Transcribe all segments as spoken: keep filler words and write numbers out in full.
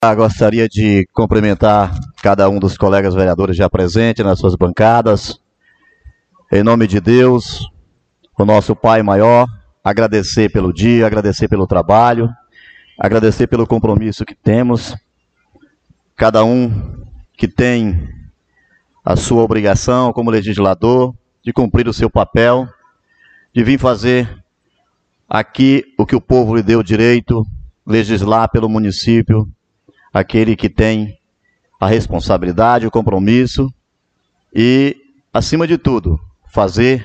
Gostaria de cumprimentar cada um dos colegas vereadores já presentes nas suas bancadas. Em nome de Deus, o nosso Pai maior, agradecer pelo dia, agradecer pelo trabalho, agradecer pelo compromisso que temos. Cada um que tem a sua obrigação como legislador de cumprir o seu papel, de vir fazer aqui o que o povo lhe deu direito, legislar pelo município, aquele que tem a responsabilidade, o compromisso e, acima de tudo, fazer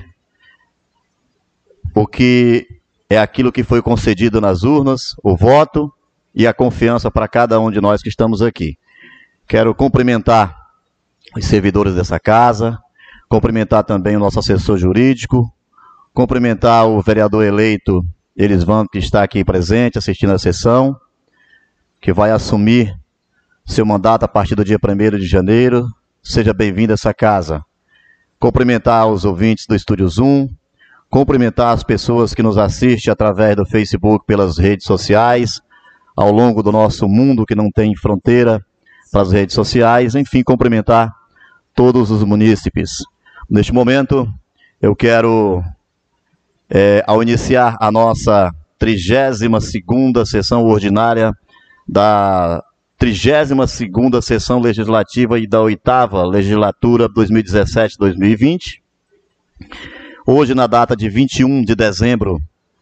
o que é aquilo que foi concedido nas urnas, o voto e a confiança para cada um de nós que estamos aqui. Quero cumprimentar os servidores dessa casa, cumprimentar também o nosso assessor jurídico, cumprimentar o vereador eleito Elisvan, que está aqui presente, assistindo a sessão, que vai assumir seu mandato a partir do dia primeiro de janeiro. Seja bem-vindo a essa casa. Cumprimentar os ouvintes do Estúdio Zoom, cumprimentar as pessoas que nos assistem através do Facebook, pelas redes sociais, ao longo do nosso mundo que não tem fronteira para as redes sociais, enfim, cumprimentar todos os munícipes. Neste momento, eu quero, é, ao iniciar a nossa trigésima segunda sessão ordinária da trigésima segunda sessão legislativa e da oitava legislatura dois mil e dezessete a dois mil e vinte. Hoje, na data de vinte e um de dezembro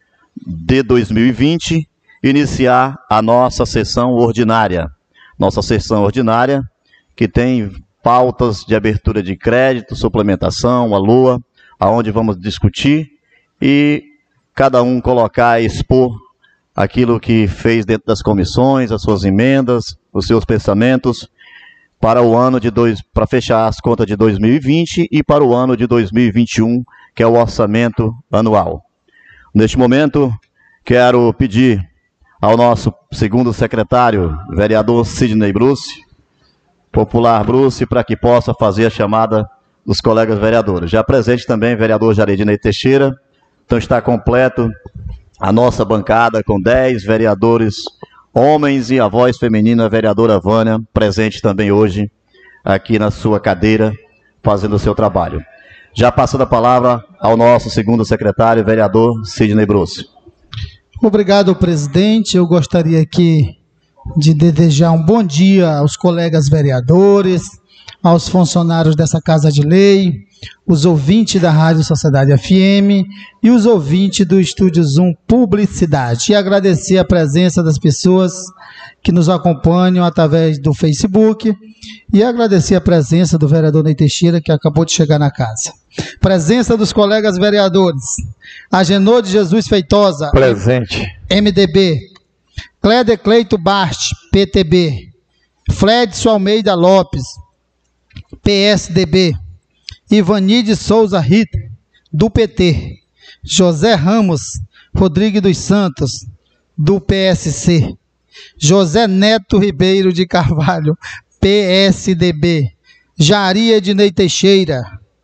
de dois mil e vinte, iniciar a nossa sessão ordinária. Nossa sessão ordinária, que tem pautas de abertura de crédito, suplementação, a LOA, aonde vamos discutir e cada um colocar e expor aquilo que fez dentro das comissões, as suas emendas, os seus pensamentos para o ano de dois, para fechar as contas de dois mil e vinte e para o ano de dois mil e vinte e um, que é o orçamento anual. Neste momento, quero pedir ao nosso segundo secretário, vereador Sidney Bruce, popular Bruce, para que possa fazer a chamada dos colegas vereadores. Já presente também, vereador Jaredinei Teixeira. Então está completo a nossa bancada com dez vereadores homens e a voz feminina, a vereadora Vânia, presente também hoje aqui na sua cadeira, fazendo o seu trabalho. Já passando a palavra ao nosso segundo secretário, vereador Sidney Bruce. Obrigado, presidente. Eu gostaria aqui de desejar um bom dia aos colegas vereadores, aos funcionários dessa Casa de Lei, os ouvintes da Rádio Sociedade F M e os ouvintes do Estúdio Zoom Publicidade. E agradecer a presença das pessoas que nos acompanham através do Facebook e agradecer a presença do vereador Ney Teixeira, que acabou de chegar na casa. Presença dos colegas vereadores. Agenor de Jesus Feitosa. Presente. M D B. Cléder Cleito Bart, P T B. Fredson Almeida Lopes, P S D B. Ivanide Souza Rita, do P T. José Ramos Rodrigues dos Santos, do P S C. José Neto Ribeiro de Carvalho, P S D B. Jari Ednei Teixeira,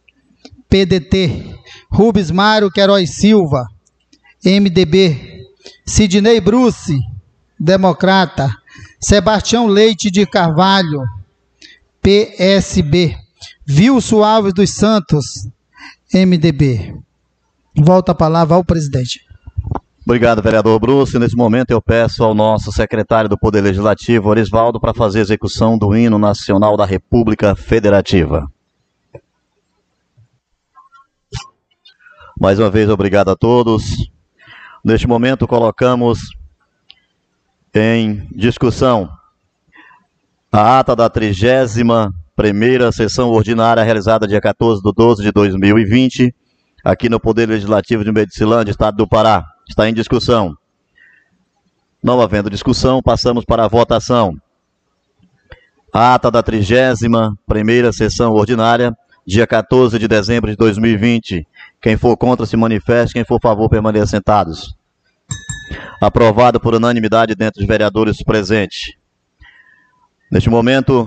P D T. Rubens Mário Queiroz Silva, M D B. Sidney Bruce, Democrata. Sebastião Leite de Carvalho, P S B. Vilso Alves dos Santos, M D B. Volta a palavra ao presidente. Obrigado, vereador Bruce. Nesse momento eu peço ao nosso secretário do Poder Legislativo, Orisvaldo, para fazer a execução do hino nacional da República Federativa. Mais uma vez, obrigado a todos. Neste momento colocamos em discussão a ata da trigésima primeira sessão ordinária realizada dia quatorze de doze de dois mil e vinte, aqui no Poder Legislativo de Medicilândia, Estado do Pará. Está em discussão. Não havendo discussão, passamos para a votação. A ata da trigésima primeira sessão ordinária, dia quatorze de dezembro de dois mil e vinte. Quem for contra se manifeste, quem for a favor permaneça sentados. Aprovado por unanimidade dentre os vereadores presentes. Neste momento,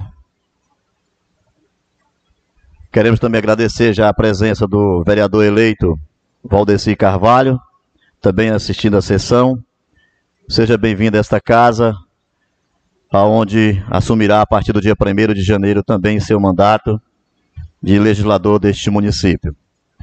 queremos também agradecer já a presença do vereador eleito Valdeci Carvalho, também assistindo a sessão. Seja bem-vindo a esta casa. aonde assumirá a partir do dia primeiro de janeiro também seu mandato de legislador deste município.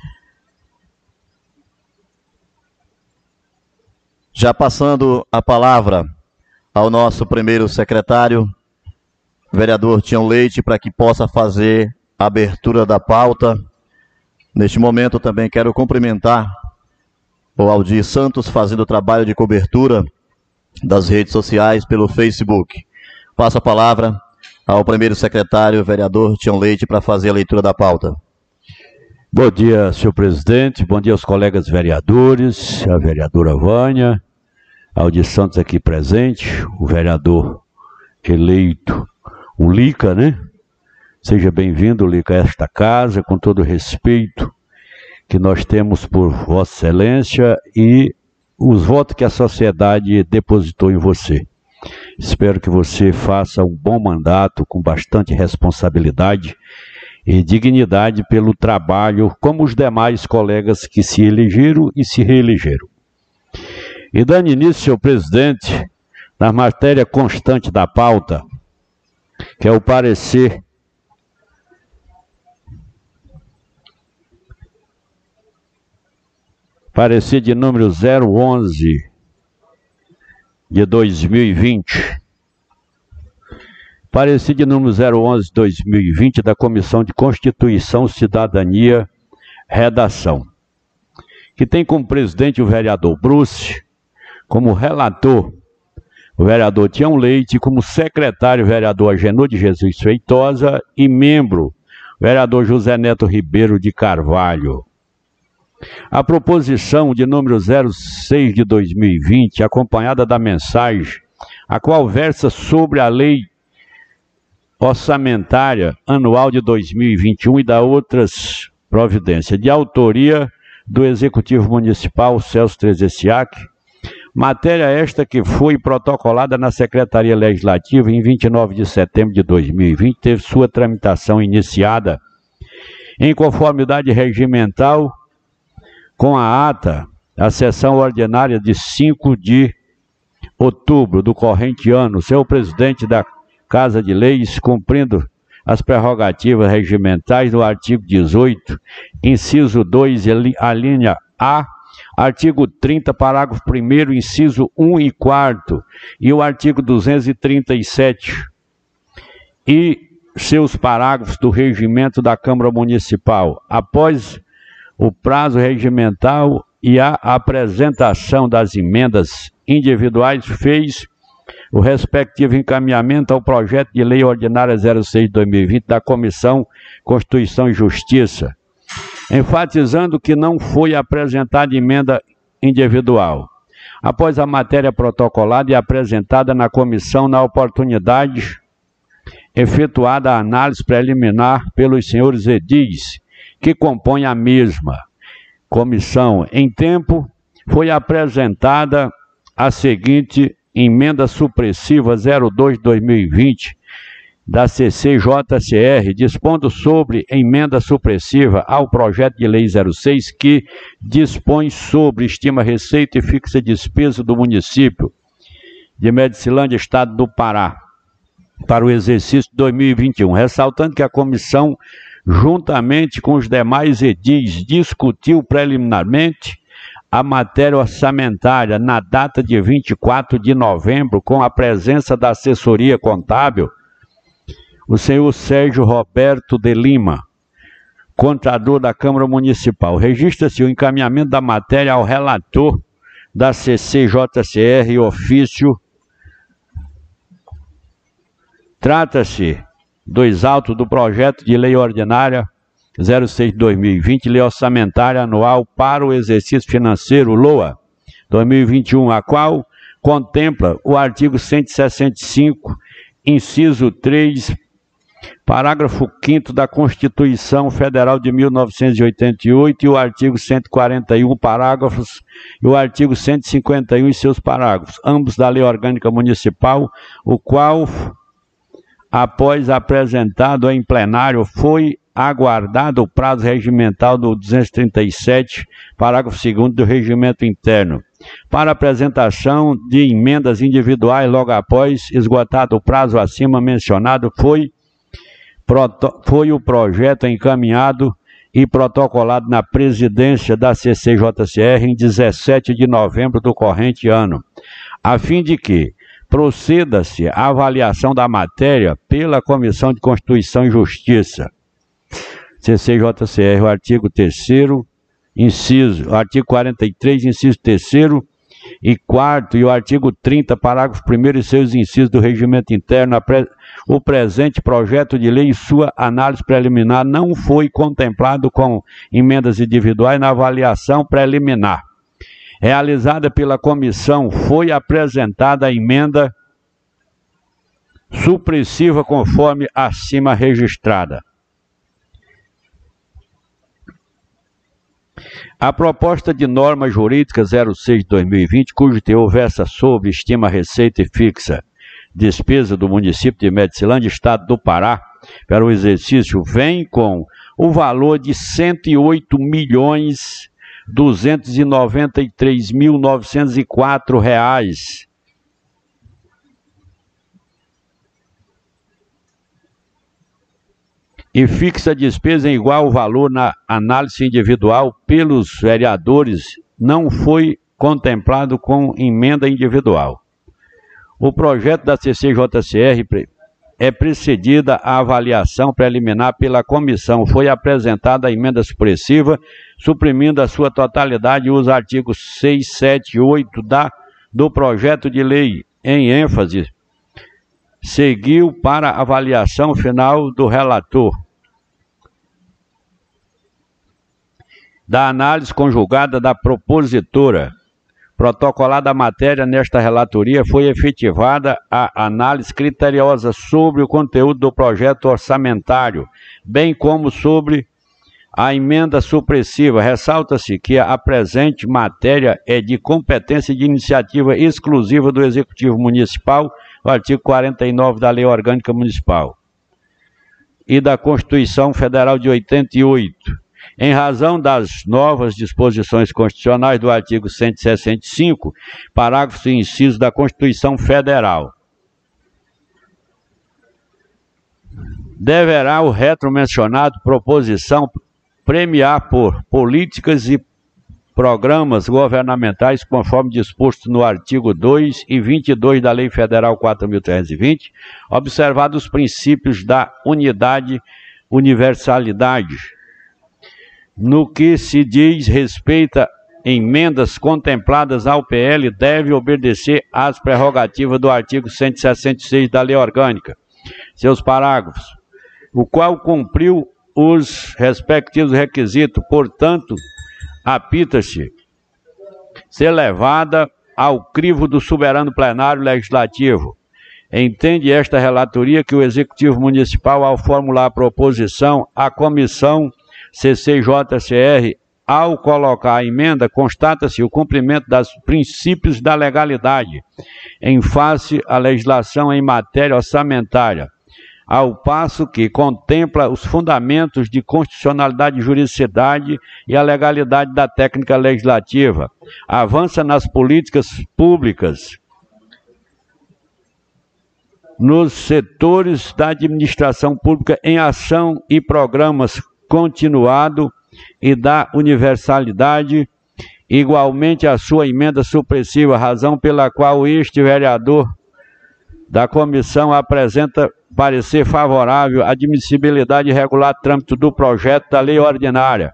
Já passando a palavra ao nosso primeiro secretário, vereador Tião Leite, para que possa fazer a abertura da pauta. Neste momento também quero cumprimentar o Aldir Santos, fazendo o trabalho de cobertura das redes sociais pelo Facebook. Passo a palavra ao primeiro secretário, vereador Tião Leite, para fazer a leitura da pauta. Bom dia, senhor presidente. Bom dia aos colegas vereadores, a vereadora Vânia, Aldir Santos aqui presente, o vereador eleito, o Lica, né? Seja bem-vindo, Lica, a esta casa, com todo o respeito que nós temos por Vossa Excelência e os votos que a sociedade depositou em você. Espero que você faça um bom mandato com bastante responsabilidade e dignidade pelo trabalho, como os demais colegas que se elegeram e se reelegeram. E dando início, senhor presidente, na matéria constante da pauta, que é o parecer parecer de número zero onze de dois mil e vinte. Parecer de número zero onze de dois mil e vinte da Comissão de Constituição, Cidadania, Redação, que tem como presidente o vereador Bruce, como relator o vereador Tião Leite, como secretário o vereador Agenor de Jesus Feitosa e membro o vereador José Neto Ribeiro de Carvalho. A proposição de número zero seis de dois mil e vinte, acompanhada da mensagem, a qual versa sobre a lei orçamentária anual de dois mil e vinte e um e da outras providências, de autoria do Executivo Municipal Celso Trezessiak, matéria esta que foi protocolada na Secretaria Legislativa em vinte e nove de setembro de dois mil e vinte, teve sua tramitação iniciada em conformidade regimental com a ata, a sessão ordinária de cinco de outubro do corrente ano. Senhor presidente da Casa de Leis, cumprindo as prerrogativas regimentais do artigo dezoito, inciso dois, a linha A, artigo trinta, parágrafo primeiro, inciso um e quarto, e o artigo duzentos e trinta e sete, e seus parágrafos do regimento da Câmara Municipal, após o prazo regimental e a apresentação das emendas individuais, fez o respectivo encaminhamento ao projeto de lei ordinária zero seis de dois mil e vinte da Comissão Constituição e Justiça, enfatizando que não foi apresentada emenda individual. Após a matéria protocolada e apresentada na comissão, na oportunidade efetuada a análise preliminar pelos senhores edis, que compõem a mesma comissão em tempo, foi apresentada a seguinte emenda supressiva zero dois de dois mil e vinte da C C J C R, dispondo sobre emenda supressiva ao projeto de lei zero seis, que dispõe sobre estima receita e fixa despesa do município de Medicilândia, Estado do Pará, para o exercício de dois mil e vinte e um, ressaltando que a comissão, juntamente com os demais edis, discutiu preliminarmente a matéria orçamentária na data de vinte e quatro de novembro, com a presença da assessoria contábil, o senhor Sérgio Roberto de Lima, contador da Câmara Municipal. Registra-se o encaminhamento da matéria ao relator da C C J C R, ofício. Trata-se dos autos do projeto de lei ordinária zero seis de dois mil e vinte, lei orçamentária anual para o exercício financeiro L O A dois mil e vinte e um, a qual contempla o artigo cento e sessenta e cinco, inciso três, parágrafo quinto da Constituição Federal de mil novecentos e oitenta e oito e o artigo cento e quarenta e um, parágrafos, e o artigo cento e cinquenta e um e seus parágrafos, ambos da Lei Orgânica Municipal, o qual, após apresentado em plenário, foi aguardado o prazo regimental do duzentos e trinta e sete, parágrafo segundo do Regimento Interno, para apresentação de emendas individuais logo após esgotado o prazo acima mencionado, foi, foi o projeto encaminhado e protocolado na presidência da C C J C R em dezessete de novembro do corrente ano, a fim de que proceda-se à avaliação da matéria pela Comissão de Constituição e Justiça. C C J C R, o artigo terceiro, inciso, o artigo quarenta e três, inciso terceiro e quarto, e o artigo trinta, parágrafo primeiro e seus incisos do Regimento Interno, o presente projeto de lei e sua análise preliminar não foi contemplado com emendas individuais na avaliação preliminar realizada pela comissão. Foi apresentada a emenda supressiva conforme acima registrada. A proposta de norma jurídica zero seis de dois mil e vinte, cujo teor versa sobre estima receita e fixa despesa do município de Medicilândia, estado do Pará, para o exercício, vem com o valor de cento e oito milhões duzentos e noventa e três mil novecentos e quatro reais. E fixa a despesa em igual valor na análise individual pelos vereadores, não foi contemplado com emenda individual. O projeto da C C J C R é precedida a avaliação preliminar pela comissão. Foi apresentada a emenda supressiva, suprimindo a sua totalidade os artigos seis, sete e oito da, do projeto de lei, em ênfase, seguiu para a avaliação final do relator. Da análise conjugada da propositora, protocolada a matéria nesta relatoria, foi efetivada a análise criteriosa sobre o conteúdo do projeto orçamentário, bem como sobre a emenda supressiva. Ressalta-se que a presente matéria é de competência de iniciativa exclusiva do Executivo Municipal, o artigo quarenta e nove da Lei Orgânica Municipal e da Constituição Federal de oitenta e oito. Em razão das novas disposições constitucionais do artigo cento e sessenta e cinco, parágrafo e inciso da Constituição Federal, deverá o retromencionado proposição premiar por políticas e programas governamentais, conforme disposto no artigo dois e vinte e dois da Lei Federal quatro mil trezentos e vinte, observados os princípios da unidade, universalidade. No que se diz respeito a emendas contempladas ao P L, deve obedecer às prerrogativas do artigo cento e sessenta e seis da Lei Orgânica, seus parágrafos, o qual cumpriu os respectivos requisitos. Portanto, apita-se ser levada ao crivo do soberano plenário legislativo. Entende esta relatoria que o Executivo Municipal, ao formular a proposição, a comissão C C J C R, ao colocar a emenda, constata-se o cumprimento dos princípios da legalidade em face à legislação em matéria orçamentária, ao passo que contempla os fundamentos de constitucionalidade, juridicidade e a legalidade da técnica legislativa, avança nas políticas públicas, nos setores da administração pública em ação e programas continuado e da universalidade, igualmente a sua emenda supressiva, razão pela qual este vereador da comissão apresenta parecer favorável à admissibilidade e regular trâmite do projeto da lei ordinária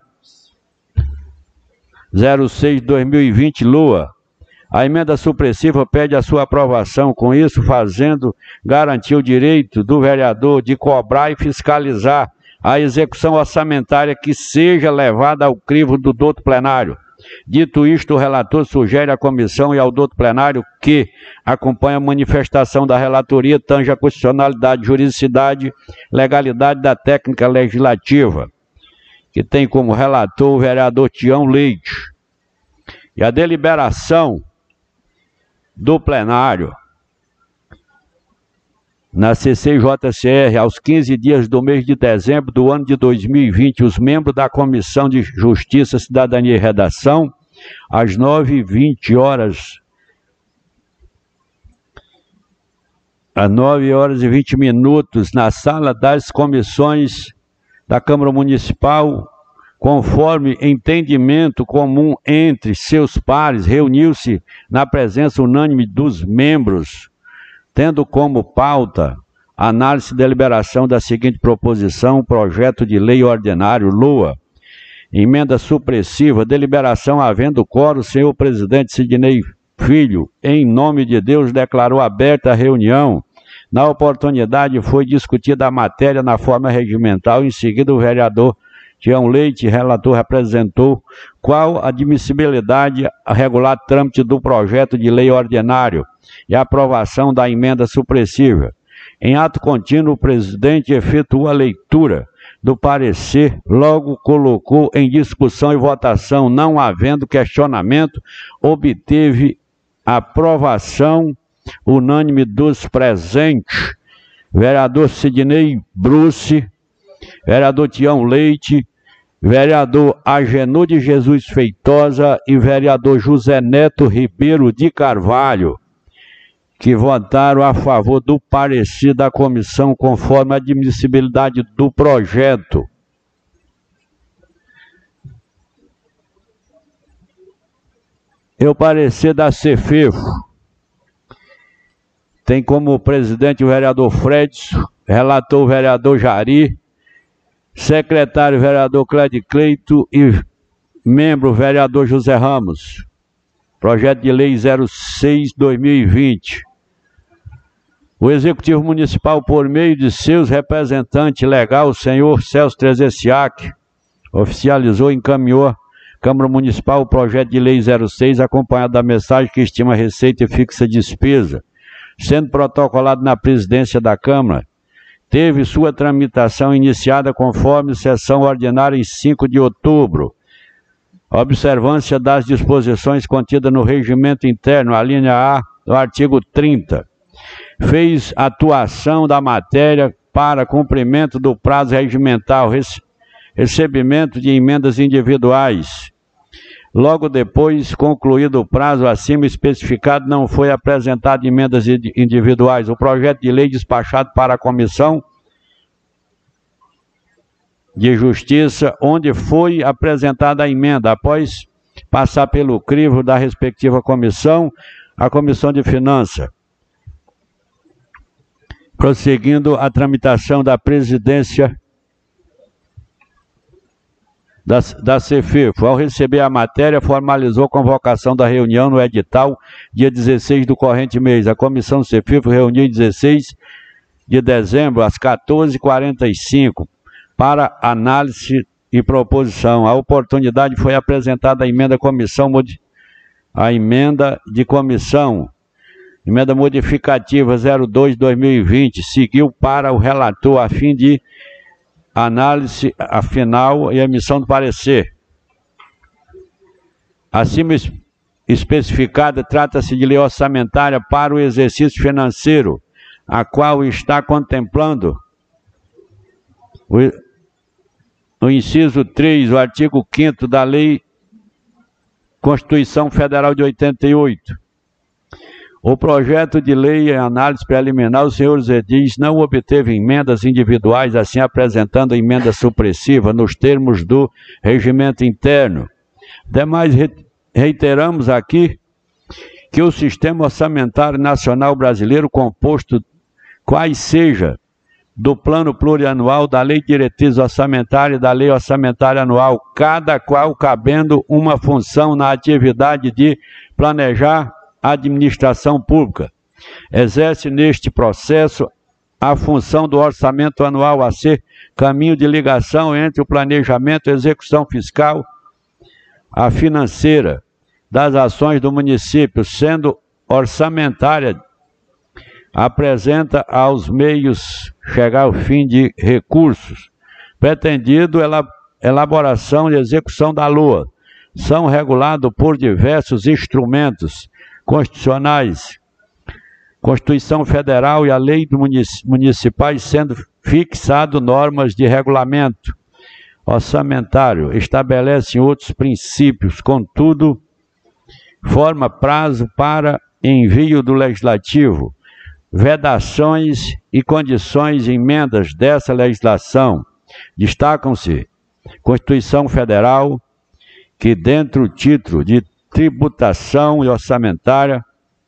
zero seis de dois mil e vinte, Lua. A emenda supressiva pede a sua aprovação, com isso fazendo garantir o direito do vereador de cobrar e fiscalizar a execução orçamentária que seja levada ao crivo do douto plenário. Dito isto, o relator sugere à comissão e ao douto plenário que acompanhe a manifestação da relatoria, tange a constitucionalidade, juridicidade, legalidade da técnica legislativa, que tem como relator o vereador Tião Leite. E a deliberação do plenário na C C J C R, aos quinze dias do mês de dezembro do ano de dois mil e vinte, os membros da Comissão de Justiça, Cidadania e Redação, às nove e vinte horas, às nove horas e vinte minutos, na sala das comissões da Câmara Municipal, conforme entendimento comum entre seus pares, reuniu-se na presença unânime dos membros, tendo como pauta análise e deliberação da seguinte proposição: projeto de lei ordinário, L O A, emenda supressiva, deliberação havendo quórum, o senhor presidente Sidney Filho, em nome de Deus, declarou aberta a reunião. Na oportunidade foi discutida a matéria na forma regimental, em seguida o vereador Tião Leite, relator, representou qual a admissibilidade a regular trâmite do projeto de lei ordinário e a aprovação da emenda supressiva. Em ato contínuo, o presidente efetuou a leitura do parecer, logo colocou em discussão e votação, não havendo questionamento, obteve aprovação unânime dos presentes, vereador Sidney Bruce, vereador Tião Leite, vereador Agenor de Jesus Feitosa e vereador José Neto Ribeiro de Carvalho, que votaram a favor do parecer da comissão conforme a admissibilidade do projeto. E o parecer da Cefefo tem como presidente o vereador Fredson, relator o vereador Jari, secretário o vereador Clédio Cleito e membro o vereador José Ramos. Projeto de lei zero seis barra dois mil e vinte. O Executivo Municipal, por meio de seus representantes legal, o senhor Celso Trezessiak, oficializou e encaminhou à Câmara Municipal o projeto de lei zero seis, acompanhado da mensagem que estima receita e fixa despesa, sendo protocolado na presidência da Câmara. Teve sua tramitação iniciada conforme sessão ordinária em cinco de outubro. Observância das disposições contidas no regimento interno, a linha A do artigo trinta. Fez atuação da matéria para cumprimento do prazo regimental, recebimento de emendas individuais. Logo depois, concluído o prazo acima especificado, não foi apresentado emendas individuais. O projeto de lei despachado para a Comissão de Justiça, onde foi apresentada a emenda, após passar pelo crivo da respectiva comissão, a Comissão de Finanças. Prosseguindo a tramitação da presidência da, da Cefefo. Ao receber a matéria, formalizou a convocação da reunião no edital, dia dezesseis do corrente mês. A comissão Cefefo reuniu em dezesseis de dezembro, às quatorze e quarenta e cinco, para análise e proposição. A oportunidade foi apresentada a emenda comissão, a emenda de comissão, emenda modificativa zero dois barra dois mil e vinte, seguiu para o relator a fim de análise a final e emissão do parecer. Acima especificada, trata-se de lei orçamentária para o exercício financeiro, a qual está contemplando o, no inciso três, o artigo quinto da Lei Constituição Federal de oitenta e oito. O projeto de lei em análise preliminar, os senhores edis não obteve emendas individuais, assim apresentando emenda supressiva nos termos do regimento interno. Demais, reiteramos aqui que o Sistema Orçamentário Nacional Brasileiro, composto quais seja do Plano Plurianual, da Lei de Diretriz Orçamentária e da Lei Orçamentária Anual, cada qual cabendo uma função na atividade de planejar a administração pública, exerce neste processo a função do orçamento anual a ser caminho de ligação entre o planejamento e execução fiscal, a financeira das ações do município, sendo orçamentária, apresenta aos meios chegar ao fim de recursos, pretendido ela, elaboração e execução da L O A, são regulados por diversos instrumentos constitucionais, Constituição Federal e a Lei dos Municipais sendo fixado normas de regulamento orçamentário, estabelecem outros princípios, contudo, forma prazo para envio do Legislativo, vedações e condições de emendas dessa legislação. Destacam-se Constituição Federal, que dentro do título de tributação e orçamentária,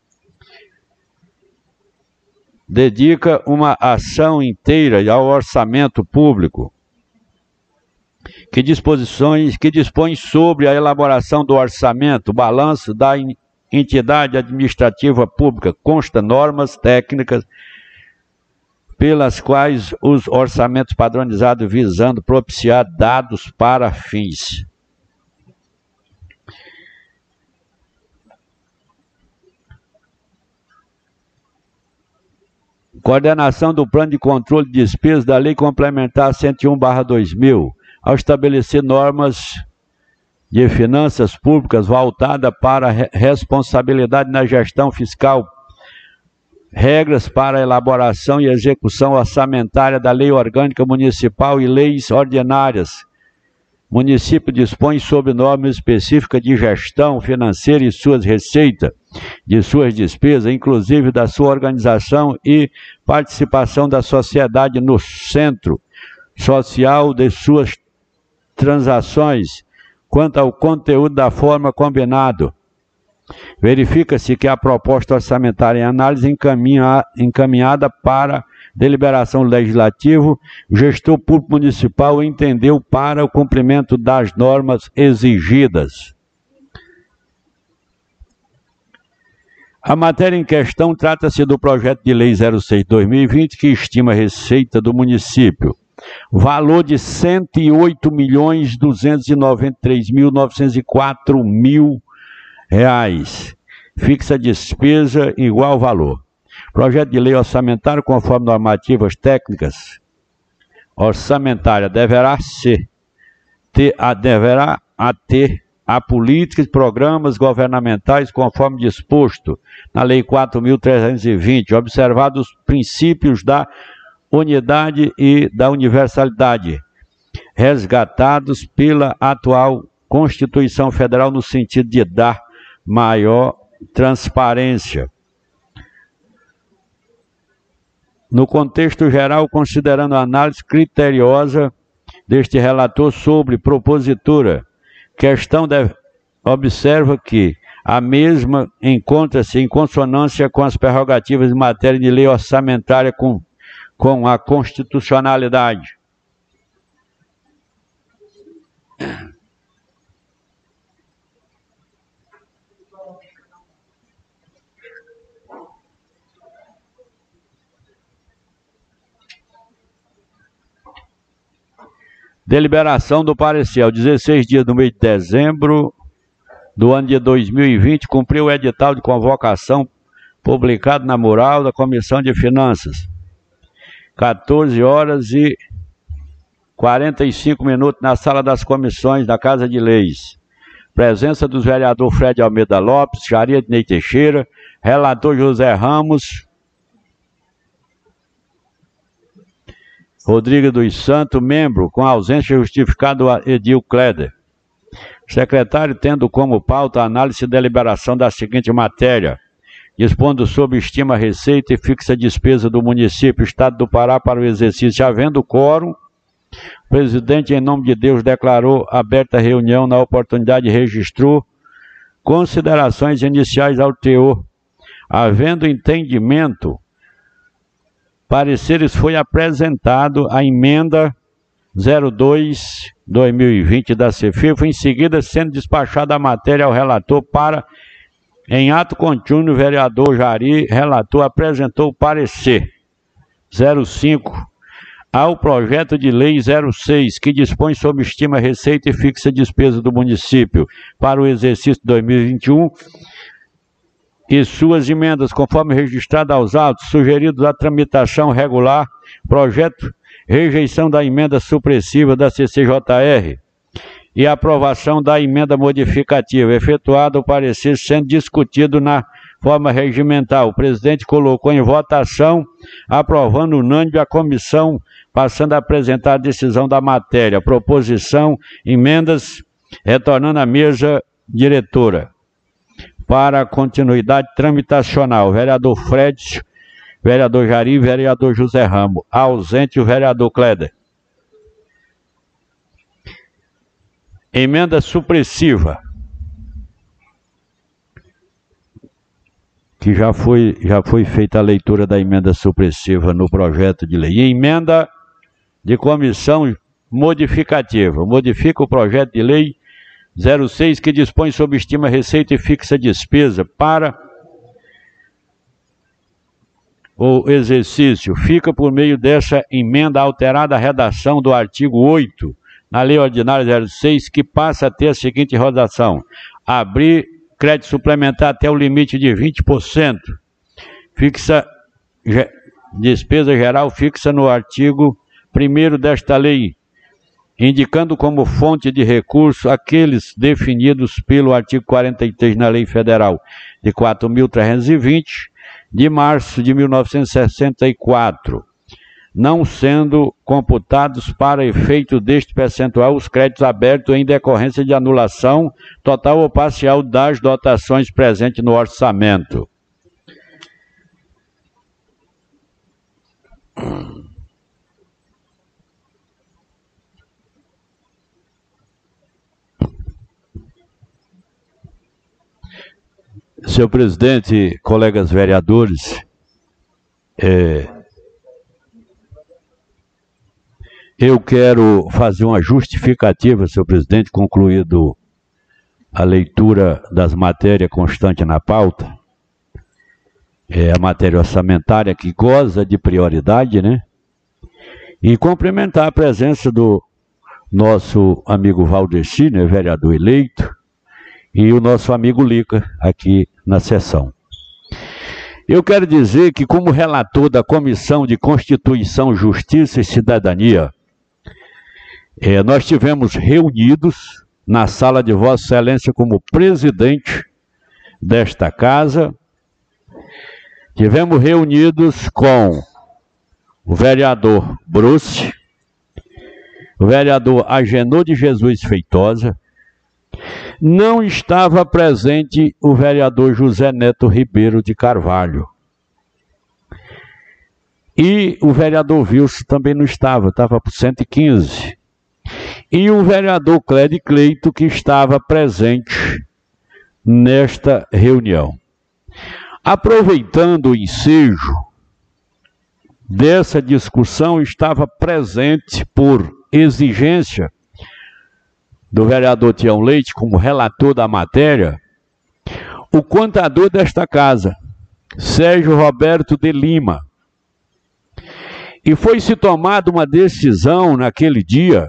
dedica uma ação inteira ao orçamento público, que disposições que dispõe sobre a elaboração do orçamento, balanço da entidade administrativa pública, consta normas técnicas pelas quais os orçamentos padronizados visando propiciar dados para fins. Coordenação do Plano de Controle de Despesas da Lei Complementar cento e um barra dois mil, ao estabelecer normas de finanças públicas voltadas para a responsabilidade na gestão fiscal, regras para a elaboração e execução orçamentária da Lei Orgânica Municipal e leis ordinárias. O município dispõe sobre normas específicas de gestão financeira e suas receitas, de suas despesas, inclusive da sua organização e participação da sociedade no centro social de suas transações, quanto ao conteúdo da forma combinado. Verifica-se que a proposta orçamentária em análise encaminha, encaminhada para deliberação legislativa, o gestor público municipal entendeu para o cumprimento das normas exigidas. A matéria em questão trata-se do projeto de lei zero seis barra dois mil e vinte, que estima a receita do município. Valor de cento e oito milhões duzentos e noventa e três mil novecentos e quatro mil reais. Fixa despesa igual valor. Projeto de lei orçamentário conforme normativas técnicas orçamentária deverá ser, ter, a, deverá a ter a políticas e programas governamentais conforme disposto na Lei quatro mil trezentos e vinte, observados os princípios da unidade e da universalidade, resgatados pela atual Constituição Federal no sentido de dar maior transparência. No contexto geral, considerando a análise criteriosa deste relator sobre propositura, questão deve, observa que a mesma encontra-se em consonância com as prerrogativas em matéria de lei orçamentária com, com a constitucionalidade. Deliberação do parecer. Aos dezesseis dias do mês de dezembro do ano de dois mil e vinte, cumpriu o edital de convocação publicado na mural da Comissão de Finanças. quatorze horas e quarenta e cinco minutos na sala das comissões da Casa de Leis. Presença dos vereadores Fred Almeida Lopes, Jaria Ney Teixeira, relator José Ramos, Rodrigo dos Santos, membro, com ausência justificada, Edil Kleder. Secretário, tendo como pauta a análise e deliberação da seguinte matéria, dispondo sobre estima, receita e fixa despesa do município, Estado do Pará, para o exercício, havendo quórum, o presidente, em nome de Deus, declarou aberta a reunião, na oportunidade registrou considerações iniciais ao teor, havendo entendimento, pareceres foi apresentado a emenda zero dois barra dois mil e vinte da CEFIFA, em seguida sendo despachada a matéria ao relator para, em ato contínuo, o vereador Jari, relator, apresentou o parecer zero cinco ao projeto de lei zero seis, que dispõe sobre estima, receita e fixa despesa do município para o exercício dois mil e vinte e um, e suas emendas, conforme registrado aos autos, sugeridos à tramitação regular, projeto, rejeição da emenda supressiva da C C J R e aprovação da emenda modificativa, efetuado o parecer sendo discutido na forma regimental. O presidente colocou em votação, aprovando unânime a comissão, passando a apresentar a decisão da matéria. Proposição, emendas, retornando à mesa diretora. Para a continuidade tramitacional, vereador Fred, vereador Jari, vereador José Ramos. Ausente o vereador Cléder. Emenda supressiva. Que já foi, já foi feita a leitura da emenda supressiva no projeto de lei. E emenda de comissão modificativa. Modifica o projeto de lei zero seis, que dispõe sobre estima, receita e fixa despesa para o exercício. Fica por meio dessa emenda alterada a redação do artigo oito, na Lei Ordinária zero seis, que passa a ter a seguinte redação: abrir crédito suplementar até o limite de vinte por cento. Fixa, despesa geral fixa no artigo primeiro desta lei, indicando como fonte de recurso aqueles definidos pelo artigo quarenta e três na Lei Federal de quatro mil trezentos e vinte, de março de mil novecentos e sessenta e quatro, não sendo computados para efeito deste percentual os créditos abertos em decorrência de anulação total ou parcial das dotações presentes no orçamento. Senhor presidente, colegas vereadores, é, eu quero fazer uma justificativa, senhor presidente, concluído a leitura das matérias constantes na pauta, é a matéria orçamentária que goza de prioridade, né? E cumprimentar a presença do nosso amigo Valdeci, né, vereador eleito, e o nosso amigo Lica, aqui na sessão. Eu quero dizer que, como relator da Comissão de Constituição, Justiça e Cidadania, é, nós tivemos reunidos na sala de Vossa Excelência como presidente desta casa, tivemos reunidos com o vereador Bruce, o vereador Agenor de Jesus Feitosa. Não estava presente o vereador José Neto Ribeiro de Carvalho. E o vereador Wilson também não estava, estava por cento e quinze. E o vereador Clédio Cleito, que estava presente nesta reunião. Aproveitando o ensejo dessa discussão, estava presente por exigência do vereador Tião Leite, como relator da matéria, o contador desta casa, Sérgio Roberto de Lima. E foi-se tomada uma decisão naquele dia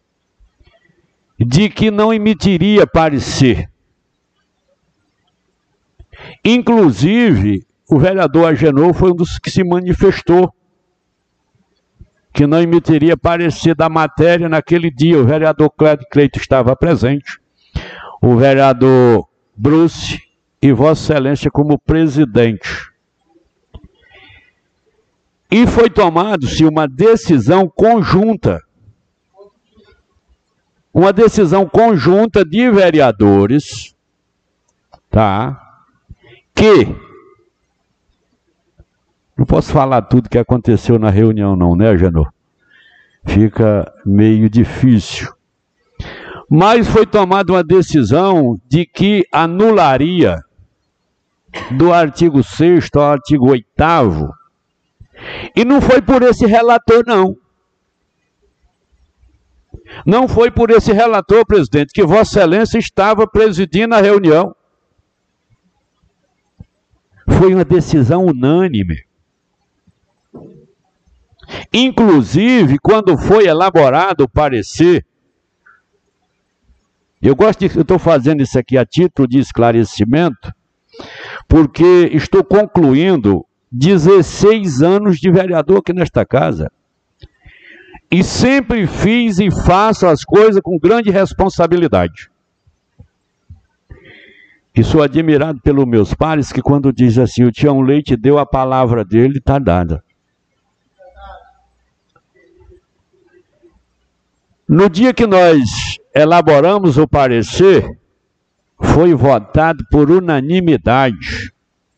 de que não emitiria parecer. Inclusive, o vereador Agenor foi um dos que se manifestou que não emitiria parecer da matéria naquele dia. O vereador Clédio Cleito estava presente, o vereador Bruce e Vossa Excelência como presidente. E foi tomada-se uma decisão conjunta, uma decisão conjunta de vereadores, tá? Que não posso falar tudo que aconteceu na reunião não, né, Agenor? Fica meio difícil. Mas foi tomada uma decisão de que anularia do artigo sexto ao artigo oitavo. E não foi por esse relator, não. Não foi por esse relator, presidente, que Vossa Excelência estava presidindo a reunião. Foi uma decisão unânime. Inclusive, quando foi elaborado o parecer, eu gosto de, eu estou fazendo isso aqui a título de esclarecimento, porque estou concluindo dezesseis anos de vereador aqui nesta casa. E sempre fiz e faço as coisas com grande responsabilidade. E sou admirado pelos meus pares que quando diz assim, o Tião Leite deu a palavra dele, está dada. No dia que nós elaboramos o parecer, foi votado por unanimidade.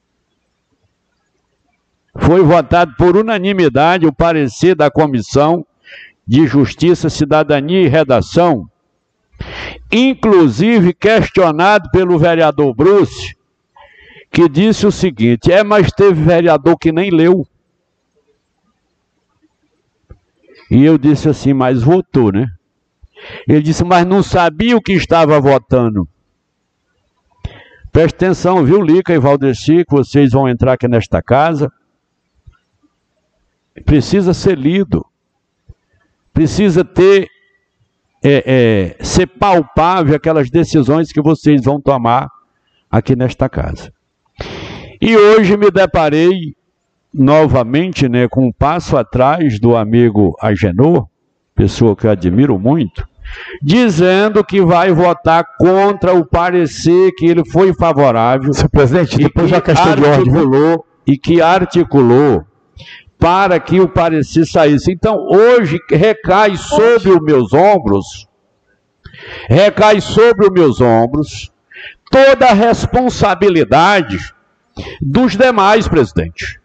Foi votado por unanimidade o parecer da Comissão de Justiça, Cidadania e Redação, inclusive questionado pelo vereador Bruce, que disse o seguinte, é, mas teve vereador que nem leu. E eu disse assim, mas votou, né? Ele disse, mas não sabia o que estava votando. Preste atenção, viu, Lica e Valdeci, que vocês vão entrar aqui nesta casa. Precisa ser lido. Precisa ter, é, é, ser palpável aquelas decisões que vocês vão tomar aqui nesta casa. E hoje me deparei novamente, né, com um passo atrás do amigo Agenor, pessoa que eu admiro muito, dizendo que vai votar contra o parecer que ele foi favorável. Senhor presidente, depois da questão de ordem. E que articulou para que o parecer saísse. Então, hoje recai sobre os meus ombros, recai sobre os meus ombros, toda a responsabilidade dos demais, presidente.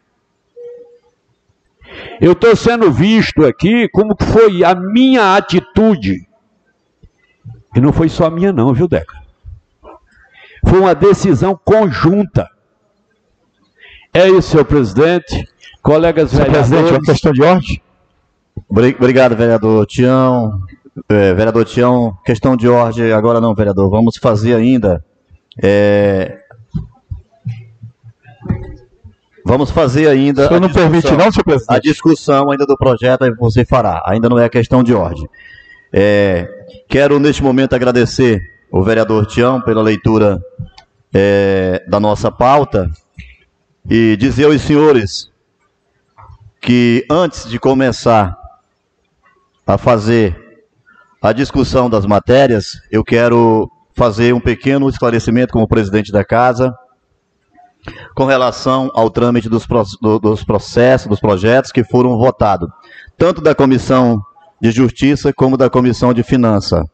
Eu estou sendo visto aqui como que foi a minha atitude. E não foi só a minha não, viu, Deca? Foi uma decisão conjunta. É isso, senhor presidente. Colegas senhor vereadores... Presidente, uma questão de ordem. Obrigado, vereador Tião. É, vereador Tião, questão de ordem, agora não, vereador. Vamos fazer ainda... É... Vamos fazer ainda... O senhor não permite não, senhor presidente? A discussão ainda do projeto, aí você fará. Ainda não é questão de ordem. É, quero, neste momento, agradecer o vereador Tião pela leitura é, da nossa pauta e dizer aos senhores que, antes de começar a fazer a discussão das matérias, eu quero fazer um pequeno esclarecimento como presidente da casa com relação ao trâmite dos, dos processos, dos projetos que foram votados, tanto da Comissão de Justiça como da Comissão de Finanças.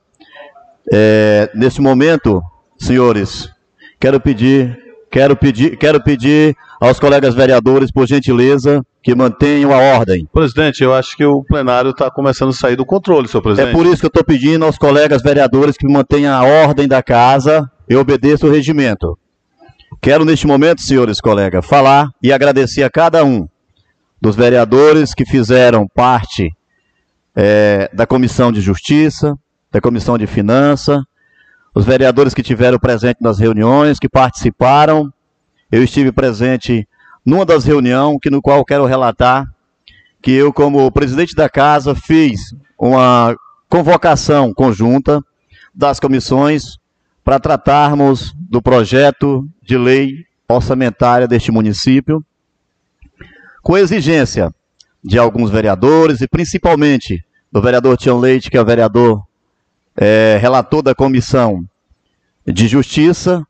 É, nesse momento, senhores, quero pedir, quero pedir, quero pedir aos colegas vereadores, por gentileza, que mantenham a ordem. Presidente, eu acho que o plenário está começando a sair do controle, senhor presidente. É por isso que eu estou pedindo aos colegas vereadores que mantenham a ordem da casa e obedeçam o regimento. Quero, neste momento, senhores colegas, falar e agradecer a cada um dos vereadores que fizeram parte é, da Comissão de Justiça, da Comissão de Finanças, os vereadores que tiveram presente nas reuniões, que participaram. Eu estive presente numa das reuniões, que no qual quero relatar que eu, como presidente da casa, fiz uma convocação conjunta das comissões para tratarmos do projeto de lei orçamentária deste município, com exigência de alguns vereadores, e principalmente do vereador Tião Leite, que é o vereador é, relator da Comissão de Justiça.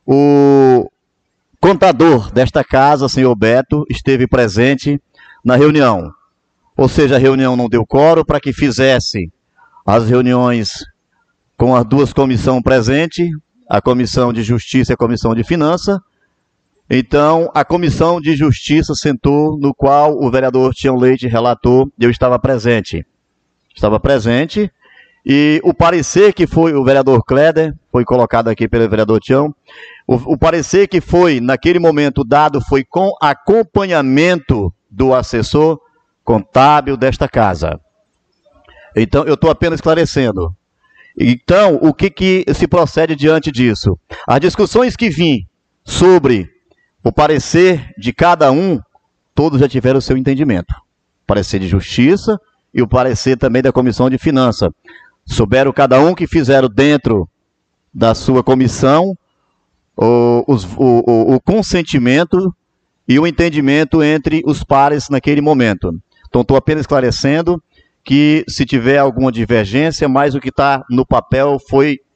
O contador desta casa, senhor Beto, esteve presente na reunião. Ou seja, a reunião não deu quórum para que fizesse as reuniões com as duas comissões presentes, a Comissão de Justiça e a Comissão de Finanças. Então, a Comissão de Justiça sentou, no qual o vereador Tião Leite relatou, e eu estava presente. Estava presente, e o parecer que foi, o vereador Kleder, foi colocado aqui pelo vereador Tião, o, o parecer que foi, naquele momento, dado, foi com acompanhamento do assessor contábil desta casa. Então, eu estou apenas esclarecendo. Então, o que, que se procede diante disso? As discussões que vim sobre o parecer de cada um, todos já tiveram o seu entendimento. O parecer de Justiça e o parecer também da Comissão de Finanças. Souberam cada um que fizeram dentro da sua comissão o, os, o, o, o consentimento e o entendimento entre os pares naquele momento. Então, estou apenas esclarecendo que, se tiver alguma divergência, mais o que está no papel foi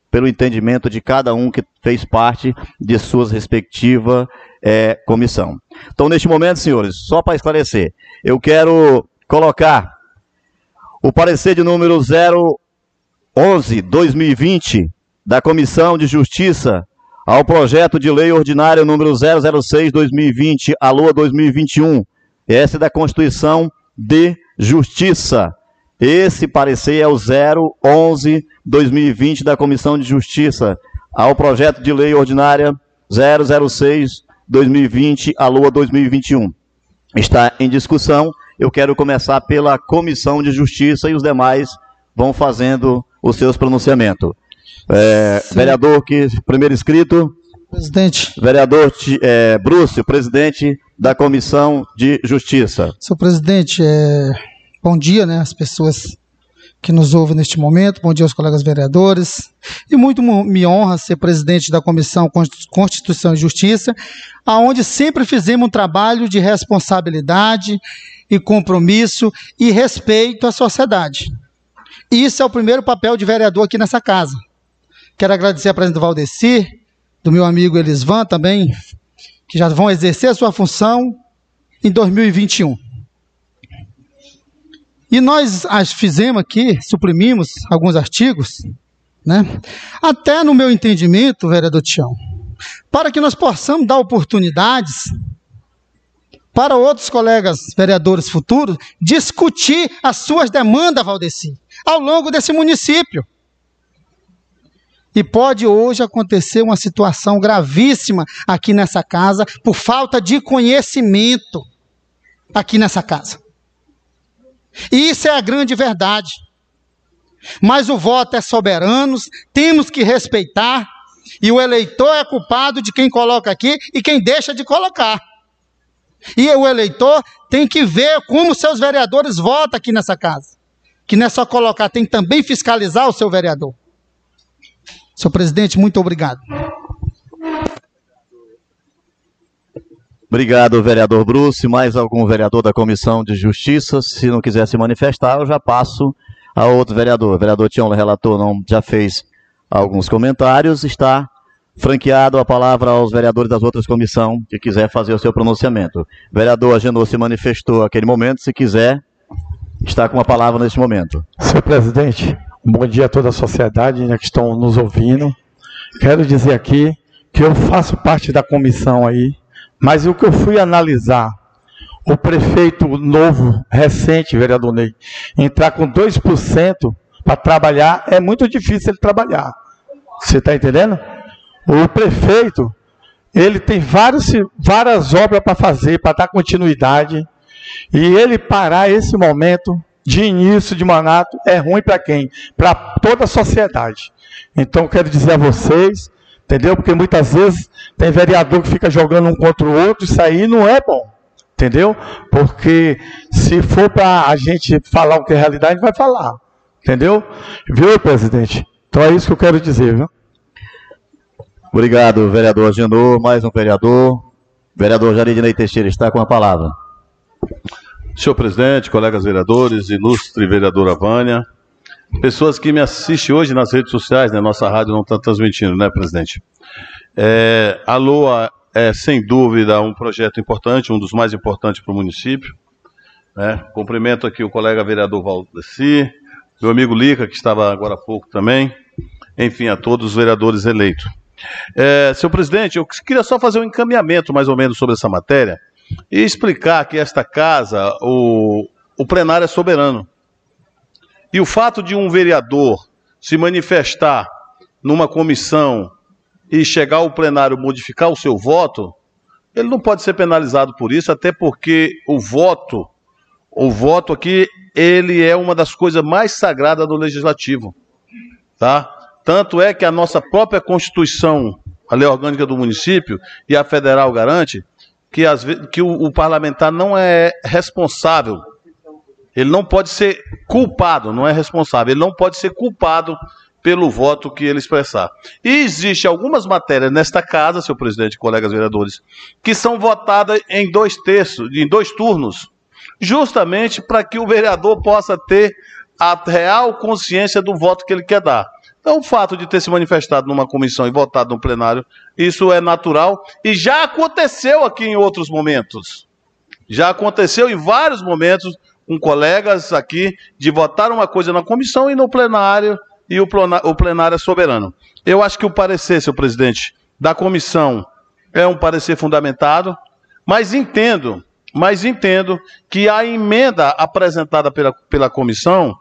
pelo entendimento de cada um que fez parte de suas respectivas é, comissão. Então, neste momento, senhores, só para esclarecer, eu quero colocar o parecer de número zero onze barra dois mil e vinte da Comissão de Justiça ao projeto de lei ordinário número zero zero seis barra dois mil e vinte, a L O A dois mil e vinte e um, essa é da Constituição de Justiça. Esse parecer é o zero onze barra dois mil e vinte da Comissão de Justiça ao projeto de lei ordinária zero zero seis barra dois mil e vinte, a L O A dois mil e vinte e um. Está em discussão. Eu quero começar pela Comissão de Justiça e os demais vão fazendo os seus pronunciamentos. É, vereador que primeiro inscrito. Presidente. Vereador é, Brúcio, presidente da Comissão de Justiça. Senhor presidente, é, bom dia, né, às pessoas que nos ouvem neste momento, bom dia aos colegas vereadores, e muito me honra ser presidente da Comissão Constituição e Justiça, aonde sempre fizemos um trabalho de responsabilidade e compromisso e respeito à sociedade. Isso é o primeiro papel de vereador aqui nessa casa. Quero agradecer a presença do Valdeci, do meu amigo Elisvan também, que já vão exercer a sua função em dois mil e vinte e um. E nós fizemos aqui, suprimimos alguns artigos, né? Até no meu entendimento, vereador Tião, para que nós possamos dar oportunidades para outros colegas vereadores futuros discutir as suas demandas, Valdeci, ao longo desse município. E pode hoje acontecer uma situação gravíssima aqui nessa casa, por falta de conhecimento aqui nessa casa. E isso é a grande verdade. Mas o voto é soberano, temos que respeitar, e o eleitor é culpado de quem coloca aqui e quem deixa de colocar. E o eleitor tem que ver como seus vereadores votam aqui nessa casa. Que não é só colocar, tem que também fiscalizar o seu vereador. Senhor presidente, muito obrigado. Obrigado, vereador Bruce. Mais algum vereador da Comissão de Justiça? Se não quiser se manifestar, eu já passo a outro vereador. O vereador Tião, relator, não, já fez alguns comentários. Está franqueado a palavra aos vereadores das outras comissões que quiser fazer o seu pronunciamento. O vereador Agenor se manifestou naquele momento. Se quiser, está com a palavra neste momento. Senhor presidente, um bom dia a toda a sociedade, né, que estão nos ouvindo. Quero dizer aqui que eu faço parte da comissão aí, mas o que eu fui analisar, o prefeito novo, recente, vereador Ney, entrar com dois por cento para trabalhar, é muito difícil ele trabalhar. Você está entendendo? O prefeito, ele tem vários, várias obras para fazer, para dar continuidade, e ele parar esse momento de início de mandato é ruim para quem? Para toda a sociedade. Então, quero dizer a vocês, entendeu? Porque muitas vezes tem vereador que fica jogando um contra o outro, isso aí não é bom, entendeu? Porque se for para a gente falar o que é realidade, a gente vai falar, entendeu? Viu, presidente? Então é isso que eu quero dizer, viu? Obrigado, vereador Agenor. Mais um vereador. Vereador Jaridinei Teixeira está com a palavra. Senhor presidente, colegas vereadores, ilustre vereadora Vânia, pessoas que me assistem hoje nas redes sociais, né? Nossa rádio não está transmitindo, né, presidente? É, a L O A é, sem dúvida, um projeto importante, um dos mais importantes para o município. Né? Cumprimento aqui o colega vereador Valdeci, meu amigo Lica, que estava agora há pouco também, enfim, a todos os vereadores eleitos. É, senhor presidente, eu queria só fazer um encaminhamento mais ou menos sobre essa matéria e explicar que esta casa, o, o plenário é soberano. E o fato de um vereador se manifestar numa comissão e chegar ao plenário modificar o seu voto, ele não pode ser penalizado por isso, até porque o voto, o voto aqui, ele é uma das coisas mais sagradas do legislativo, tá? Tanto é que a nossa própria Constituição, a lei orgânica do município e a federal garante que, às vezes, que o, o parlamentar não é responsável, ele não pode ser culpado, não é responsável, ele não pode ser culpado pelo voto que ele expressar. E existe algumas matérias nesta casa, senhor presidente, colegas vereadores, que são votadas em dois terços, em dois turnos, justamente para que o vereador possa ter a real consciência do voto que ele quer dar. Então, o fato de ter se manifestado numa comissão e votado no plenário, isso é natural e já aconteceu aqui em outros momentos. Já aconteceu em vários momentos com colegas aqui de votar uma coisa na comissão e no plenário, e o plenário é soberano. Eu acho que o parecer, senhor presidente, da comissão é um parecer fundamentado, mas entendo, mas entendo que a emenda apresentada pela, pela comissão,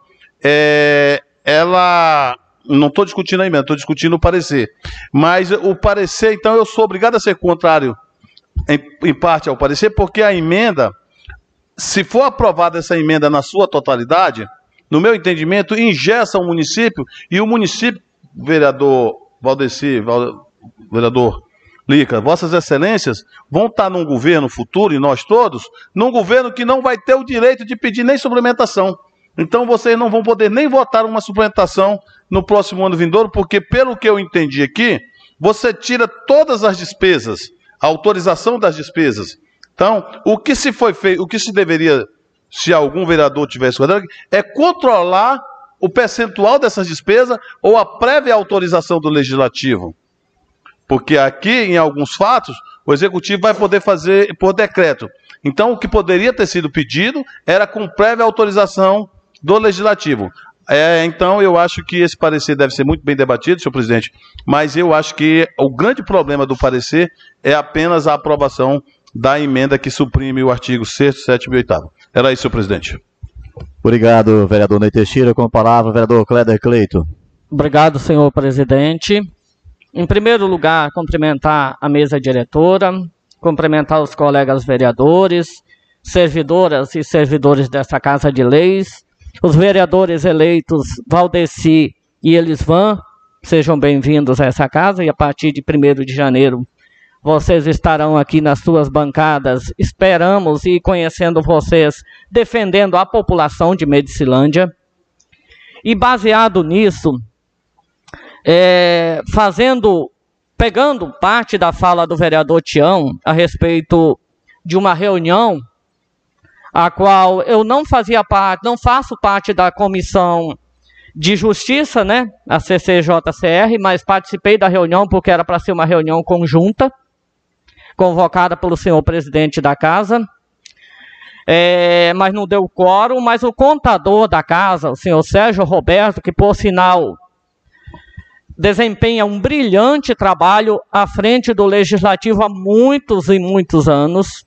é, ela... Não estou discutindo a emenda, estou discutindo o parecer. Mas o parecer, então, eu sou obrigado a ser contrário, em, em parte, ao parecer, porque a emenda, se for aprovada essa emenda na sua totalidade, no meu entendimento, engessa o município, e o município, vereador Valdeci, vereador Lica, vossas excelências vão estar num governo futuro, e nós todos, num governo que não vai ter o direito de pedir nem suplementação. Então vocês não vão poder nem votar uma suplementação no próximo ano vindouro, porque pelo que eu entendi aqui, você tira todas as despesas, a autorização das despesas. Então, o que se foi feito, o que se deveria, se algum vereador tivesse, é controlar o percentual dessas despesas ou a prévia autorização do legislativo. Porque aqui, em alguns fatos, o executivo vai poder fazer por decreto. Então, o que poderia ter sido pedido era com prévia autorização do legislativo. É, então, eu acho que esse parecer deve ser muito bem debatido, senhor presidente, mas eu acho que o grande problema do parecer é apenas a aprovação da emenda que suprime o artigo sexto, sétimo e oitavo. Era isso, senhor presidente. Obrigado, vereador Ney Teixeira. Com a palavra, vereador Cléder Cleito. Obrigado, senhor presidente. Em primeiro lugar, cumprimentar a mesa diretora, cumprimentar os colegas vereadores, servidoras e servidores dessa Casa de Leis, os vereadores eleitos Valdeci e Elisvan, sejam bem-vindos a essa casa, e a partir de primeiro de janeiro vocês estarão aqui nas suas bancadas, esperamos, e conhecendo vocês, defendendo a população de Medicilândia. E baseado nisso, é, fazendo, pegando parte da fala do vereador Tião a respeito de uma reunião a qual eu não fazia parte, não faço parte da Comissão de Justiça, né, a C C J C R, mas participei da reunião porque era para ser uma reunião conjunta, convocada pelo senhor presidente da casa, é, mas não deu quórum, mas o contador da casa, o senhor Sérgio Roberto, que por sinal desempenha um brilhante trabalho à frente do Legislativo há muitos e muitos anos,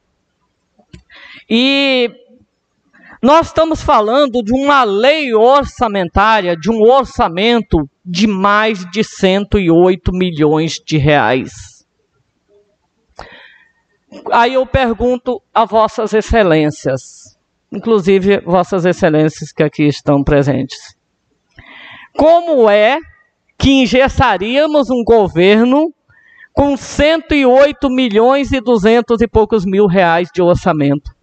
e nós estamos falando de uma lei orçamentária, de um orçamento de mais de cento e oito milhões de reais. Aí eu pergunto a vossas excelências, inclusive vossas excelências que aqui estão presentes, como é que engessaríamos um governo com cento e oito milhões e duzentos e poucos mil reais de orçamento?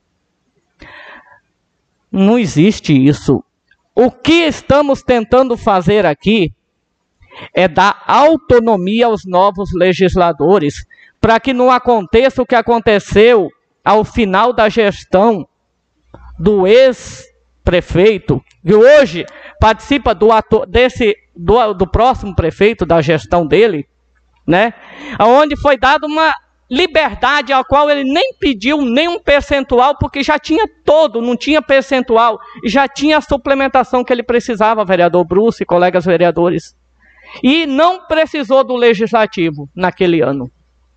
Não existe isso. O que estamos tentando fazer aqui é dar autonomia aos novos legisladores, para que não aconteça o que aconteceu ao final da gestão do ex-prefeito, que hoje participa do, ato, desse, do, do próximo prefeito, da gestão dele, né? Onde foi dada uma liberdade a qual ele nem pediu nenhum percentual, porque já tinha todo, não tinha percentual, e já tinha a suplementação que ele precisava, vereador Bruce e colegas vereadores. E não precisou do legislativo naquele ano.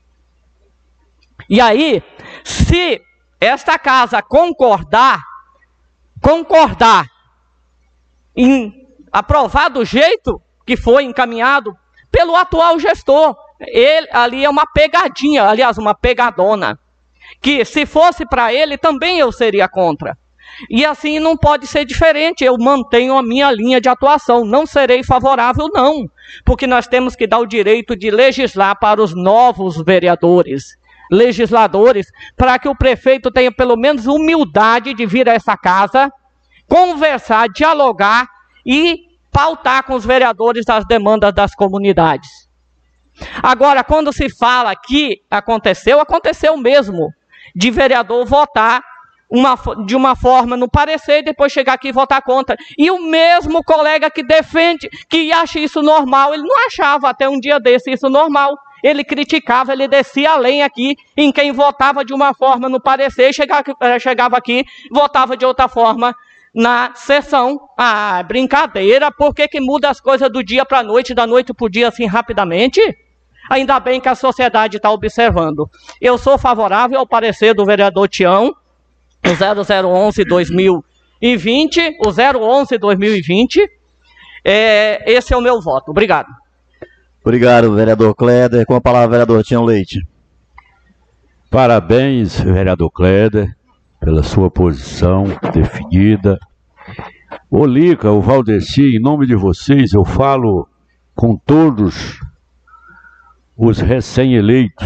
E aí, se esta casa concordar, concordar em aprovar do jeito que foi encaminhado pelo atual gestor, ele, ali é uma pegadinha, aliás, uma pegadona, que se fosse para ele, também eu seria contra. E assim não pode ser diferente, eu mantenho a minha linha de atuação, não serei favorável não, porque nós temos que dar o direito de legislar para os novos vereadores, legisladores, para que o prefeito tenha pelo menos humildade de vir a essa casa, conversar, dialogar e pautar com os vereadores as demandas das comunidades. Agora, quando se fala que aconteceu, aconteceu mesmo, de vereador votar uma, de uma forma no parecer e depois chegar aqui e votar contra. E o mesmo colega que defende, que acha isso normal, ele não achava até um dia desse isso normal. Ele criticava, ele descia além aqui em quem votava de uma forma no parecer, chegava, chegava aqui e votava de outra forma na sessão. Ah, brincadeira, por que que muda as coisas do dia para a noite, da noite para o dia assim rapidamente? Ainda bem que a sociedade está observando. Eu sou favorável ao parecer do vereador Tião, o zero zero onze dois mil e vinte, o zero onze dois mil e vinte. É, esse é o meu voto. Obrigado. Obrigado, vereador Cléder. Com a palavra, vereador Tião Leite. Parabéns, vereador Cléder, pela sua posição definida. Ô Lica, o Valdeci, em nome de vocês, eu falo com todos os recém-eleitos.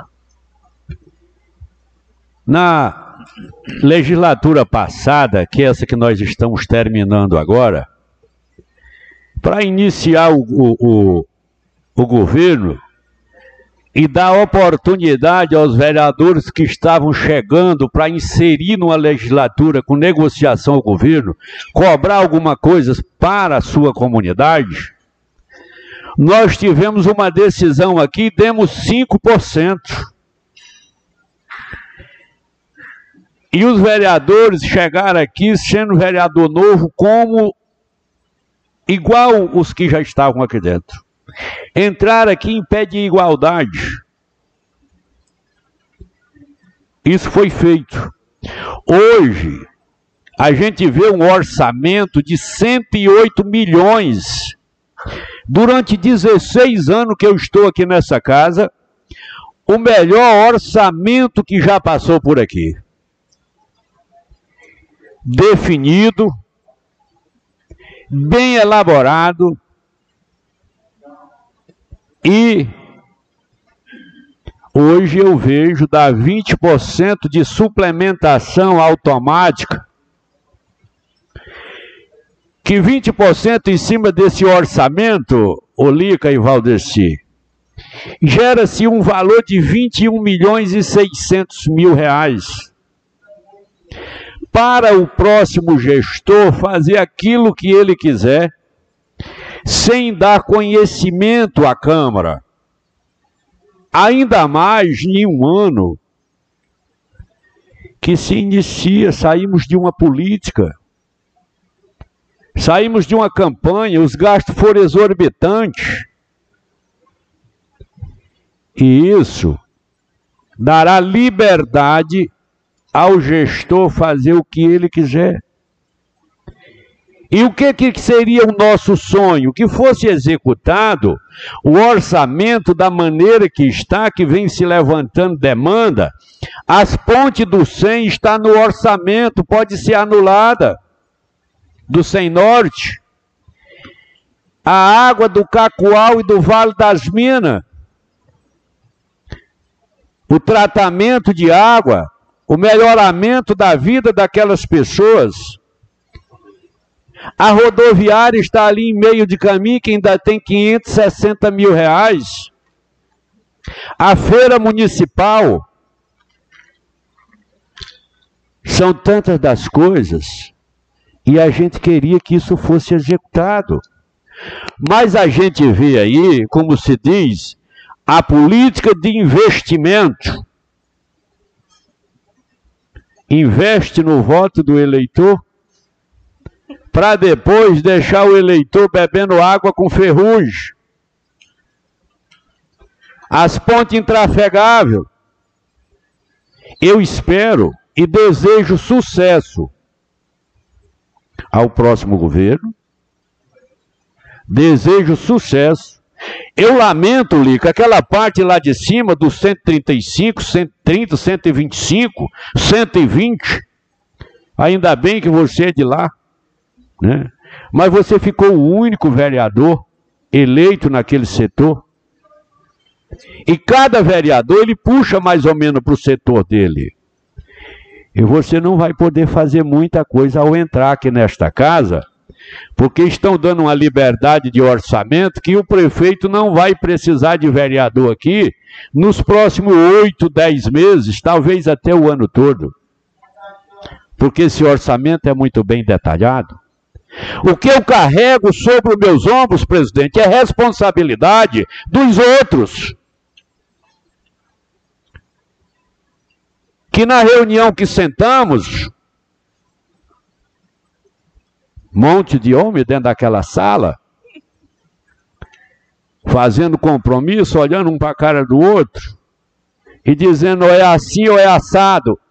Na legislatura passada, que é essa que nós estamos terminando agora, para iniciar o, o, o governo e dar oportunidade aos vereadores que estavam chegando para inserir numa legislatura com negociação ao governo, cobrar alguma coisa para a sua comunidade, nós tivemos uma decisão aqui e demos cinco por cento. E os vereadores chegaram aqui sendo vereador novo como igual os que já estavam aqui dentro. Entraram aqui em pé de igualdade. Isso foi feito. Hoje, a gente vê um orçamento de cento e oito milhões. Durante dezesseis anos que eu estou aqui nessa casa, o melhor orçamento que já passou por aqui. Definido, bem elaborado e hoje eu vejo dar vinte por cento de suplementação automática, que vinte por cento em cima desse orçamento, Olica e Valdeci, gera-se um valor de vinte e um milhões e seiscentos mil reais. Para o próximo gestor fazer aquilo que ele quiser, sem dar conhecimento à Câmara. Ainda mais em um ano que se inicia, saímos de uma política, saímos de uma campanha, os gastos foram exorbitantes. E isso dará liberdade ao gestor fazer o que ele quiser. E o que, que seria o nosso sonho? Que fosse executado o orçamento da maneira que está, que vem se levantando demanda. As pontes do cem está no orçamento, pode ser anulada, do cem Norte. A água do Cacoal e do Vale das Minas. O tratamento de água, o melhoramento da vida daquelas pessoas. A rodoviária está ali em meio de caminho, que ainda tem quinhentos e sessenta mil reais. A feira municipal. São tantas das coisas. E a gente queria que isso fosse executado. Mas a gente vê aí, como se diz, a política de investimento. Investe no voto do eleitor, para depois deixar o eleitor bebendo água com ferrugem. As pontes intrafegáveis. Eu espero e desejo sucesso ao próximo governo. Desejo sucesso. Eu lamento, Lica, aquela parte lá de cima dos cento e trinta e cinco, cento e trinta, cento e vinte e cinco, cento e vinte. Ainda bem que você é de lá, né? Mas você ficou o único vereador eleito naquele setor. E cada vereador, ele puxa mais ou menos para o setor dele. E você não vai poder fazer muita coisa ao entrar aqui nesta casa, porque estão dando uma liberdade de orçamento que o prefeito não vai precisar de vereador aqui nos próximos oito, dez meses, talvez até o ano todo. porque esse orçamento é muito bem detalhado. O que eu carrego sobre os meus ombros, presidente, é responsabilidade dos outros. Que na reunião que sentamos, um monte de homem dentro daquela sala, fazendo compromisso, olhando um para a cara do outro, e dizendo ou é assim ou é assado.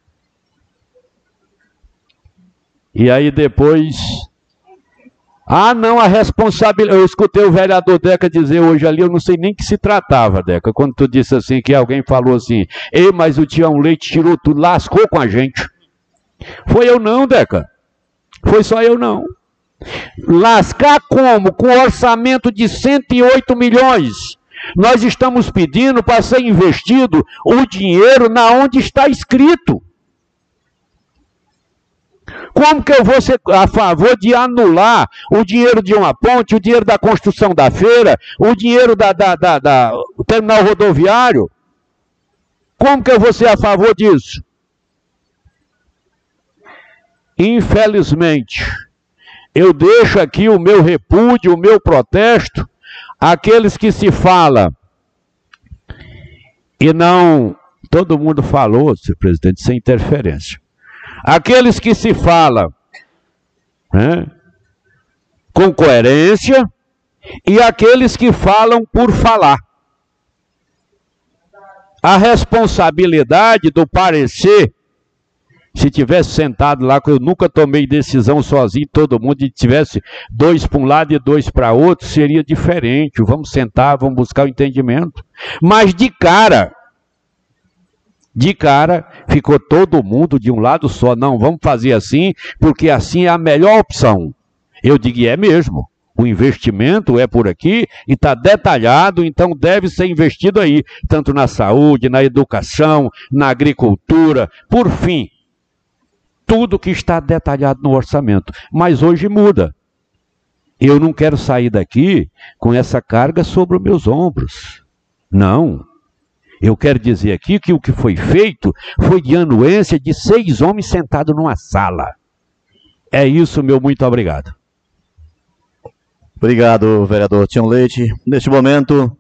E aí depois, ah não, a responsabilidade, eu escutei o vereador Deca dizer hoje ali, eu não sei nem que se tratava, Deca, quando tu disse assim, que alguém falou assim, ei, mas o Tião Leite tirou tudo, lascou com a gente. Foi eu não, Deca, foi só eu não. Lascar como? Com orçamento de cento e oito milhões. Nós estamos pedindo para ser investido o dinheiro na onde está escrito. Como que eu vou ser a favor de anular o dinheiro de uma ponte, o dinheiro da construção da feira, o dinheiro da, da, da, da o terminal rodoviário? Como que eu vou ser a favor disso? Infelizmente, eu deixo aqui o meu repúdio, o meu protesto, àqueles que se fala e não, todo mundo falou, senhor presidente, sem interferência. Aqueles que se fala, né, com coerência e aqueles que falam por falar. A responsabilidade do parecer, se tivesse sentado lá, que eu nunca tomei decisão sozinho, todo mundo, e tivesse dois para um lado e dois para outro, seria diferente. Vamos sentar, vamos buscar o entendimento. Mas de cara, de cara, ficou todo mundo de um lado só. Não, vamos fazer assim, porque assim é a melhor opção. Eu digo, é mesmo. O investimento é por aqui e está detalhado, então deve ser investido aí, tanto na saúde, na educação, na agricultura, por fim. Tudo que está detalhado no orçamento. Mas hoje muda. Eu não quero sair daqui com essa carga sobre os meus ombros. Não. Eu quero dizer aqui que o que foi feito foi de anuência de seis homens sentados numa sala. É isso, meu muito obrigado. Obrigado, vereador Tião Leite. Neste momento,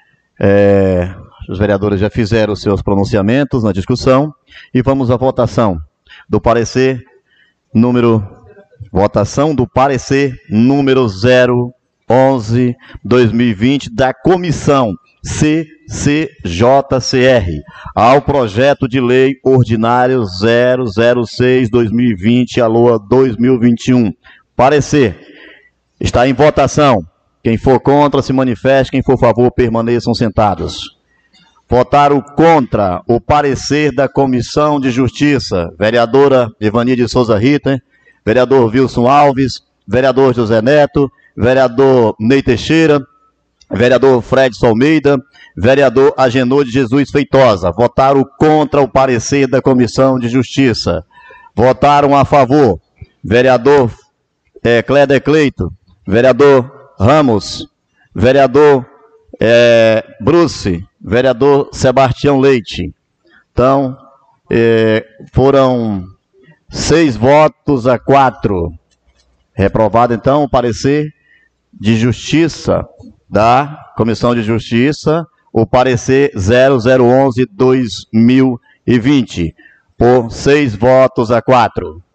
é, os vereadores já fizeram os seus pronunciamentos na discussão e vamos à votação do parecer número votação do parecer número zero onze dois mil e vinte da comissão C C J C R ao projeto de lei ordinário zero zero seis dois mil e vinte a LOA dois mil e vinte e um. Parecer está em votação. Quem for contra se manifeste, quem for a favor permaneçam sentados. Votaram contra o parecer da Comissão de Justiça, vereadora Evani de Souza Rita, vereador Wilson Alves, vereador José Neto, vereador Ney Teixeira, vereador Fred Almeida, vereador Agenor de Jesus Feitosa. Votaram contra o parecer da Comissão de Justiça. Votaram a favor, vereador é, Cléder Cleito, vereador Ramos, vereador é, Bruce, vereador Sebastião Leite. Então, é, foram seis votos a quatro. Reprovado, então, o parecer de justiça da Comissão de Justiça, o parecer zero zero onze dois mil e vinte, por seis votos a quatro.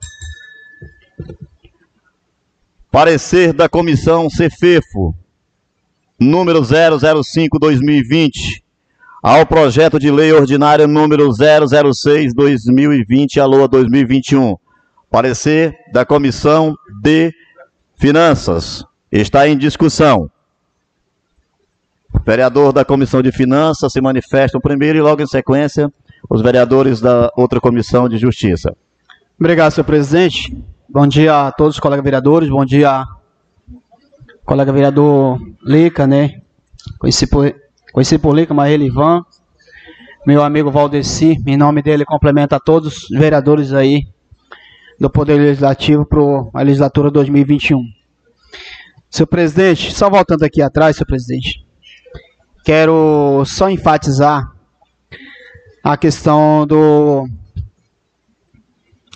Parecer da Comissão Cefefo, número zero zero cinco dois mil e vinte, ao projeto de lei ordinário número zero zero seis dois mil e vinte, a LOA dois mil e vinte e um. Parecer da Comissão de Finanças está em discussão. O vereador da Comissão de Finanças se manifesta primeiro e logo em sequência os vereadores da outra Comissão de Justiça. Obrigado, senhor presidente. Bom dia a todos os colegas vereadores, bom dia, colega vereador Lica, né? Conheci por, conheci por Lica, mas ele Ivan, meu amigo Valdeci, em nome dele complementa a todos os vereadores aí do Poder Legislativo para a legislatura dois mil e vinte e um. Senhor presidente, só voltando aqui atrás, senhor presidente, quero só enfatizar a questão do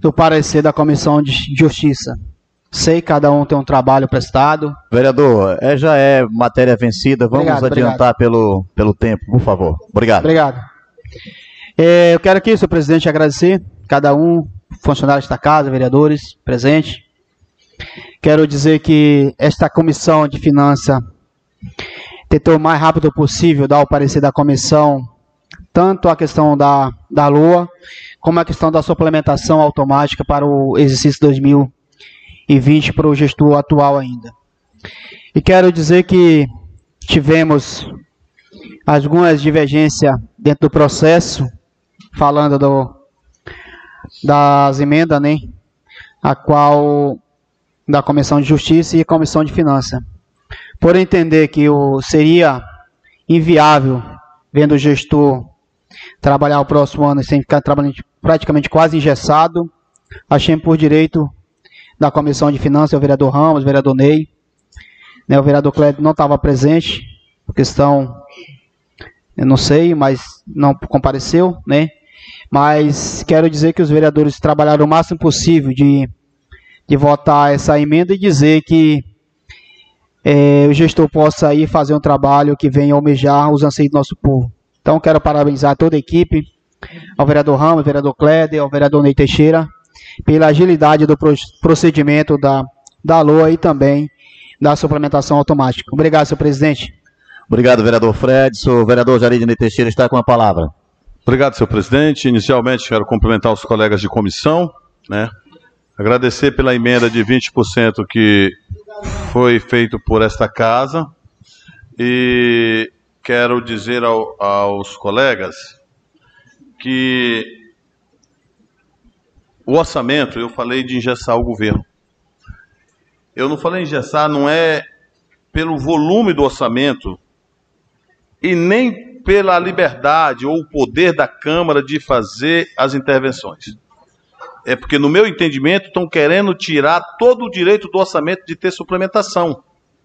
do parecer da Comissão de Justiça. Sei que cada um tem um trabalho prestado. Vereador, é, já é matéria vencida. Vamos Obrigado, adiantar pelo, pelo tempo, por favor. Obrigado. Obrigado. É, eu quero aqui, senhor presidente, agradecer cada um, funcionários desta casa, vereadores presentes. Quero dizer que esta Comissão de Finanças tentou o mais rápido possível dar o parecer da comissão, tanto a questão da, da L O A, como a questão da suplementação automática para o exercício dois mil e vinte para o gestor atual ainda. E quero dizer que tivemos algumas divergências dentro do processo, falando do, das emendas, né, a qual da Comissão de Justiça e Comissão de Finanças. Por entender que o, seria inviável, vendo o gestor trabalhar o próximo ano sem ficar trabalhando praticamente quase engessado, achei por direito da Comissão de Finanças, o vereador Ramos, o vereador Ney, né, o vereador Clédio não estava presente, por questão, eu não sei, mas não compareceu, né? Mas quero dizer que os vereadores trabalharam o máximo possível de, de votar essa emenda e dizer que é, o gestor possa ir fazer um trabalho que venha almejar os anseios do nosso povo. Então, quero parabenizar toda a equipe, ao vereador Ramos, ao vereador Clédio, ao vereador Ney Teixeira, pela agilidade do procedimento da, da L O A e também da suplementação automática. Obrigado, senhor presidente. Obrigado, vereador Fred. O vereador Jarid Ney Teixeira está com a palavra. Obrigado, senhor presidente. Inicialmente, quero cumprimentar os colegas de comissão, né? Agradecer pela emenda de vinte por cento que foi feito por esta casa e quero dizer ao, aos colegas que o orçamento, eu falei de engessar o governo. Eu não falei engessar, não é pelo volume do orçamento e nem pela liberdade ou o poder da Câmara de fazer as intervenções. É porque, no meu entendimento, estão querendo tirar todo o direito do orçamento de ter suplementação.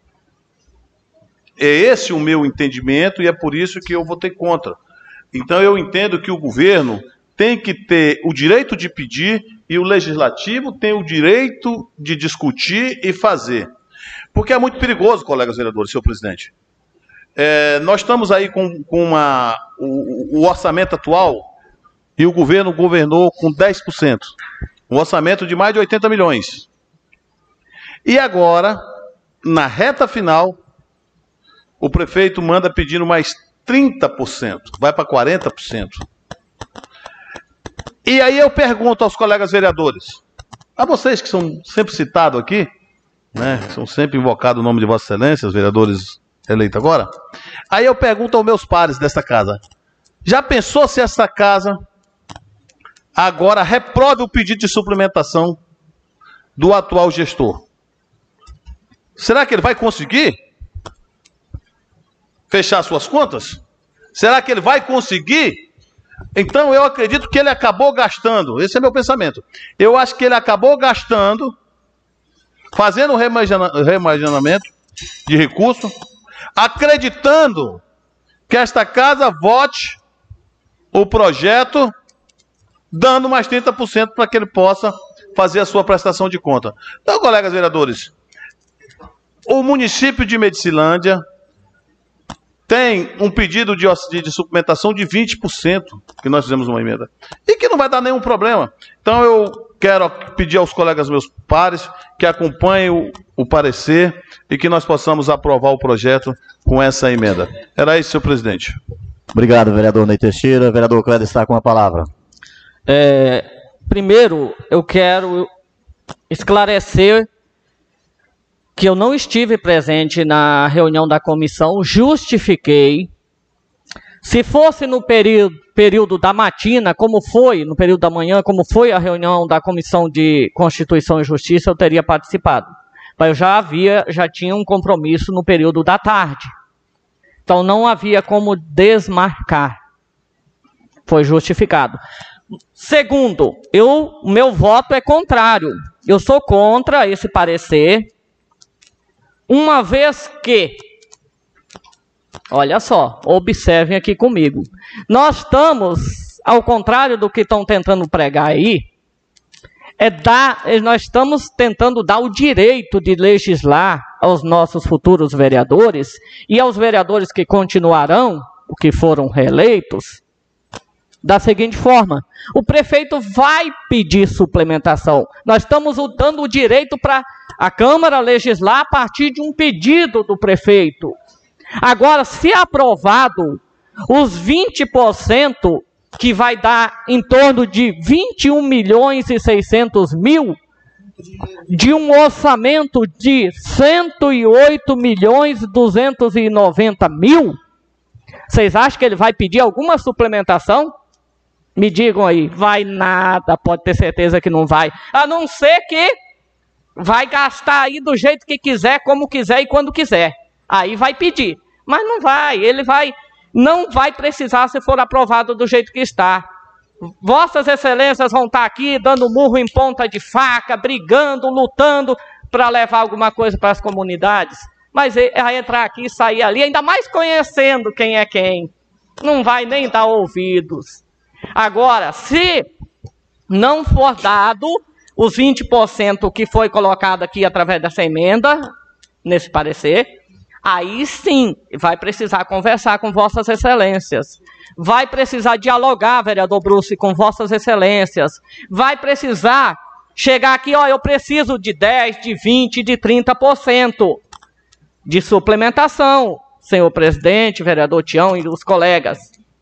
É esse o meu entendimento e é por isso que eu votei contra. Então, eu entendo que o governo tem que ter o direito de pedir e o legislativo tem o direito de discutir e fazer. Porque é muito perigoso, colegas vereadores, senhor presidente. É, nós estamos aí com, com uma, o, o orçamento atual e o governo governou com dez por cento. Um orçamento de mais de oitenta milhões. E agora, na reta final, o prefeito manda pedindo mais trinta por cento. Vai para quarenta por cento. E aí eu pergunto aos colegas vereadores, a vocês que são sempre citados aqui, né, são sempre invocados o nome de Vossa Excelência, os vereadores eleitos agora, aí eu pergunto aos meus pares desta casa, já pensou se essa casa agora reprove o pedido de suplementação do atual gestor? Será que ele vai conseguir fechar suas contas? Será que ele vai conseguir? Então eu acredito que ele acabou gastando, esse é meu pensamento, eu acho que ele acabou gastando, fazendo o reimaginamento de recurso, acreditando que esta casa vote o projeto, dando mais trinta por cento para que ele possa fazer a sua prestação de conta. Então, colegas vereadores, o município de Medicilândia tem um pedido de, de, de suplementação de vinte por cento, que nós fizemos uma emenda, e que não vai dar nenhum problema. Então eu quero pedir aos colegas meus pares que acompanhem o, o parecer e que nós possamos aprovar o projeto com essa emenda. Era isso, senhor presidente. Obrigado, vereador Ney Teixeira. Vereador Clédio está com a palavra. É, primeiro, eu quero esclarecer que eu não estive presente na reunião da comissão, justifiquei. Se fosse no período, período da matina, como foi, no período da manhã, como foi a reunião da Comissão de Constituição e Justiça, eu teria participado. Mas eu já havia, já tinha um compromisso no período da tarde. Então não havia como desmarcar. Foi justificado. Segundo, eu, meu voto é contrário. Eu sou contra esse parecer, uma vez que, olha só, observem aqui comigo, nós estamos, ao contrário do que estão tentando pregar aí, é dar, nós estamos tentando dar o direito de legislar aos nossos futuros vereadores e aos vereadores que continuarão, que foram reeleitos, da seguinte forma: o prefeito vai pedir suplementação. Nós estamos dando o direito para a Câmara legislar a partir de um pedido do prefeito. Agora, se aprovado, os vinte por cento, que vai dar em torno de vinte e um milhões e seiscentos mil, de um orçamento de cento e oito milhões duzentos e noventa mil, vocês acham que ele vai pedir alguma suplementação? Me digam aí. Vai nada, pode ter certeza que não vai. A não ser que vai gastar aí do jeito que quiser, como quiser e quando quiser. Aí vai pedir. Mas não vai, ele vai, não vai precisar se for aprovado do jeito que está. Vossas excelências vão estar aqui dando murro em ponta de faca, brigando, lutando para levar alguma coisa para as comunidades. Mas vai entrar aqui e sair ali, ainda mais conhecendo quem é quem. Não vai nem dar ouvidos. Agora, se não for dado os vinte por cento que foi colocado aqui através dessa emenda, nesse parecer, aí sim vai precisar conversar com vossas excelências. Vai precisar dialogar, vereador Bruce, com vossas excelências. Vai precisar chegar aqui, ó, eu preciso de dez, de vinte, de trinta por cento de suplementação, senhor presidente, vereador Tião e os colegas.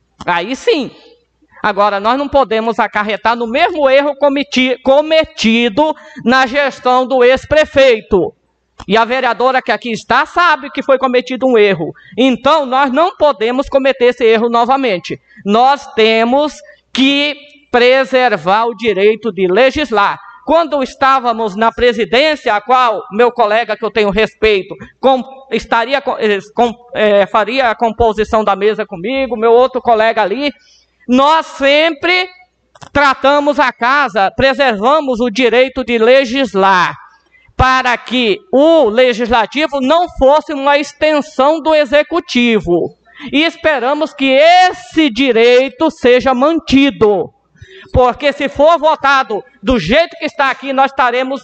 Aí sim. Agora, nós não podemos acarretar no mesmo erro cometi- cometido na gestão do ex-prefeito. E a vereadora que aqui está sabe que foi cometido um erro. Então, nós não podemos cometer esse erro novamente. Nós temos que preservar o direito de legislar. Quando estávamos na presidência, a qual meu colega, que eu tenho respeito, com, estaria, com, é, faria a composição da mesa comigo, meu outro colega ali, nós sempre tratamos a casa, preservamos o direito de legislar, para que o legislativo não fosse uma extensão do executivo. E esperamos que esse direito seja mantido. Porque se for votado do jeito que está aqui, nós estaremos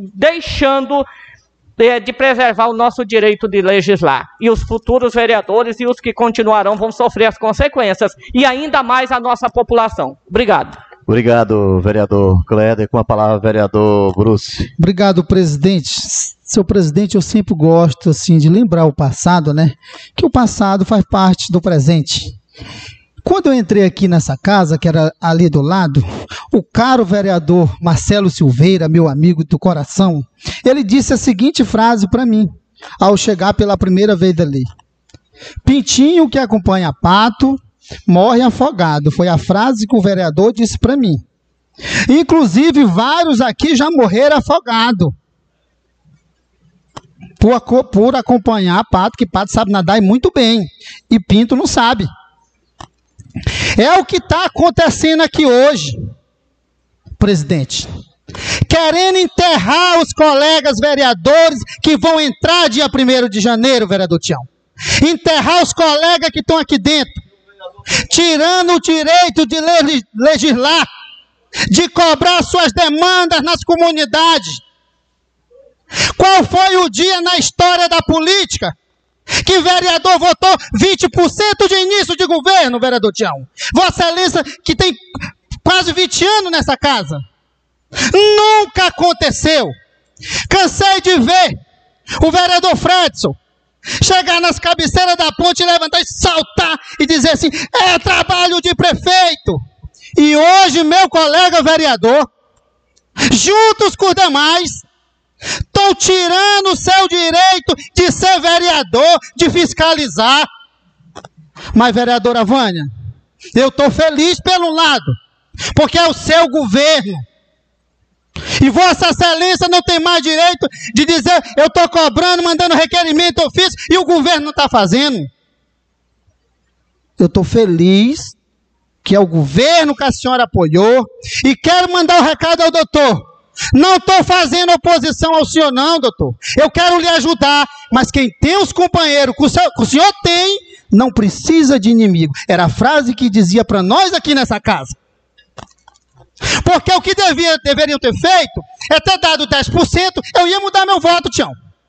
deixando de, de preservar o nosso direito de legislar. E os futuros vereadores e os que continuarão vão sofrer as consequências. E ainda mais a nossa população. Obrigado. Obrigado, vereador Cléder. Com a palavra, vereador Bruce. Obrigado, presidente. Seu presidente, eu sempre gosto assim, de lembrar o passado, né? Que o passado faz parte do presente. Quando eu entrei aqui nessa casa, que era ali do lado, o caro vereador Marcelo Silveira, meu amigo do coração, ele disse a seguinte frase para mim, ao chegar pela primeira vez dali. Pintinho que acompanha pato, morre afogado. Foi a frase que o vereador disse para mim. Inclusive, vários aqui já morreram afogados. Por, por acompanhar pato, que pato sabe nadar e muito bem. E pinto não sabe. É o que está acontecendo aqui hoje, presidente. Querendo enterrar os colegas vereadores que vão entrar dia primeiro de janeiro, vereador Tião. Enterrar os colegas que estão aqui dentro. Tirando o direito de legislar, de cobrar suas demandas nas comunidades. Qual foi o dia na história da política que vereador votou vinte por cento de início de governo, vereador Tião? Vossa Excelência, que tem quase vinte anos nessa casa. Nunca aconteceu. Cansei de ver o vereador Fredson chegar nas cabeceiras da ponte, levantar e saltar e dizer assim, é trabalho de prefeito. E hoje meu colega vereador, juntos com os demais, estão tirando o seu direito de ser vereador, de fiscalizar. Mas, vereadora Vânia, eu estou feliz pelo lado, porque é o seu governo. E Vossa Excelência não tem mais direito de dizer, eu estou cobrando, mandando requerimento, ofício, e o governo não está fazendo. Eu estou feliz que é o governo que a senhora apoiou, e quero mandar um recado ao doutor. Não estou fazendo oposição ao senhor não, doutor. Eu quero lhe ajudar, mas quem tem os companheiros que o senhor, que o senhor tem, não precisa de inimigo. Era a frase que dizia para nós aqui nessa casa. Porque o que devia, deveriam ter feito é ter dado dez por cento, eu ia mudar meu voto, Tião.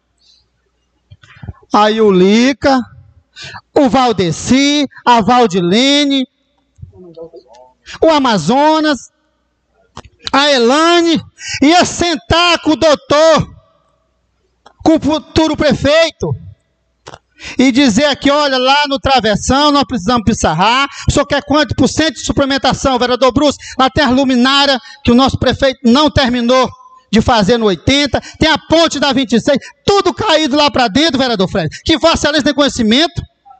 Aí o Lica, o Valdeci, a Valdilene, o Amazonas, a Elane, ia sentar com o doutor, com o futuro prefeito, e dizer aqui, olha, lá no travessão nós precisamos pissarrar, o senhor quer quanto por cento de suplementação, vereador Bruce? Lá tem a luminária que o nosso prefeito não terminou de fazer no oitenta, tem a ponte da vinte e seis, tudo caído lá para dentro, vereador Fred, que Vossa Excelência tem conhecimento.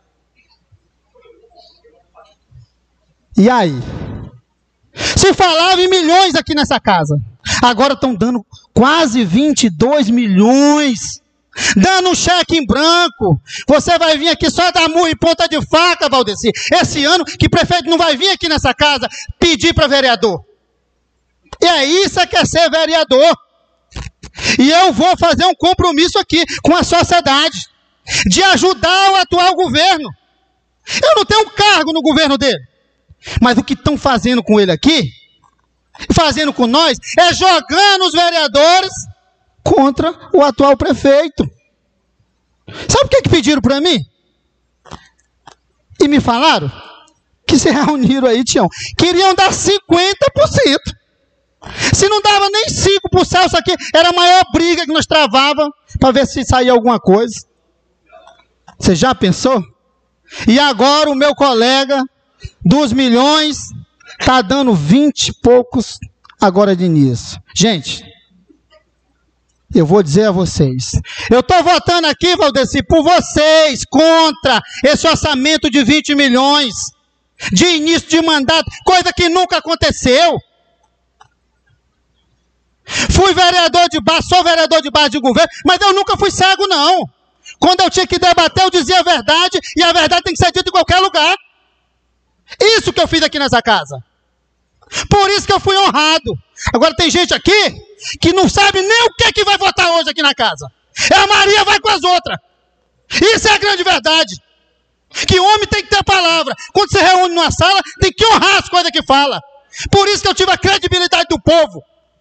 E aí? Se falava em milhões aqui nessa casa, agora estão dando quase vinte e dois milhões, dando um cheque em branco. Você vai vir aqui só dar murro em ponta de faca, Valdeci. Esse ano que prefeito não vai vir aqui nessa casa pedir para vereador. E é isso que é ser vereador. E eu vou fazer um compromisso aqui com a sociedade, de ajudar o atual governo. Eu não tenho cargo no governo dele, mas o que estão fazendo com ele aqui, fazendo com nós, é jogando os vereadores contra o atual prefeito. Sabe o que, que pediram para mim? E me falaram que se reuniram aí, Tião, queriam dar cinquenta por cento. Se não dava nem cinco por cento, isso aqui era a maior briga que nós travávamos para ver se saía alguma coisa. Você já pensou? E agora o meu colega dos milhões está dando vinte e poucos agora de início. Gente, eu vou dizer a vocês, eu estou votando aqui, Valdeci, por vocês, contra esse orçamento de vinte milhões de início de mandato, coisa que nunca aconteceu. Fui vereador de base, sou vereador de base de governo, mas eu nunca fui cego, não. Quando eu tinha que debater, eu dizia a verdade, e a verdade tem que ser dita em qualquer lugar. Isso que eu fiz aqui nessa casa. Por isso que eu fui honrado. Agora tem gente aqui que não sabe nem o que, que vai votar hoje aqui na casa. É a Maria vai com as outras. Isso é a grande verdade. Que homem tem que ter palavra. Quando se reúne numa sala, tem que honrar as coisas que fala. Por isso que eu tive a credibilidade do povo.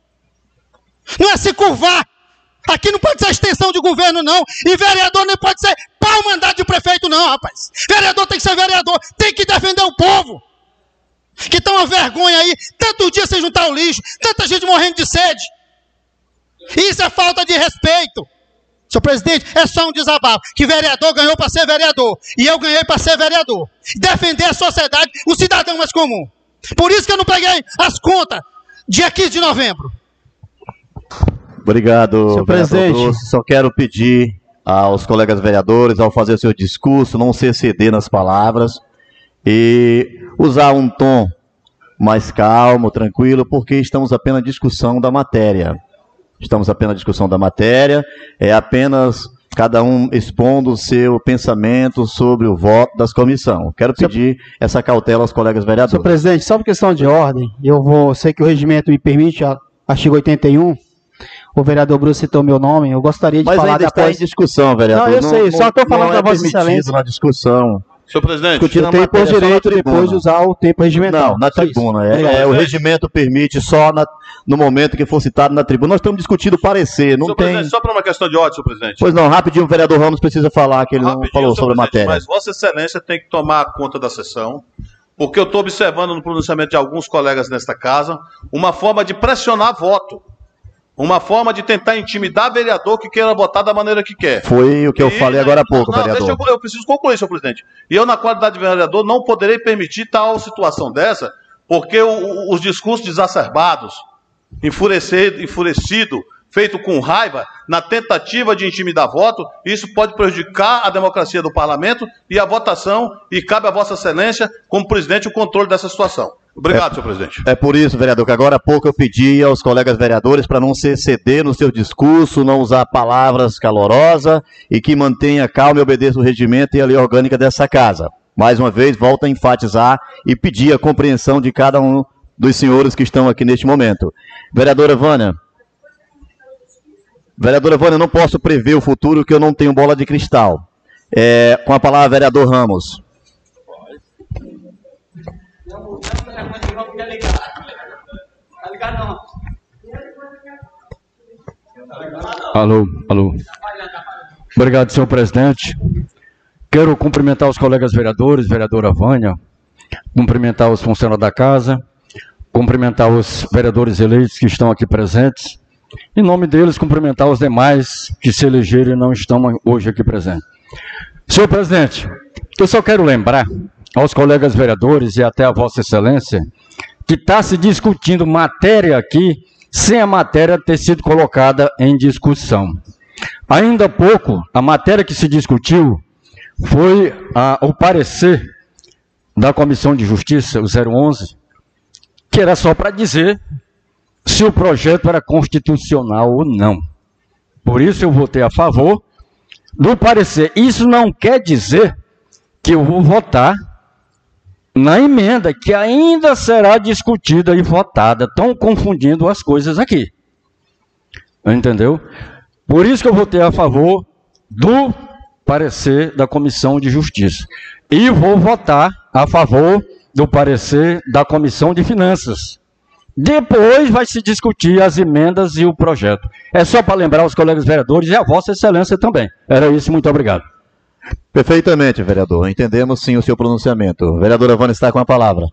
Não é se curvar. Aqui não pode ser extensão de governo, não. E vereador não pode ser pau mandato de prefeito, não, rapaz. Vereador tem que ser vereador. Tem que defender o povo. Que tá uma vergonha aí. Tanto dia sem juntar o lixo. Tanta gente morrendo de sede. Isso é falta de respeito. Senhor presidente, é só um desabafo. Que vereador ganhou para ser vereador. E eu ganhei para ser vereador. Defender a sociedade, o cidadão mais comum. Por isso que eu não peguei as contas dia quinze de novembro. Obrigado, senhor presidente. presidente. Só quero pedir aos colegas vereadores, ao fazer seu discurso, não se exceder nas palavras e usar um tom mais calmo, tranquilo, porque estamos apenas na discussão da matéria. Estamos apenas na discussão da matéria, é apenas cada um expondo o seu pensamento sobre o voto das comissões. Quero pedir essa cautela aos colegas vereadores. Senhor presidente, só por questão de ordem, eu vou, sei que o regimento me permite, artigo oitenta e um, o vereador Bruce citou meu nome, eu gostaria de Mas falar ainda depois... está em discussão, vereador. Não, eu sei, só estou falando não é da Vossa Excelência. na discussão. Senhor presidente, Discutindo Eu a tenho por matéria só na direito tribuna. depois de usar o tempo regimental. Não, na Só isso. tribuna. É, Obrigado. é, o regimento permite só na- no momento que for citado na tribuna. Nós estamos discutindo o parecer, não senhor tem... presidente, só para uma questão de ordem, senhor presidente. Pois não, rapidinho, o vereador Ramos precisa falar, que ele não Rapidinho, falou senhor sobre a presidente, matéria. Mas Vossa Excelência tem que tomar conta da sessão, porque eu estou observando no pronunciamento de alguns colegas nesta casa uma forma de pressionar voto. Uma forma de tentar intimidar vereador que queira votar da maneira que quer. Foi o que eu E- falei agora há pouco, não, vereador. Deixa eu, eu preciso concluir, senhor presidente. E eu, na qualidade de vereador, não poderei permitir tal situação dessa, porque o- o- os discursos exacerbados, enfurecido, enfurecido, feito com raiva, na tentativa de intimidar voto, isso pode prejudicar a democracia do parlamento e a votação, e cabe a Vossa Excelência, como presidente, o controle dessa situação. Obrigado, senhor presidente. É por isso, vereador, que agora há pouco eu pedi aos colegas vereadores para não se exceder no seu discurso, não usar palavras calorosas e que mantenha calma e obedeça o regimento e a lei orgânica dessa casa. Mais uma vez, volto a enfatizar e pedir a compreensão de cada um dos senhores que estão aqui neste momento. Vereadora Vânia. Vereadora Vânia, eu não posso prever o futuro porque eu não tenho bola de cristal. É, com a palavra, vereador Ramos. Alô, alô. Obrigado, senhor presidente. Quero cumprimentar os colegas vereadores, vereadora Vânia, cumprimentar os funcionários da casa, cumprimentar os vereadores eleitos que estão aqui presentes. Em nome deles, cumprimentar os demais que se elegeram e não estão hoje aqui presentes. Senhor presidente, eu só quero lembrar aos colegas vereadores e até a Vossa Excelência que está se discutindo matéria aqui sem a matéria ter sido colocada em discussão. Ainda há pouco, a matéria que se discutiu foi a, o parecer da Comissão de Justiça, o zero onze, que era só para dizer se o projeto era constitucional ou não. Por isso eu votei a favor do parecer. Isso não quer dizer que eu vou votar na emenda, que ainda será discutida e votada. Estão confundindo as coisas aqui. Entendeu? Por isso que eu votei a favor do parecer da Comissão de Justiça. E vou votar a favor do parecer da Comissão de Finanças. Depois vai se discutir as emendas e o projeto. É só para lembrar os colegas vereadores e a Vossa Excelência também. Era isso, muito obrigado. Perfeitamente, vereador. Entendemos sim o seu pronunciamento. Vereadora Vânia está com a palavra.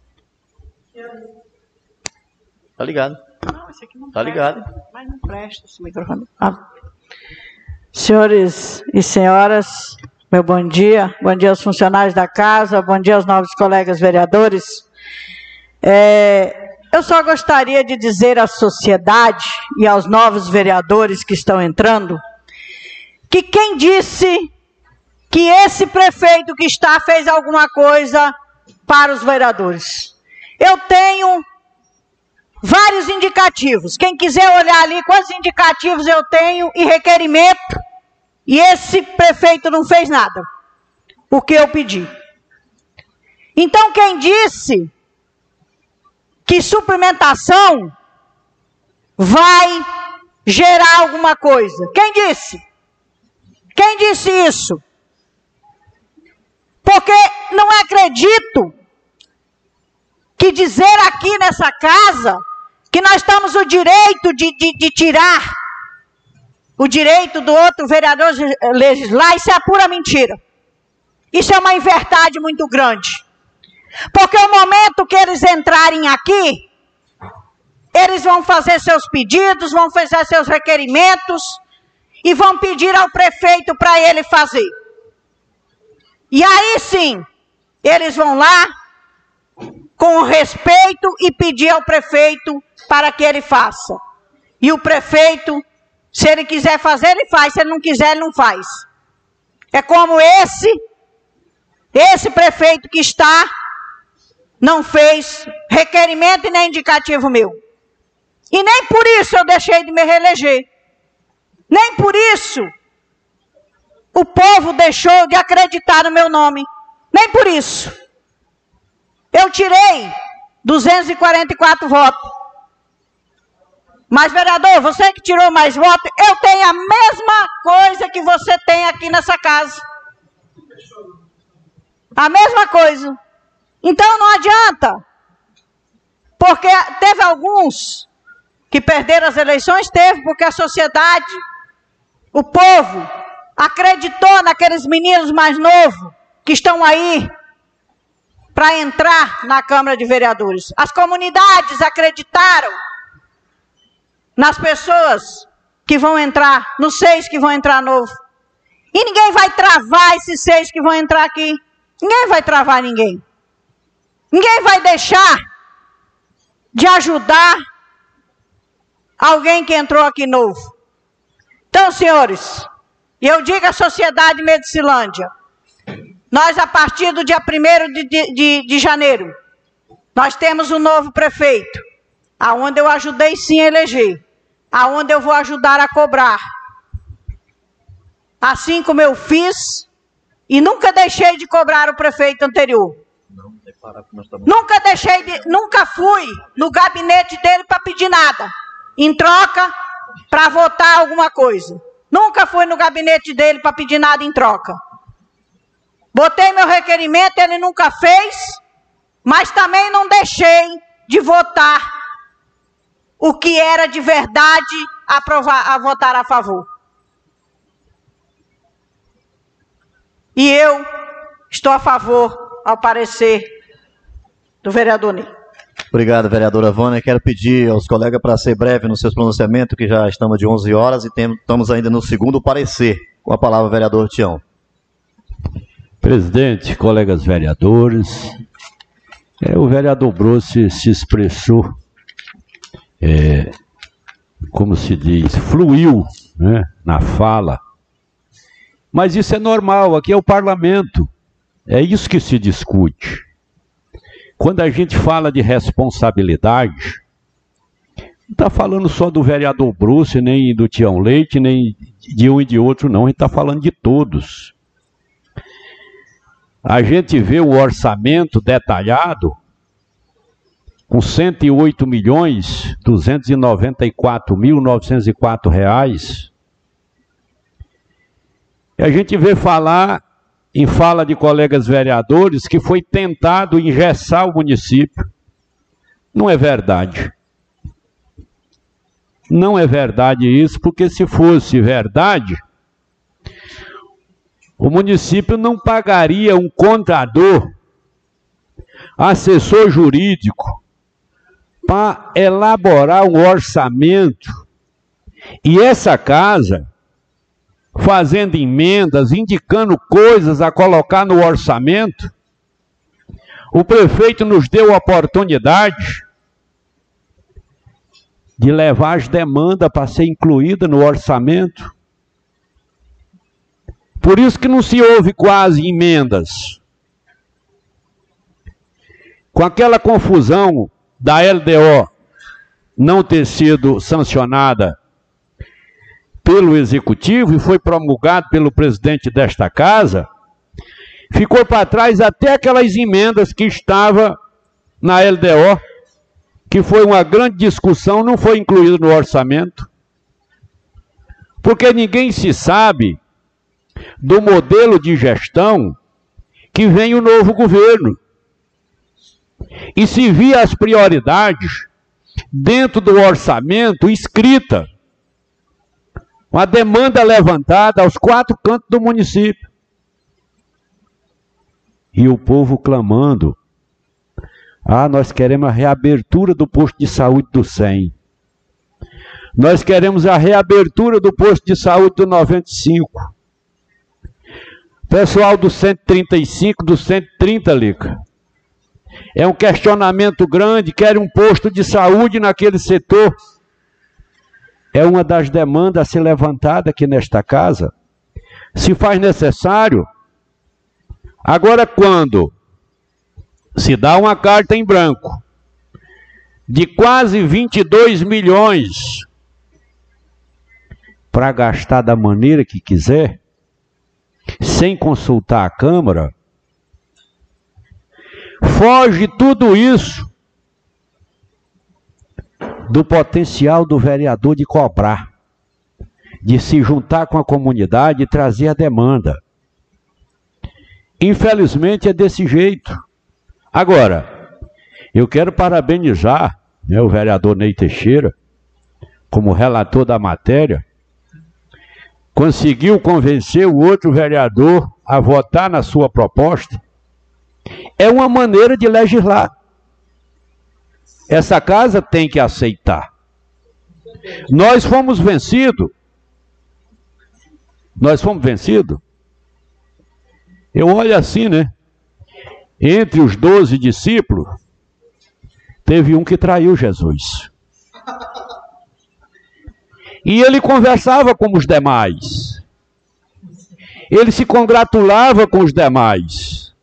Tá ligado. Não, esse aqui não Tá ligado. presta, mas não presta esse microfone. Ah. Senhores e senhoras, meu bom dia. Bom dia aos funcionários da casa, bom dia aos novos colegas vereadores. É, eu só gostaria de dizer à sociedade e aos novos vereadores que estão entrando, que quem disse que esse prefeito que está fez alguma coisa para os vereadores? Eu tenho vários indicativos. Quem quiser olhar ali quantos indicativos eu tenho e requerimento, e esse prefeito não fez nada, o que eu pedi. Então quem disse que suplementação vai gerar alguma coisa? Quem disse? Quem disse isso? Porque não acredito que dizer aqui nessa casa que nós temos o direito de, de, de tirar o direito do outro vereador legislar, isso é pura mentira. Isso é uma inverdade muito grande. Porque o momento que eles entrarem aqui, eles vão fazer seus pedidos, vão fazer seus requerimentos e vão pedir ao prefeito para ele fazer. E aí sim, eles vão lá com respeito e pedir ao prefeito para que ele faça. E o prefeito, se ele quiser fazer, ele faz. Se ele não quiser, ele não faz. É como esse, esse prefeito que está, não fez requerimento e nem indicativo meu. E nem por isso eu deixei de me reeleger. Nem por isso o povo deixou de acreditar no meu nome. Nem por isso. Eu tirei duzentos e quarenta e quatro votos. Mas, vereador, você que tirou mais votos, eu tenho a mesma coisa que você tem aqui nessa casa. A mesma coisa. Então não adianta. Porque teve alguns que perderam as eleições, teve, porque a sociedade, o povo, acreditou naqueles meninos mais novos que estão aí para entrar na Câmara de Vereadores. As comunidades acreditaram nas pessoas que vão entrar, nos seis que vão entrar novo. E ninguém vai travar esses seis que vão entrar aqui. Ninguém vai travar ninguém. Ninguém vai deixar de ajudar alguém que entrou aqui novo. Então, senhores, eu digo à sociedade Medicilândia, nós, a partir do dia primeiro de, de, de janeiro, nós temos um novo prefeito, aonde eu ajudei sim a eleger, aonde eu vou ajudar a cobrar. Assim como eu fiz, e nunca deixei de cobrar o prefeito anterior. Não, nunca deixei de, nunca fui no gabinete dele para pedir nada, em troca, para votar alguma coisa. Nunca fui no gabinete dele para pedir nada em troca. Botei meu requerimento, ele nunca fez, mas também não deixei de votar o que era de verdade a, aprovar, a votar a favor. E eu estou a favor ao parecer do vereador Ney. Obrigado, vereadora Vânia. Quero pedir aos colegas para ser breve nos seus pronunciamentos, que já estamos de onze horas e tem, estamos ainda no segundo parecer. Com a palavra, vereador Tião. Presidente, colegas vereadores, é, o vereador Bruce se expressou, é, como se diz, fluiu, né, na fala. Mas isso é normal, aqui é o parlamento, é isso que se discute. Quando a gente fala de responsabilidade, não está falando só do vereador Bruce, nem do Tião Leite, nem de um e de outro, não. A gente está falando de todos. A gente vê o orçamento detalhado com cento e oito milhões, duzentos e noventa e quatro mil, novecentos e quatro reais. E a gente vê falar... em fala de colegas vereadores, que foi tentado engessar o município. Não é verdade. Não é verdade isso, porque se fosse verdade, o município não pagaria um contador, assessor jurídico, para elaborar um orçamento. E essa casa... fazendo emendas, indicando coisas a colocar no orçamento. O prefeito nos deu a oportunidade de levar as demandas para ser incluída no orçamento. Por isso que não se houve quase emendas. Com aquela confusão da L D O não ter sido sancionada pelo Executivo e foi promulgado pelo presidente desta casa, ficou para trás até aquelas emendas que estavam na L D O, que foi uma grande discussão, não foi incluído no orçamento. Porque ninguém se sabe do modelo de gestão que vem o novo governo. E se via as prioridades dentro do orçamento escrita, uma demanda levantada aos quatro cantos do município. E o povo clamando. Ah, nós queremos a reabertura do posto de saúde do cem. Nós queremos a reabertura do posto de saúde do noventa e cinco. Pessoal do cento e trinta e cinco, do cento e trinta, Lica. É um questionamento grande, querem um posto de saúde naquele setor. É uma das demandas a ser levantada aqui nesta casa. Se faz necessário. Agora, quando se dá uma carta em branco de quase vinte e dois milhões para gastar da maneira que quiser, sem consultar a Câmara, foge tudo isso do potencial do vereador de cobrar, de se juntar com a comunidade e trazer a demanda. Infelizmente é desse jeito. Agora, eu quero parabenizar, né, o vereador Ney Teixeira, como relator da matéria, conseguiu convencer o outro vereador a votar na sua proposta. É uma maneira de legislar. Essa casa tem que aceitar. Nós fomos vencidos. Nós fomos vencidos. Eu olho assim, né? Entre os doze discípulos, teve um que traiu Jesus. E ele conversava com os demais. Ele se congratulava com os demais.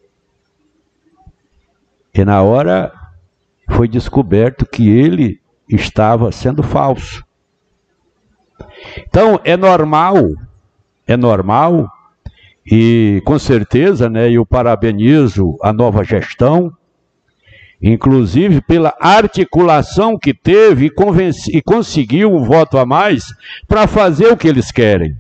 E na hora foi descoberto que ele estava sendo falso. Então é normal, é normal, e com certeza, né, eu parabenizo a nova gestão, inclusive pela articulação que teve e, convence, e conseguiu um voto a mais para fazer o que eles querem.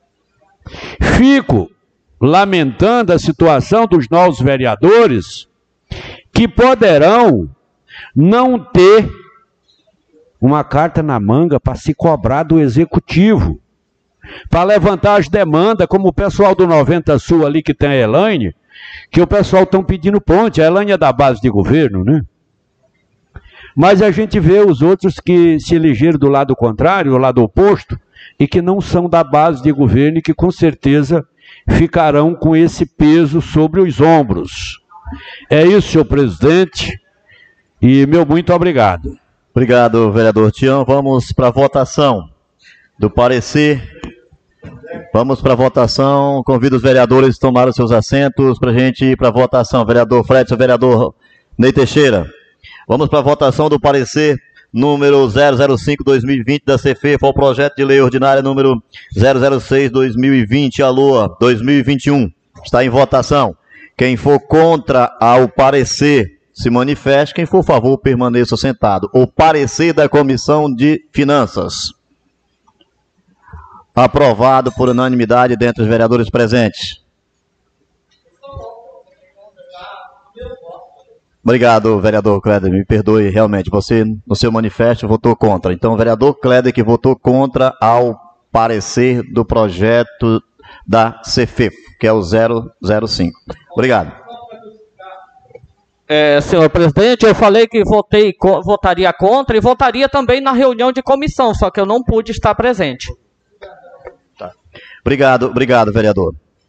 Fico lamentando a situação dos novos vereadores que poderão não ter uma carta na manga para se cobrar do executivo, para levantar as demandas, como o pessoal do noventa Sul ali que tem a Elaine, que o pessoal estão pedindo ponte. A Elaine é da base de governo, né? Mas a gente vê os outros que se elegeram do lado contrário, do lado oposto, e que não são da base de governo e que com certeza ficarão com esse peso sobre os ombros. É isso, senhor presidente, e meu muito obrigado. Obrigado, vereador Tião. Vamos para a votação do parecer. Vamos para a votação. Convido os vereadores a tomar os seus assentos para a gente ir para a votação. Vereador Fred, vereador Ney Teixeira. Vamos para a votação do parecer número zero zero cinco barra dois mil e vinte da CEFEF ao projeto de lei ordinária número zero zero seis barra dois mil e vinte, a LOA dois mil e vinte e um. Está em votação. Quem for contra ao parecer, se manifeste. Quem for a favor, permaneça sentado. O parecer da Comissão de Finanças. Aprovado por unanimidade dentre os vereadores presentes. Obrigado, vereador Cléder. Me perdoe, realmente, você no seu manifesto votou contra. Então, o vereador Cléder que votou contra ao parecer do projeto da CEFEF, que é o zero zero cinco. Obrigado. É, senhor presidente, eu falei que votei, co votaria contra e votaria também na reunião de comissão, só que eu não pude estar presente. Tá. Obrigado, obrigado, vereador.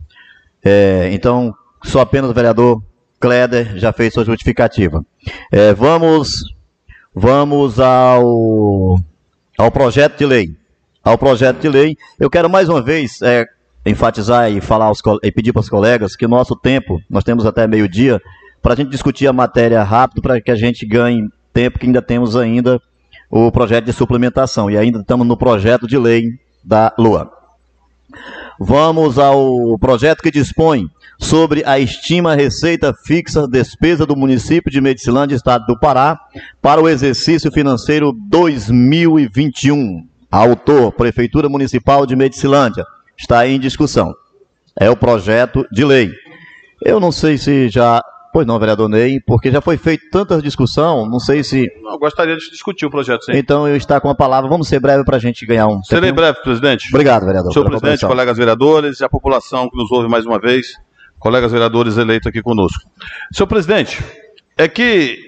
É, então, só apenas o vereador Cléder já fez sua justificativa. É, vamos vamos ao, ao projeto de lei. Ao projeto de lei. Eu quero mais uma vez é, enfatizar e, falar aos, e pedir para os colegas que o nosso tempo, nós temos até meio-dia, para a gente discutir a matéria rápido, para que a gente ganhe tempo, que ainda temos ainda o projeto de suplementação. E ainda estamos no projeto de lei da LOA. Vamos ao projeto que dispõe sobre a estima receita fixa despesa do município de Medicilândia, estado do Pará, para o exercício financeiro dois mil e vinte e um. Autor, Prefeitura Municipal de Medicilândia. Está em discussão. É o projeto de lei. Eu não sei se já... Pois não, vereador Ney, porque já foi feita tanta discussão, não sei se... Não, eu gostaria de discutir o projeto, sim. Então, eu está com a palavra. Vamos ser breve para a gente ganhar um... Serei breve, presidente. Obrigado, vereador. Senhor presidente, colegas vereadores e a população que nos ouve mais uma vez, colegas vereadores eleitos aqui conosco. Senhor presidente, é que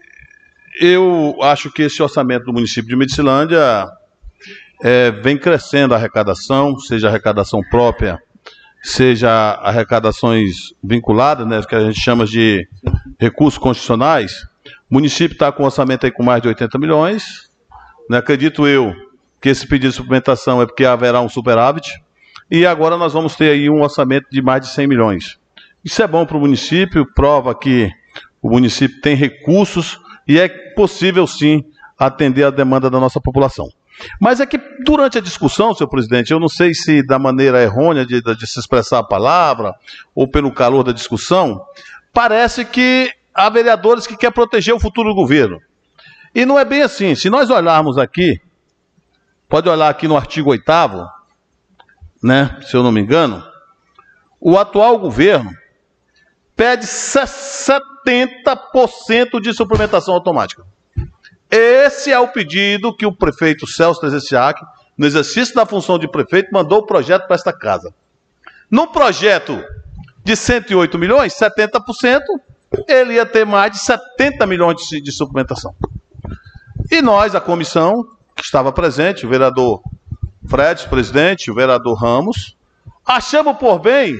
eu acho que esse orçamento do município de Medicilândia é, vem crescendo a arrecadação, seja arrecadação própria, seja arrecadações vinculadas, né, que a gente chama de recursos constitucionais. O município está com um orçamento aí com mais de oitenta milhões. Né, acredito eu que esse pedido de suplementação é porque haverá um superávit. E agora nós vamos ter aí um orçamento de mais de cem milhões. Isso é bom para o município, prova que o município tem recursos e é possível sim atender a demanda da nossa população. Mas é que durante a discussão, senhor presidente, eu não sei se da maneira errônea de, de se expressar a palavra ou pelo calor da discussão, parece que há vereadores que querem proteger o futuro do governo. E não é bem assim. Se nós olharmos aqui, pode olhar aqui no artigo oitavo, né, se eu não me engano, o atual governo pede setenta por cento de suplementação automática. Esse é o pedido que o prefeito Celso Trezessiak, no exercício da função de prefeito, mandou o projeto para esta casa. No projeto de cento e oito milhões, setenta por cento, ele ia ter mais de setenta milhões de, de suplementação. E nós, a comissão, que estava presente, o vereador Fred, presidente, o vereador Ramos, achamos por bem,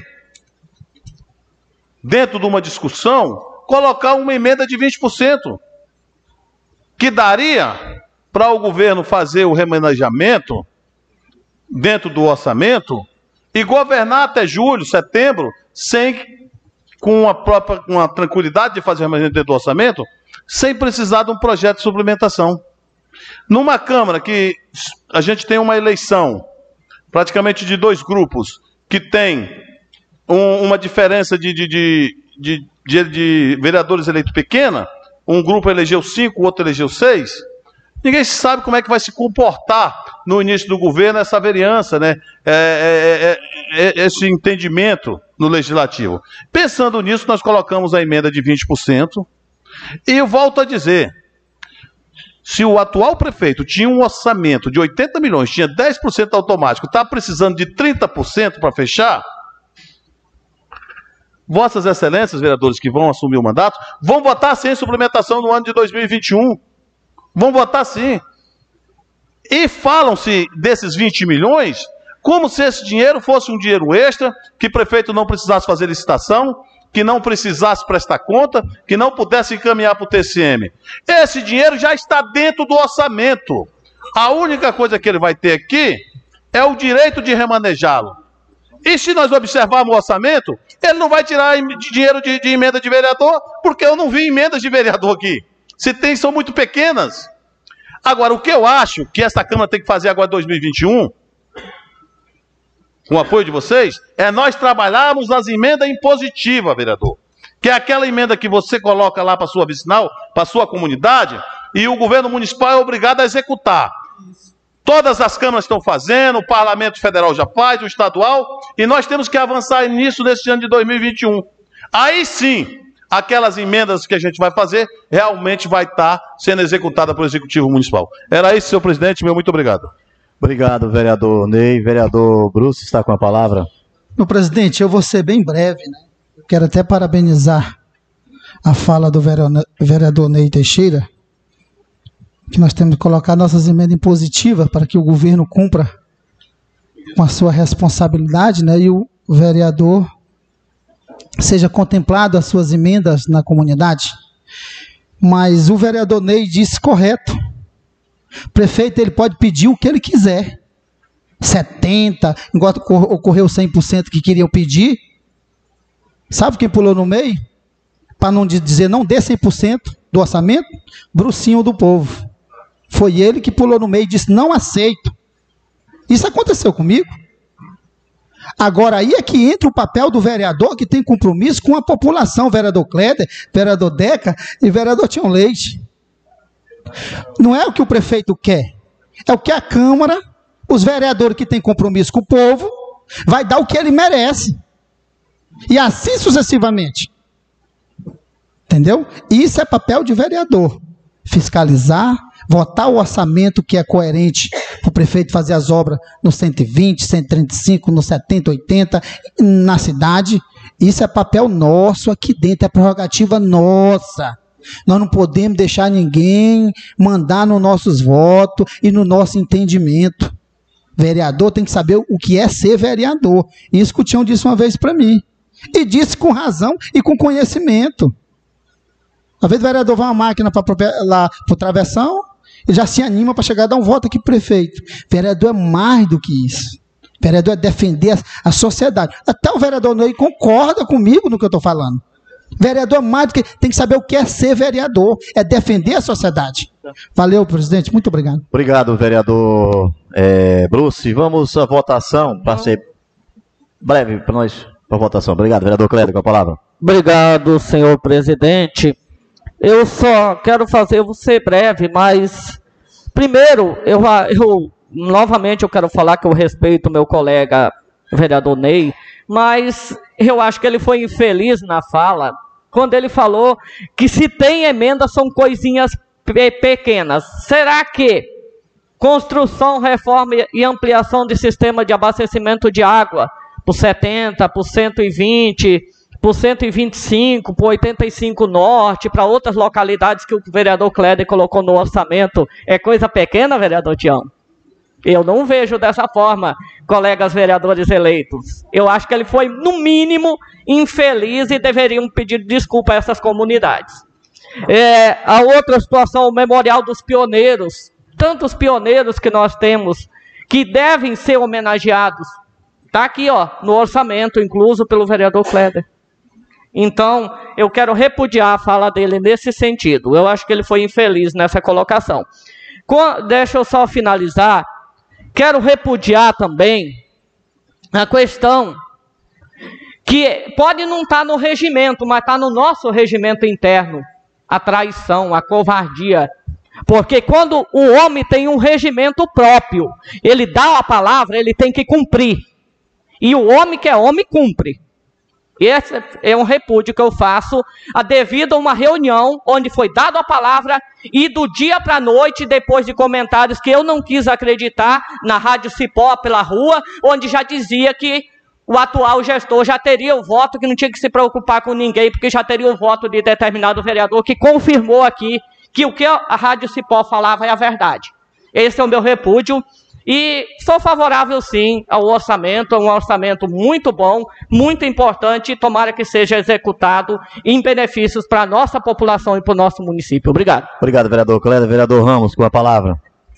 dentro de uma discussão, colocar uma emenda de vinte por cento, que daria para o governo fazer o remanejamento dentro do orçamento e governar até julho, setembro, sem, com a própria com a tranquilidade de fazer o remanejamento dentro do orçamento, sem precisar de um projeto de suplementação. Numa Câmara que a gente tem uma eleição praticamente de dois grupos, que tem um, uma diferença de, de, de, de, de, de vereadores eleitos pequena, um grupo elegeu cinco, o outro elegeu seis, ninguém sabe como é que vai se comportar no início do governo essa variância, né? É, é, é, é, esse entendimento no legislativo. Pensando nisso, nós colocamos a emenda de vinte por cento, e eu volto a dizer, Se o atual prefeito tinha um orçamento de oitenta milhões, tinha dez por cento automático, está precisando de trinta por cento para fechar, Vossas Excelências, vereadores que vão assumir o mandato, vão votar sim suplementação no ano de dois mil e vinte e um. Vão votar sim. E falam-se desses vinte milhões como se esse dinheiro fosse um dinheiro extra, que o prefeito não precisasse fazer licitação, que não precisasse prestar conta, que não pudesse encaminhar para o T C M. Esse dinheiro já está dentro do orçamento. A única coisa que ele vai ter aqui é o direito de remanejá-lo. E se nós observarmos o orçamento, ele não vai tirar dinheiro de, de emenda de vereador, porque eu não vi emendas de vereador aqui. Se tem, são muito pequenas. Agora, o que eu acho que essa Câmara tem que fazer agora em dois mil e vinte e um, com o apoio de vocês, é nós trabalharmos as emendas impositivas, vereador. Que é aquela emenda que você coloca lá para a sua vicinal, para a sua comunidade, e o governo municipal é obrigado a executar. Todas as câmaras estão fazendo, o Parlamento Federal já faz, o estadual, e nós temos que avançar nisso nesse ano de dois mil e vinte e um. Aí sim, aquelas emendas que a gente vai fazer, realmente vai estar sendo executada pelo Executivo Municipal. Era isso, senhor presidente, meu muito obrigado. Obrigado, vereador Ney. Vereador Bruce está com a palavra. Meu presidente, eu vou ser bem breve, né? Eu quero até parabenizar a fala do vereador Ney Teixeira, que nós temos que colocar nossas emendas impositivas para que o governo cumpra com a sua responsabilidade, né? E o vereador seja contemplado as suas emendas na comunidade. Mas o vereador Ney disse correto. O prefeito ele pode pedir o que ele quiser. setenta por cento, igual ocorreu cem por cento que queriam pedir. Sabe quem pulou no meio? Para não dizer não dê cem por cento do orçamento? Brucinho do Povo. Foi ele que pulou no meio e disse não aceito. Isso aconteceu comigo. Agora aí é que entra o papel do vereador que tem compromisso com a população. Vereador Cléder, vereador Deca e vereador Tião Leite. Não é o que o prefeito quer. É o que a Câmara, os vereadores que têm compromisso com o povo, vai dar o que ele merece. E assim sucessivamente. Entendeu? Isso é papel de vereador. Fiscalizar, votar o orçamento que é coerente para o prefeito fazer as obras no cento e vinte, cento e trinta e cinco, no setenta, oitenta, na cidade. Isso é papel nosso aqui dentro, é prerrogativa nossa. Nós não podemos deixar ninguém mandar nos nossos votos e no nosso entendimento. Vereador tem que saber o que é ser vereador. Isso que o Tião disse uma vez para mim. E disse com razão e com conhecimento. Às vezes o vereador vai uma máquina para lá para o travessão, ele já se anima para chegar a dar um voto aqui para o prefeito. Vereador é mais do que isso. Vereador é defender a, a sociedade. Até o vereador Ney concorda comigo no que eu estou falando. Vereador é mais do que... Tem que saber o que é ser vereador. É defender a sociedade. Valeu, presidente. Muito obrigado. Obrigado, vereador é, Bruce. Vamos à votação. Para ser breve para nós, para a votação. Obrigado, vereador Cléder, com a palavra. Obrigado, senhor presidente. Eu só quero fazer, eu vou ser breve, mas primeiro, eu, eu novamente eu quero falar que eu respeito o meu colega vereador Ney, mas eu acho que ele foi infeliz na fala, quando ele falou que se tem emenda são coisinhas pe pequenas. Será que construção, reforma e ampliação de sistema de abastecimento de água por setenta, por cento e vinte, por cento e vinte e cinco, por oitenta e cinco Norte, para outras localidades que o vereador Cléder colocou no orçamento, é coisa pequena, vereador Tião? Eu não vejo dessa forma, colegas vereadores eleitos. Eu acho que ele foi, no mínimo, infeliz e deveriam pedir desculpa a essas comunidades. É, a outra situação, o Memorial dos Pioneiros. Tantos pioneiros que nós temos que devem ser homenageados. Está aqui, ó, no orçamento, incluso pelo vereador Cléder. Então, eu quero repudiar a fala dele nesse sentido. Eu acho que ele foi infeliz nessa colocação. Deixa eu só finalizar. Quero repudiar também a questão que pode não estar no regimento, mas está no nosso regimento interno. A traição, a covardia. Porque quando o homem tem um regimento próprio, ele dá a palavra, ele tem que cumprir. E o homem que é homem, cumpre. Esse é um repúdio que eu faço a devido a uma reunião onde foi dada a palavra e do dia para a noite, depois de comentários que eu não quis acreditar, na Rádio Cipó, pela rua, onde já dizia que o atual gestor já teria o voto, que não tinha que se preocupar com ninguém, porque já teria o voto de determinado vereador, que confirmou aqui que o que a Rádio Cipó falava é a verdade. Esse é o meu repúdio. E sou favorável, sim, ao orçamento, é um orçamento muito bom, muito importante, e tomara que seja executado em benefícios para a nossa população e para o nosso município. Obrigado. Obrigado, vereador Cléder. Vereador Ramos, com a palavra.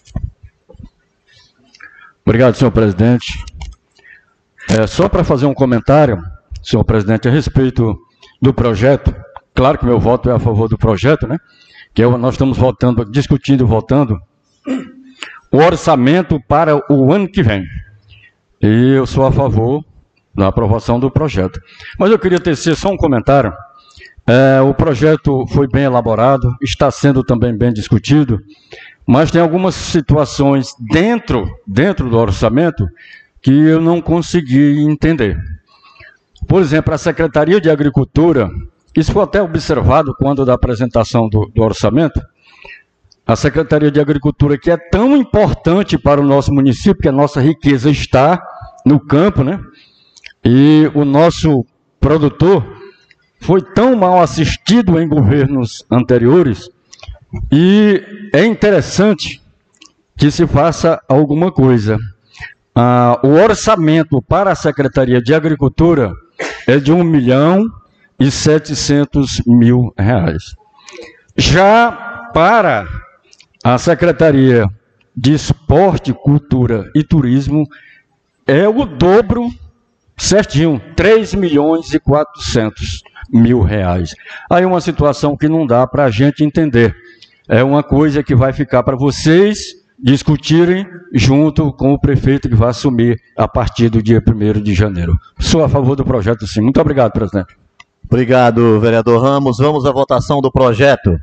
Obrigado, senhor presidente. É, só para fazer um comentário, senhor presidente, a respeito do projeto. Claro que meu voto é a favor do projeto, né? Que é, nós estamos votando, discutindo e votando o orçamento para o ano que vem. E eu sou a favor da aprovação do projeto. Mas eu queria tecer só um comentário. É, o projeto foi bem elaborado, está sendo também bem discutido, mas tem algumas situações dentro, dentro do orçamento que eu não consegui entender. Por exemplo, a Secretaria de Agricultura, isso foi até observado quando da apresentação do, do orçamento, a Secretaria de Agricultura, que é tão importante para o nosso município, que a nossa riqueza está no campo, né? E o nosso produtor foi tão mal assistido em governos anteriores, e é interessante que se faça alguma coisa. Ah, o orçamento para a Secretaria de Agricultura é de um milhão e setecentos mil reais. Já para a Secretaria de Esporte, Cultura e Turismo é o dobro certinho, três milhões e quatrocentos mil reais. Aí uma situação que não dá para a gente entender. É uma coisa que vai ficar para vocês discutirem junto com o prefeito que vai assumir a partir do dia primeiro de janeiro. Sou a favor do projeto, sim. Muito obrigado, presidente. Obrigado, vereador Ramos. Vamos à votação do projeto.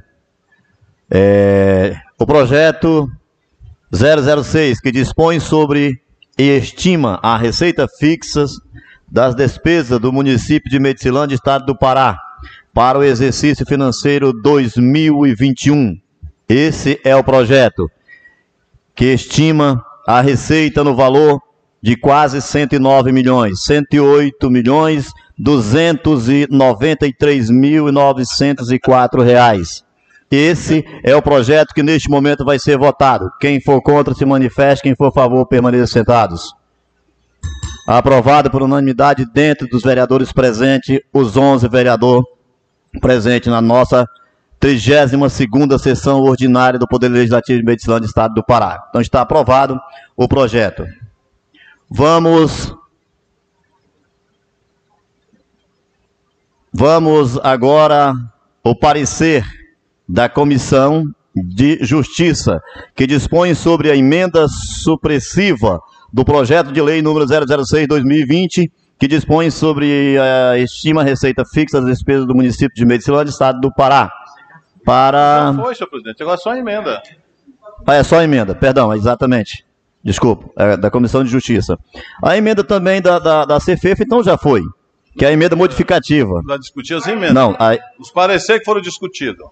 É, o projeto zero zero seis, que dispõe sobre e estima a receita fixa das despesas do município de Medicilândia, estado do Pará, para o exercício financeiro dois mil e vinte e um. Esse é o projeto que estima a receita no valor de quase cento e nove milhões, cento e oito milhões, duzentos e noventa e três mil e novecentos e quatro reais. Esse é o projeto que neste momento vai ser votado. Quem for contra se manifeste, quem for a favor permaneça sentados. Aprovado por unanimidade dentro dos vereadores presentes, os onze vereadores presentes na nossa trigésima segunda sessão ordinária do Poder Legislativo de Medicilândia, estado do Pará. Então está aprovado o projeto. Vamos... Vamos agora ao parecer da Comissão de Justiça, que dispõe sobre a emenda supressiva do projeto de lei número zero zero seis barra dois mil e vinte, que dispõe sobre a estima receita fixa das despesas do município de Medicilândia, estado do Pará. Para... Já foi, senhor presidente, agora é só a emenda. Ah, é só a emenda, perdão, exatamente. Desculpa, é da Comissão de Justiça. A emenda também da, da, da C F E F, então já foi, que é a emenda modificativa. Para discutir as emendas. Não, a... Os pareceres que foram discutidos.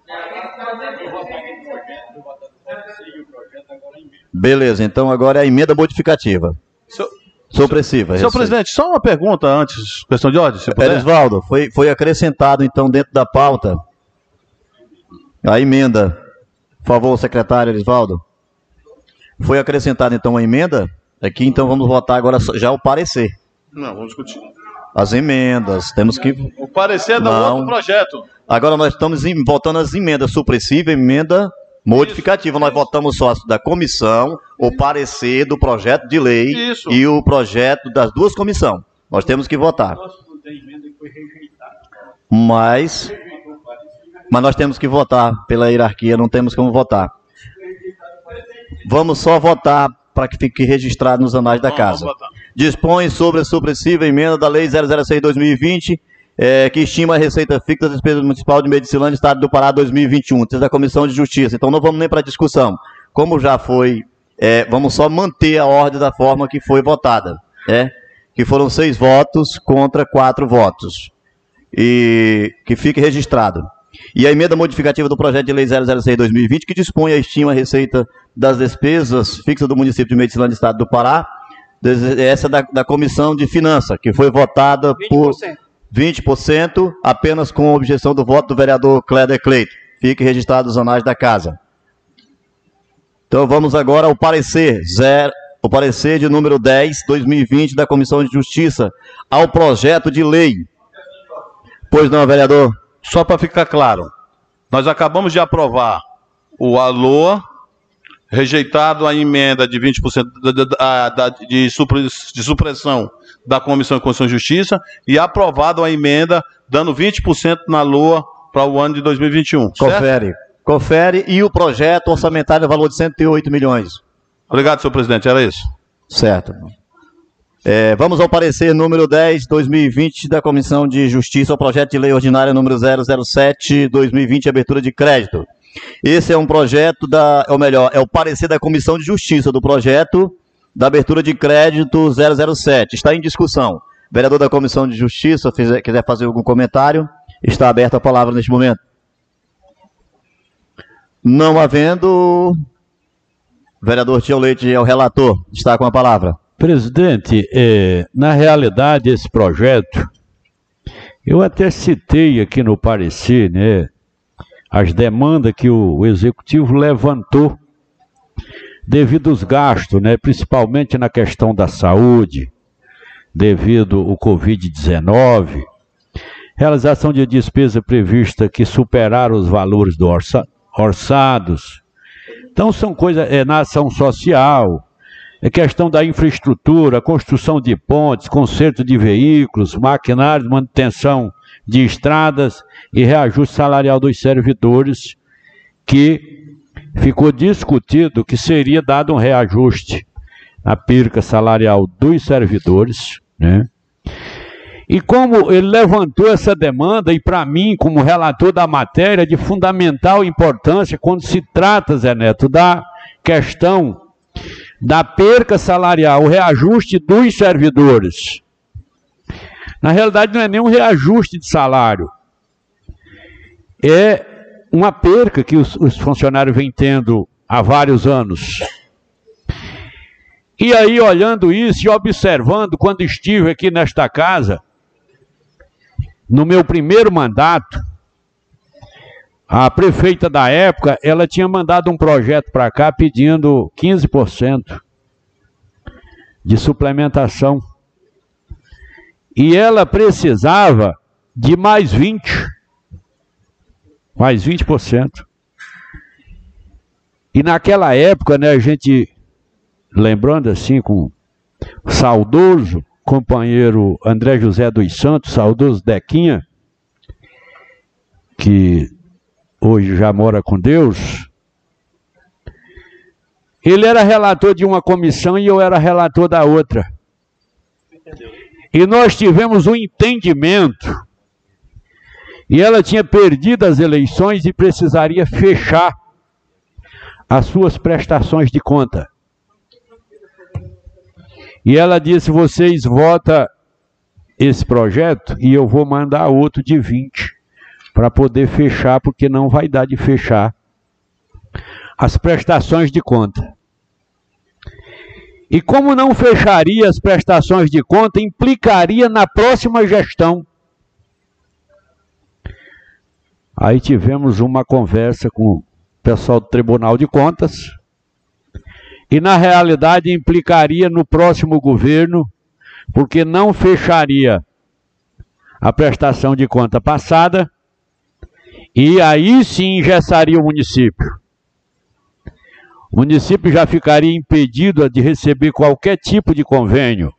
Beleza, então agora é a emenda modificativa. Senhor, Supressiva. senhor presidente, só uma pergunta antes, questão de ordem, se puder. Elisvaldo, foi, foi acrescentado então dentro da pauta a emenda. Por favor, secretário Elisvaldo. Foi acrescentada então a emenda. Aqui então vamos votar agora já o parecer. Não, vamos discutir. As emendas, temos que... O parecer é do Não. outro projeto. Agora nós estamos em, votando as emendas supressivas e emenda modificativa. Nós votamos só da comissão, o parecer do projeto de lei Isso. e o projeto das duas comissões. Nós temos que votar. Mas, mas nós temos que votar pela hierarquia, não temos como votar. Vamos só votar para que fique registrado nos anais da Vamos, casa. vamos votar. Dispõe sobre a supressiva emenda da lei zero zero seis barra dois mil e vinte, é, que estima a receita fixa das despesas municipal de Medicilândia, estado do Pará, dois mil e vinte e um, da Comissão de Justiça. Então não vamos nem para a discussão. Como já foi, é, vamos só manter a ordem da forma que foi votada, é, que foram seis votos contra quatro votos. e que fique registrado. E a emenda modificativa do projeto de lei zero zero seis barra dois mil e vinte, que dispõe a estima a receita das despesas fixas do município de Medicilândia, Estado do Pará, essa da, da Comissão de Finanças, que foi votada por vinte por cento, apenas com objeção do voto do vereador Cléder Cleito. Fique registrado nos anais da casa. Então vamos agora ao parecer, zero, o parecer de número dez, dois mil e vinte, da Comissão de Justiça, ao projeto de lei. Pois não, vereador? Só para ficar claro, nós acabamos de aprovar o A L O A, rejeitado a emenda de vinte por cento da, da, de, de supressão da Comissão de Constituição e Justiça e aprovado a emenda dando vinte por cento na L O A para o ano de dois mil e vinte e um. Confere. Certo? Confere. E o projeto orçamentário no valor de cento e oito milhões. Obrigado, senhor presidente. Era isso. Certo. É, vamos ao parecer número dez, dois mil e vinte, da Comissão de Justiça, ao projeto de lei ordinária número zero zero sete, dois mil e vinte, abertura de crédito. Esse é um projeto da, ou melhor, é o parecer da Comissão de Justiça do projeto da abertura de crédito zero zero sete. Está em discussão. Vereador da Comissão de Justiça, fizer, quiser fazer algum comentário, está aberta a palavra neste momento. Não havendo, vereador Tião Leite é o relator, está com a palavra. Presidente, é, na realidade esse projeto, eu até citei aqui no parecer, né, as demandas que o, o Executivo levantou devido aos gastos, né, principalmente na questão da saúde, devido ao Covid dezenove, realização de despesa prevista que superaram os valores do orça, orçados. Então são coisas, é, na ação social, é questão da infraestrutura, construção de pontes, conserto de veículos, maquinários, manutenção de estradas e reajuste salarial dos servidores, que ficou discutido que seria dado um reajuste na perca salarial dos servidores, né? E como ele levantou essa demanda, e para mim, como relator da matéria, de fundamental importância quando se trata, Zé Neto, da questão da perca salarial, o reajuste dos servidores. Na realidade, não é nem um reajuste de salário. É uma perca que os, os funcionários vêm tendo há vários anos. E aí, olhando isso e observando, quando estive aqui nesta casa, no meu primeiro mandato, a prefeita da época, ela tinha mandado um projeto para cá pedindo quinze por cento de suplementação. E ela precisava de mais vinte por cento. Mais vinte por cento. E naquela época, né, a gente, lembrando assim com o saudoso companheiro André José dos Santos, saudoso Dequinha, que hoje já mora com Deus, ele era relator de uma comissão e eu era relator da outra. E nós tivemos um entendimento, e ela tinha perdido as eleições e precisaria fechar as suas prestações de conta. E ela disse, vocês votam esse projeto e eu vou mandar outro de vinte para poder fechar, porque não vai dar de fechar as prestações de conta. E como não fecharia as prestações de conta, implicaria na próxima gestão. Aí tivemos uma conversa com o pessoal do Tribunal de Contas, e na realidade implicaria no próximo governo, porque não fecharia a prestação de conta passada, e aí sim engessaria o município. O município já ficaria impedido de receber qualquer tipo de convênio.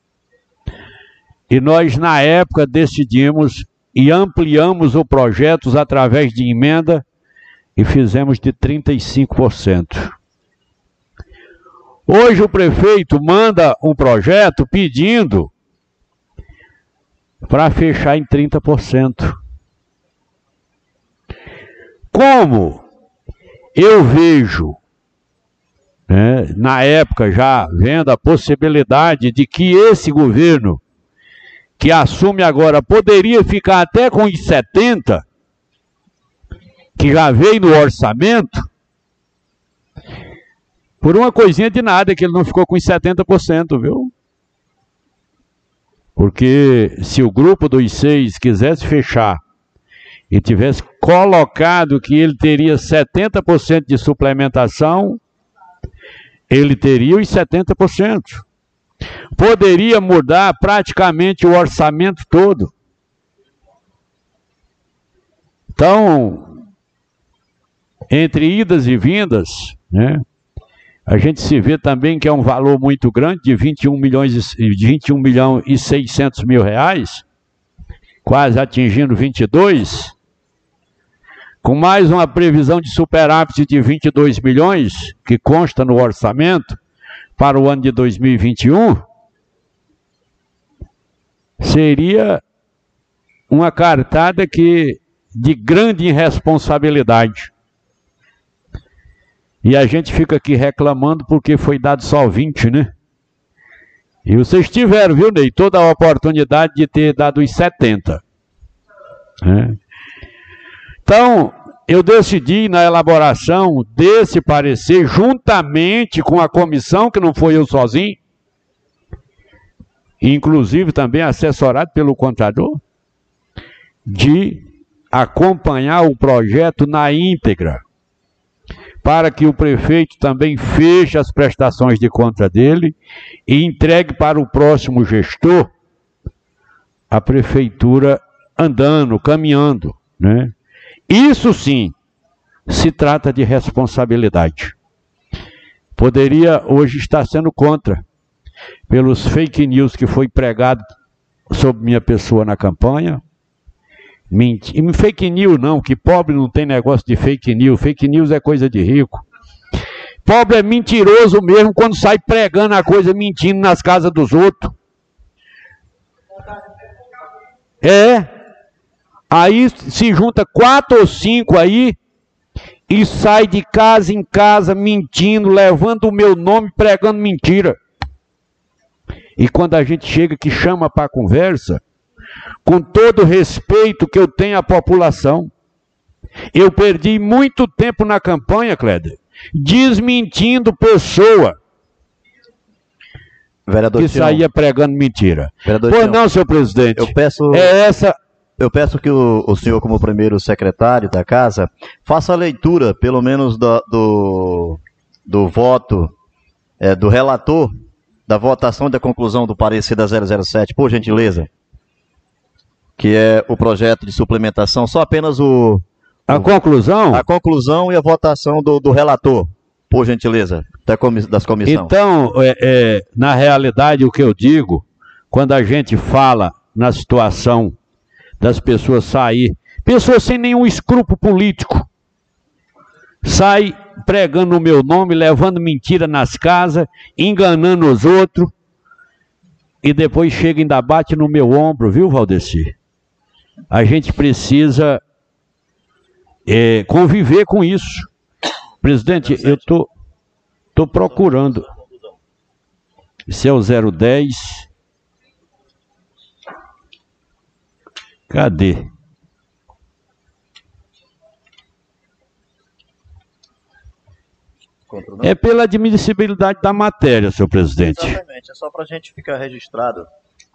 E nós, na época, decidimos e ampliamos o projeto através de emenda e fizemos de trinta e cinco por cento. Hoje o prefeito manda um projeto pedindo para fechar em trinta por cento. Como eu vejo, né, na época já vendo a possibilidade de que esse governo que assume agora, poderia ficar até com os setenta, que já veio no orçamento, por uma coisinha de nada, que ele não ficou com os setenta por cento, viu? Porque se o grupo dos seis quisesse fechar e tivesse colocado que ele teria setenta por cento de suplementação, ele teria os setenta por cento. Poderia mudar praticamente o orçamento todo. Então, entre idas e vindas, né, a gente se vê também que é um valor muito grande, de vinte e um milhões, de vinte e um milhões e seiscentos mil reais, quase atingindo vinte e dois, com mais uma previsão de superávit de vinte e dois milhões, que consta no orçamento, para o ano de dois mil e vinte e um, seria uma cartada que, de grande irresponsabilidade. E a gente fica aqui reclamando porque foi dado só vinte, né? E vocês tiveram, viu, Ney, toda a oportunidade de ter dado os setenta. Né? Então, eu decidi na elaboração desse parecer, juntamente com a comissão, que não foi eu sozinho, inclusive também assessorado pelo contador, de acompanhar o projeto na íntegra, para que o prefeito também feche as prestações de conta dele e entregue para o próximo gestor a prefeitura andando, caminhando, né? Isso sim se trata de responsabilidade. Poderia hoje estar sendo contra, pelos fake news que foi pregado sobre minha pessoa na campanha. Ment... Fake news não, que pobre não tem negócio de fake news. Fake news é coisa de rico. Pobre é mentiroso mesmo quando sai pregando a coisa, mentindo nas casas dos outros. É. Aí se junta quatro ou cinco aí e sai de casa em casa mentindo, levando o meu nome, pregando mentira. E quando a gente chega que chama para a conversa, com todo o respeito que eu tenho à população, eu perdi muito tempo na campanha, Cléder, desmentindo pessoa Vereador que Tião, saía pregando mentira. Vereador Pois Tião, não, senhor presidente. Eu peço, é essa... eu peço que o, o senhor, como primeiro secretário da casa, faça a leitura, pelo menos, do, do, do voto é, do relator, da votação e da conclusão do parecer da zero zero sete, por gentileza. Que é o projeto de suplementação, só apenas o... A o, conclusão? A conclusão e a votação do, do relator, por gentileza, da comi, das comissões. Então, é, é, na realidade, o que eu digo, quando a gente fala na situação das pessoas sair, pessoas sem nenhum escrúpulo político, sai pregando o meu nome, levando mentira nas casas, enganando os outros, e depois chega e ainda bate no meu ombro, viu, Valdeci? A gente precisa é, conviver com isso. Presidente, eu tô, tô procurando. Esse é o zero dez. Cadê? É pela admissibilidade da matéria, senhor presidente. Exatamente, é só para a gente ficar registrado.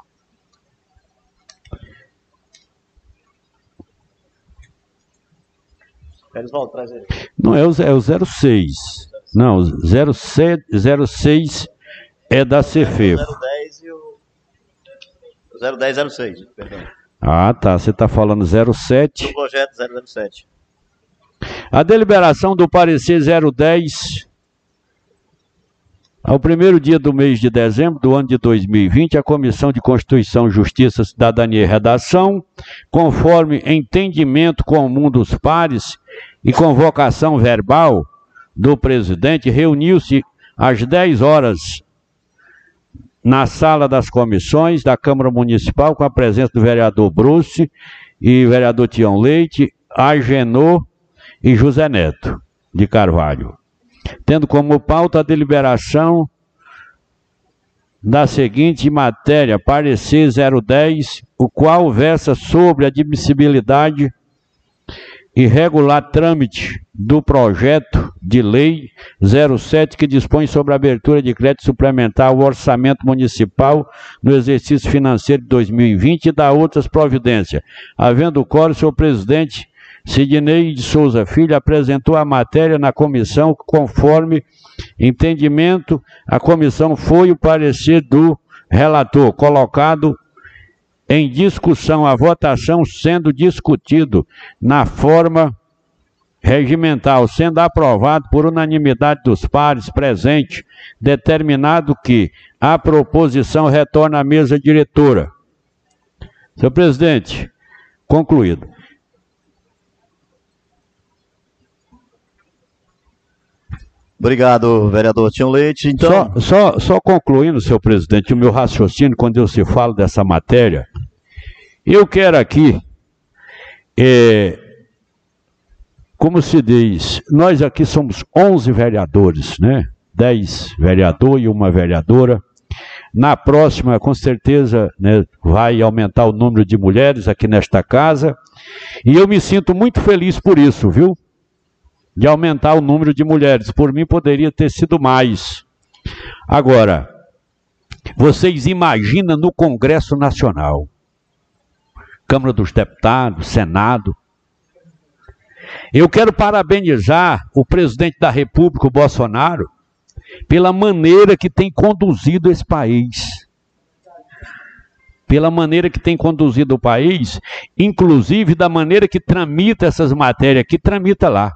Elisvaldo, traz ele. Não, é o, é o zero seis. Não, o zero seis é da Cefefo. O zero dez e o... o zero dez zero seis, perdão. Ah, tá. Você está falando zero sete. Do projeto zero zero sete. A deliberação do parecer zero dez, ao primeiro dia do mês de dezembro do ano de dois mil e vinte, a Comissão de Constituição, Justiça, Cidadania e Redação, conforme entendimento comum dos pares e convocação verbal do presidente, reuniu-se às dez horas na sala das comissões da Câmara Municipal, com a presença do vereador Bruce e vereador Tião Leite, Agenor e José Neto de Carvalho, tendo como pauta a deliberação da seguinte matéria, parecer zero dez, o qual versa sobre a admissibilidade e regular trâmite do projeto de lei zero sete, que dispõe sobre a abertura de crédito suplementar ao orçamento municipal no exercício financeiro de dois mil e vinte e da outras providências. Havendo quórum, senhor presidente, Sidney de Souza Filho apresentou a matéria na comissão conforme entendimento. A comissão foi o parecer do relator, colocado em discussão, a votação sendo discutido na forma regimental, sendo aprovado por unanimidade dos pares presentes, determinado que a proposição retorna à mesa diretora. Senhor presidente, concluído. Obrigado, vereador Tião Leite. Então... Só, só, só concluindo, senhor presidente, o meu raciocínio quando eu se falo dessa matéria, eu quero aqui, é, como se diz, nós aqui somos onze vereadores, né? dez vereadores e uma vereadora. Na próxima, com certeza, né, vai aumentar o número de mulheres aqui nesta casa. E eu me sinto muito feliz por isso, viu? De aumentar o número de mulheres. Por mim, poderia ter sido mais. Agora, vocês imaginam no Congresso Nacional, Câmara dos Deputados, Senado. Eu quero parabenizar o presidente da República, o Bolsonaro, pela maneira que tem conduzido esse país. Pela maneira que tem conduzido o país, inclusive da maneira que tramita essas matérias, que tramita lá.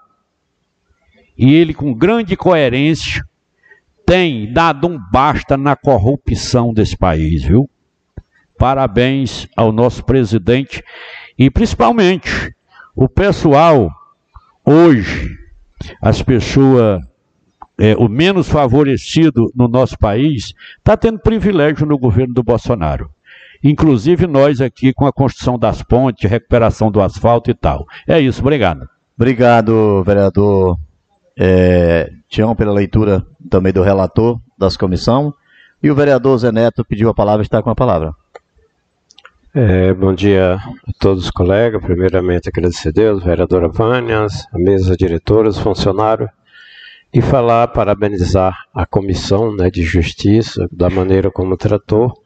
E ele, com grande coerência, tem dado um basta na corrupção desse país, viu? Parabéns ao nosso presidente e, principalmente, o pessoal, hoje, as pessoas, é, o menos favorecido no nosso país, está tendo privilégio no governo do Bolsonaro. Inclusive nós aqui com a construção das pontes, recuperação do asfalto e tal. É isso, obrigado. Obrigado, vereador É, Tião, pela leitura também do relator das comissão. E o vereador Zé Neto pediu a palavra, está com a palavra. É, bom dia a todos os colegas. Primeiramente, agradecer a Deus, vereadora Vânia, a mesa diretora, os funcionários, e falar, parabenizar a comissão, né, de justiça, da maneira como tratou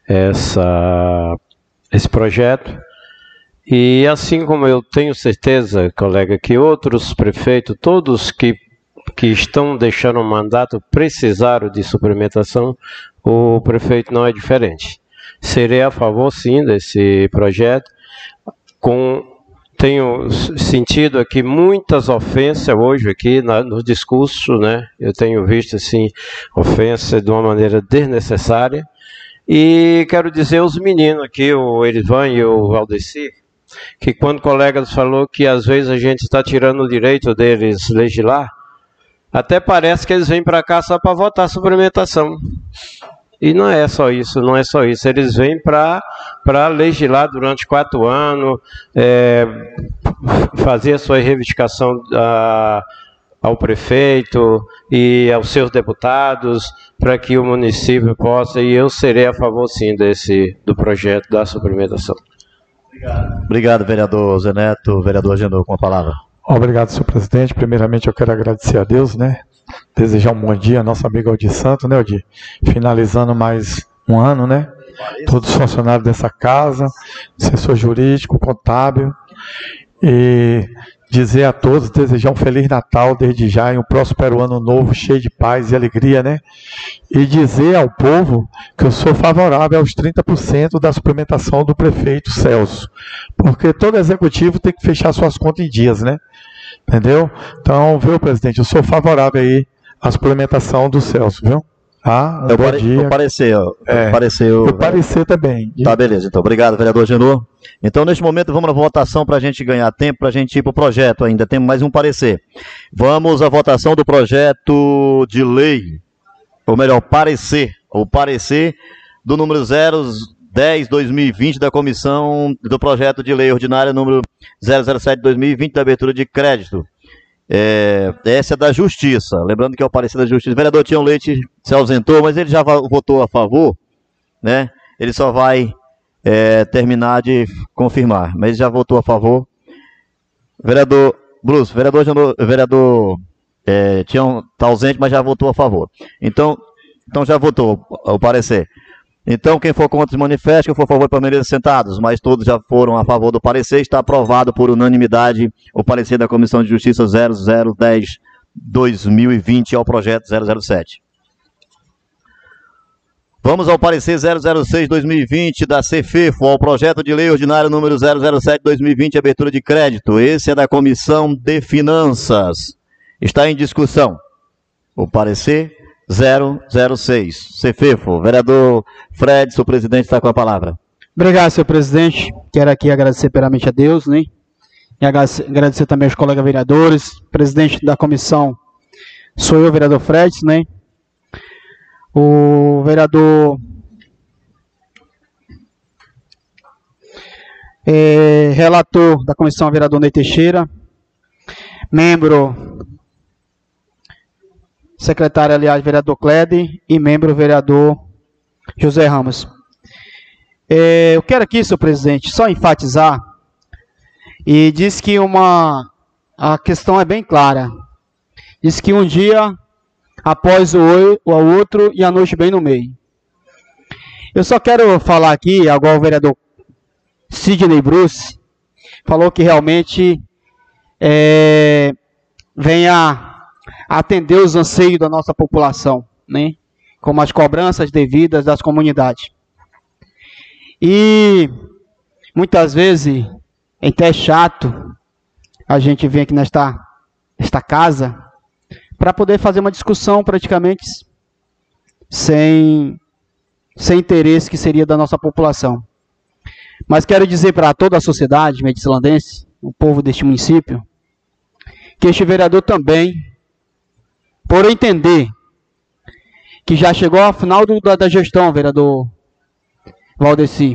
essa, esse projeto. E assim como eu tenho certeza, colega, que outros prefeitos, todos que, que estão deixando o mandato, precisaram de suplementação, o prefeito não é diferente. Serei a favor, sim, desse projeto. Com, tenho sentido aqui muitas ofensas hoje aqui na, no discurso, né? Eu tenho visto, assim, ofensas de uma maneira desnecessária. E quero dizer aos meninos aqui, o Erivan e o Valdeci, que quando o colega falou que às vezes a gente está tirando o direito deles legislar, até parece que eles vêm para cá só para votar suplementação. E não é só isso, não é só isso. Eles vêm para para legislar durante quatro anos, é, fazer a sua reivindicação a, ao prefeito e aos seus deputados, para que o município possa, e eu serei a favor sim desse, do projeto da suplementação. Obrigado. Obrigado, vereador Zé Neto. Vereador Agenor, com a palavra. Obrigado, senhor presidente. Primeiramente, eu quero agradecer a Deus, né? Desejar um bom dia ao nosso amigo Aldir Santos, né, Aldir? Finalizando mais um ano, né? Todos os funcionários dessa casa, assessor jurídico, contábil. E dizer a todos, desejar um Feliz Natal desde já e um próspero ano novo, cheio de paz e alegria, né? E dizer ao povo que eu sou favorável aos trinta por cento da suplementação do prefeito Celso, porque todo executivo tem que fechar suas contas em dias, né? Entendeu? Então, viu, presidente, eu sou favorável aí à suplementação do Celso, viu? Ah, um eu bom pare, dia. Eu parecer, é, parecer, eu parecer também. Tá, beleza. Então, obrigado, vereador Genor. Então, neste momento, vamos na votação para a gente ganhar tempo, para a gente ir para o projeto ainda. Temos mais um parecer. Vamos à votação do projeto de lei, ou melhor, parecer, ou parecer do número zero dez barra dois mil e vinte da comissão do projeto de lei ordinária número zero zero sete barra dois mil e vinte da abertura de crédito. É, essa é da Justiça. Lembrando que é o parecer da Justiça. O vereador Tião Leite se ausentou, mas ele já votou a favor, né? Ele só vai é, terminar de confirmar, mas ele já votou a favor. Vereador Bruce, vereador, vereador é, Tião está ausente, mas já votou a favor. Então, então já votou o parecer. Então, quem for contra o manifesto, quem for a favor, permaneça sentados, mas todos já foram a favor do parecer. Está aprovado por unanimidade o parecer da Comissão de Justiça zero zero um zero barra dois mil e vinte ao projeto zero zero sete. Vamos ao parecer zero zero seis barra dois mil e vinte da CEFEFO, ao projeto de lei ordinário número zero zero sete barra dois mil e vinte, abertura de crédito. Esse é da Comissão de Finanças. Está em discussão o parecer zero zero seis. CEFEFO, vereador Fred, seu presidente, está com a palavra. Obrigado, senhor presidente. Quero aqui agradecer primeiramente a Deus, né? E agradecer também aos colegas vereadores. Presidente da comissão sou eu, vereador Fred, né? O vereador é, relator da comissão, vereador Ney Teixeira. Membro secretário, aliás, vereador Cléder, e membro vereador José Ramos. É, eu quero aqui, senhor presidente, só enfatizar, e diz que uma, a questão é bem clara. Diz que um dia após o, o outro e a noite bem no meio. Eu só quero falar aqui, agora o vereador Sidney Bruce falou que realmente é, venha atender os anseios da nossa população, né? Como as cobranças devidas das comunidades. E muitas vezes é até chato a gente vir aqui nesta, nesta casa para poder fazer uma discussão praticamente sem, sem interesse que seria da nossa população. Mas quero dizer para toda a sociedade medicilandense, o povo deste município, que este vereador também, por entender que já chegou ao final do, da, da gestão, vereador Valdeci,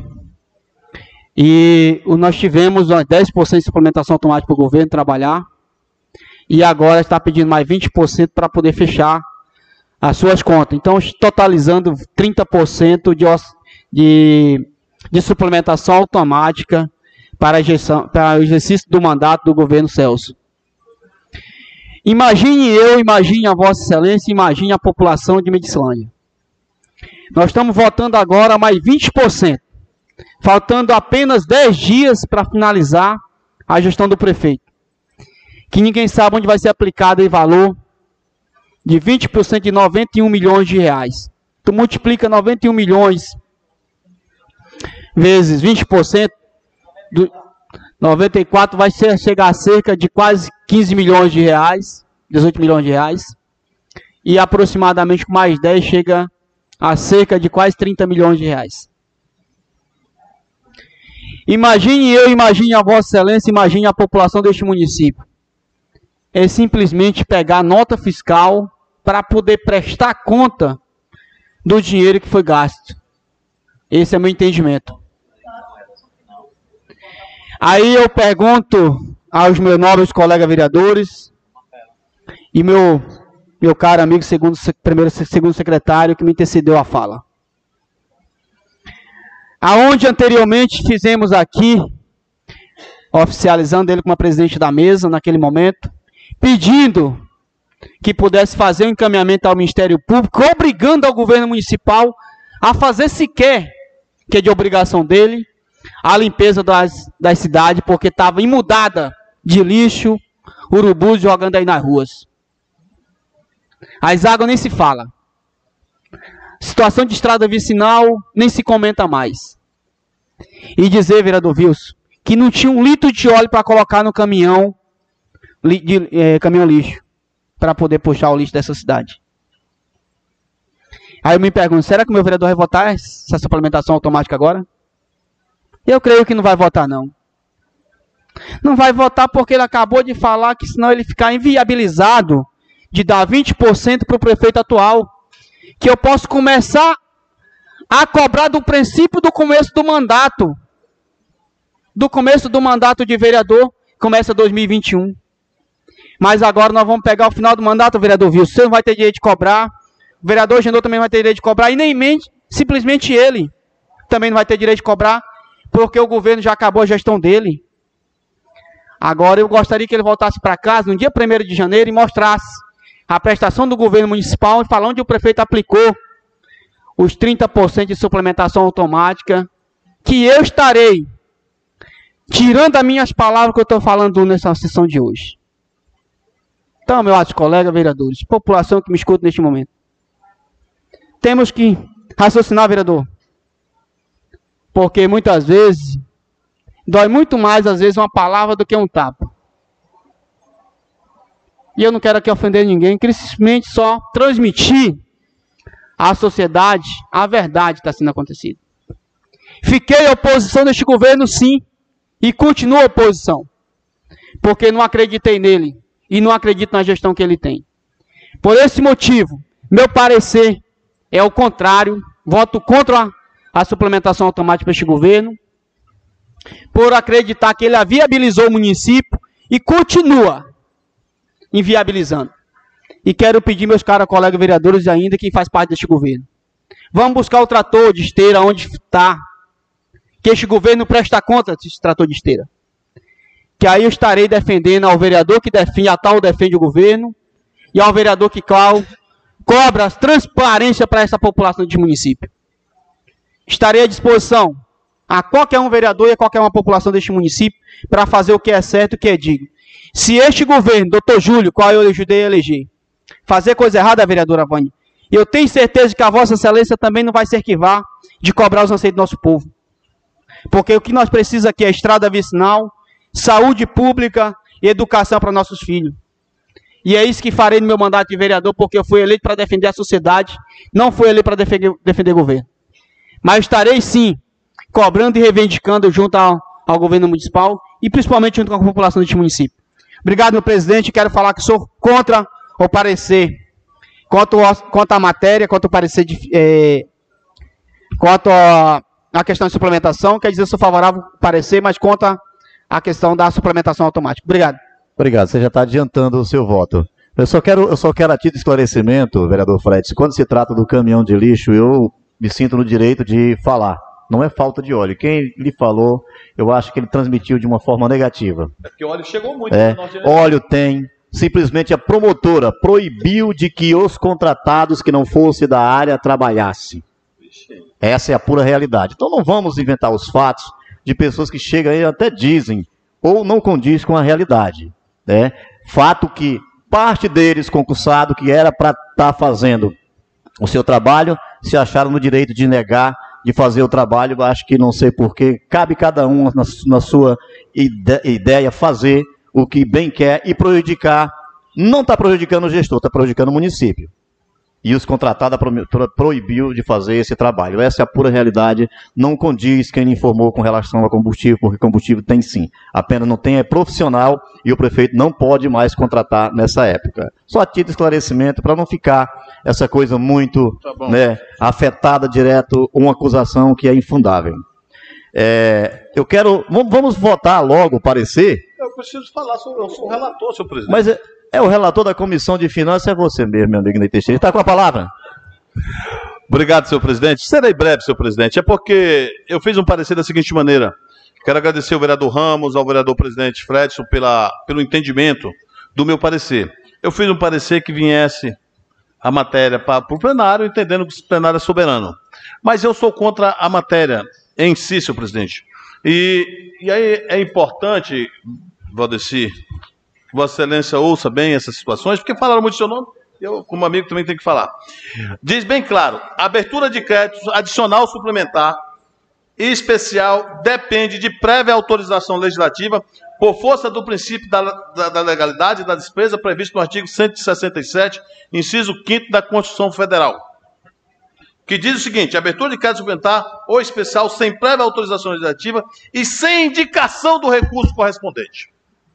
e o, nós tivemos dez por cento de suplementação automática para o governo trabalhar, e agora está pedindo mais vinte por cento para poder fechar as suas contas. Então, totalizando trinta por cento de, de, de suplementação automática para, a gestão, para o exercício do mandato do governo Celso. Imagine eu, imagine a Vossa Excelência, imagine a população de Medicilândia. Nós estamos votando agora mais vinte por cento, faltando apenas dez dias para finalizar a gestão do prefeito. Que ninguém sabe onde vai ser aplicado em valor de vinte por cento de noventa e um milhões de reais. Tu multiplica noventa e um milhões vezes vinte por cento, do noventa e quatro vai ser, chegar a cerca de quase quinze milhões de reais, dezoito milhões de reais, e aproximadamente com mais dez chega a cerca de quase trinta milhões de reais. Imagine eu, imagine a Vossa Excelência, imagine a população deste município. É simplesmente pegar nota fiscal para poder prestar conta do dinheiro que foi gasto. Esse é meu entendimento. Aí eu pergunto aos meus nobres colegas vereadores e meu, meu caro amigo segundo, primeiro, segundo secretário que me antecedeu a fala. Aonde anteriormente fizemos aqui, oficializando ele como presidente da mesa naquele momento, pedindo que pudesse fazer um encaminhamento ao Ministério Público, obrigando ao governo municipal a fazer sequer, que é de obrigação dele, a limpeza das, das cidades, porque estava imundada de lixo, urubus jogando aí nas ruas. As águas nem se fala. Situação de estrada vicinal nem se comenta mais. E dizer, vereador Wilson, que não tinha um litro de óleo para colocar no caminhão, li, de, é, caminhão lixo, para poder puxar o lixo dessa cidade. Aí eu me pergunto, será que o meu vereador vai votar essa suplementação automática agora? Eu creio que não vai votar, não. Não vai votar porque ele acabou de falar que senão ele ficar inviabilizado de dar vinte por cento para o prefeito atual. Que eu posso começar a cobrar do princípio do começo do mandato. Do começo do mandato de vereador, começa dois mil e vinte e um. Mas agora nós vamos pegar o final do mandato, vereador Wilson. Você não vai ter direito de cobrar. O vereador Genô também não vai ter direito de cobrar. E nem mente, simplesmente ele também não vai ter direito de cobrar, porque o governo já acabou a gestão dele. Agora eu gostaria que ele voltasse para casa no dia primeiro de janeiro e mostrasse a prestação do governo municipal e falar onde o prefeito aplicou os trinta por cento de suplementação automática, que eu estarei tirando as minhas palavras que eu estou falando nessa sessão de hoje. Então, meus colegas vereadores, população que me escuta neste momento, temos que raciocinar, vereador, porque muitas vezes dói muito mais, às vezes, uma palavra do que um tapa. E eu não quero aqui ofender ninguém, quero simplesmente só transmitir à sociedade a verdade que está sendo acontecida. Fiquei oposição deste governo, sim, e continuo oposição, porque não acreditei nele e não acredito na gestão que ele tem. Por esse motivo, meu parecer é o contrário, voto contra a, a suplementação automática para este governo, por acreditar que ele viabilizou o município e continua inviabilizando. E quero pedir meus caros colegas vereadores ainda, quem faz parte deste governo, vamos buscar o trator de esteira onde está, que este governo presta conta desse trator de esteira. Que aí eu estarei defendendo ao vereador que defende, a tal defende o governo, e ao vereador que, claro, cobra transparência para essa população de município. Estarei à disposição a qualquer um vereador e a qualquer uma população deste município para fazer o que é certo e o que é digno. Se este governo, doutor Júlio, qual eu ajudei a eleger, fazer coisa errada, vereadora Vânia, eu tenho certeza que a Vossa Excelência também não vai se arquivar de cobrar os anseios do nosso povo. Porque o que nós precisamos aqui é estrada vicinal, saúde pública e educação para nossos filhos. E é isso que farei no meu mandato de vereador, porque eu fui eleito para defender a sociedade, não fui eleito para defender, defender o governo. Mas estarei sim, cobrando e reivindicando junto ao, ao governo municipal e principalmente junto com a população deste município. Obrigado, meu presidente. Quero falar que sou contra o parecer, contra, contra a matéria, contra o parecer de... É, quanto a, a questão de suplementação, quer dizer, eu sou favorável ao parecer, mas contra a questão da suplementação automática. Obrigado. Obrigado, você já está adiantando o seu voto. Eu só quero, eu só quero a título de esclarecimento, vereador Fred, quando se trata do caminhão de lixo, eu me sinto no direito de falar. Não é falta de óleo. Quem lhe falou, eu acho que ele transmitiu de uma forma negativa. É porque o óleo chegou muito. É, óleo tem. Simplesmente a promotora proibiu de que os contratados que não fossem da área trabalhassem. Essa é a pura realidade. Então não vamos inventar os fatos de pessoas que chegam aí e até dizem, ou não condiz com a realidade. Né? Fato que parte deles, concursado, que era para estar tá fazendo o seu trabalho, se acharam no direito de negar, de fazer o trabalho. Acho que não sei porquê, cabe cada um na, na sua ide ideia fazer o que bem quer e prejudicar, não está prejudicando o gestor, está prejudicando o município. E os contratados pro, proibiu de fazer esse trabalho. Essa é a pura realidade, não condiz quem informou com relação a combustível, porque combustível tem sim. Apenas não tem é profissional e o prefeito não pode mais contratar nessa época. Só a título de esclarecimento, para não ficar essa coisa muito tá né, afetada direto, uma acusação que é infundável. É, eu quero, vamos votar logo o parecer. Eu preciso falar, eu sou o relator, senhor presidente. Mas é, é o relator da Comissão de Finanças, é você mesmo, meu amigo Ney Teixeira. Está com a palavra. Obrigado, senhor presidente. Serei breve, senhor presidente. É porque eu fiz um parecer da seguinte maneira. Quero agradecer ao vereador Ramos, ao vereador presidente Fredson, pela, pelo entendimento do meu parecer. Eu fiz um parecer que viesse a matéria para o plenário, entendendo que o plenário é soberano. Mas eu sou contra a matéria em si, senhor presidente. E, e aí é importante, Valdeci, que Vossa Excelência ouça bem essas situações, porque falaram muito do seu nome, eu, como amigo, também tenho que falar. Diz bem claro, abertura de créditos adicional suplementar e especial depende de prévia autorização legislativa por força do princípio da, da, da legalidade da despesa previsto no artigo cento e sessenta e sete, inciso quinto da Constituição Federal, que diz o seguinte: abertura de crédito suplementar ou especial sem prévia autorização legislativa e sem indicação do recurso correspondente.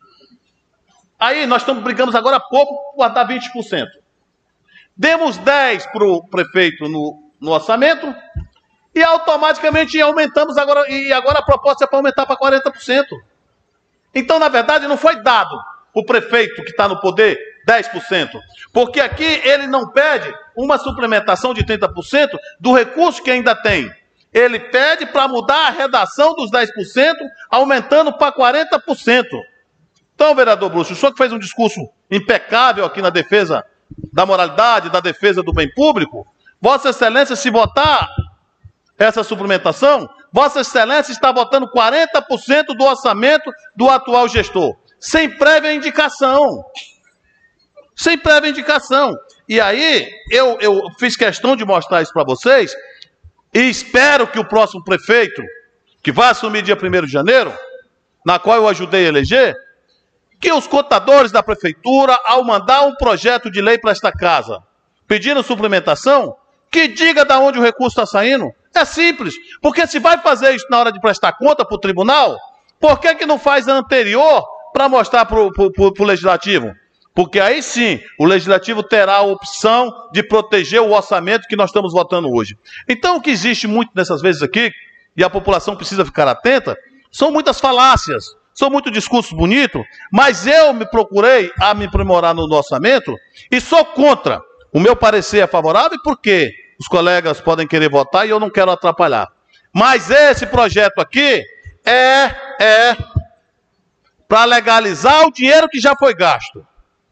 Aí nós estamos brigamos agora há pouco por dar vinte por cento. Demos dez para o prefeito no, no orçamento e automaticamente aumentamos agora, e agora a proposta é para aumentar para quarenta por cento. Então, na verdade, não foi dado, o prefeito que está no poder, dez por cento. Porque aqui ele não pede uma suplementação de trinta por cento do recurso que ainda tem. Ele pede para mudar a redação dos dez por cento, aumentando para quarenta por cento. Então, vereador Bruxo, o senhor que fez um discurso impecável aqui na defesa da moralidade, da defesa do bem público, Vossa Excelência, se votar essa suplementação, Vossa Excelência está votando quarenta por cento do orçamento do atual gestor, sem prévia indicação. Sem prévia indicação. E aí, eu, eu fiz questão de mostrar isso para vocês, e espero que o próximo prefeito, que vai assumir dia primeiro de janeiro, na qual eu ajudei a eleger, que os contadores da prefeitura, ao mandar um projeto de lei para esta casa, pedindo suplementação, que diga de onde o recurso está saindo. É simples, porque se vai fazer isso na hora de prestar conta para o tribunal, por que que não faz a anterior para mostrar para o legislativo? Porque aí sim, o legislativo terá a opção de proteger o orçamento que nós estamos votando hoje. Então, o que existe muito nessas vezes aqui, e a população precisa ficar atenta, são muitas falácias, são muitos discursos bonitos, mas eu me procurei a me aprimorar no orçamento e sou contra. O meu parecer é favorável porque os colegas podem querer votar e eu não quero atrapalhar. Mas esse projeto aqui é, é para legalizar o dinheiro que já foi gasto.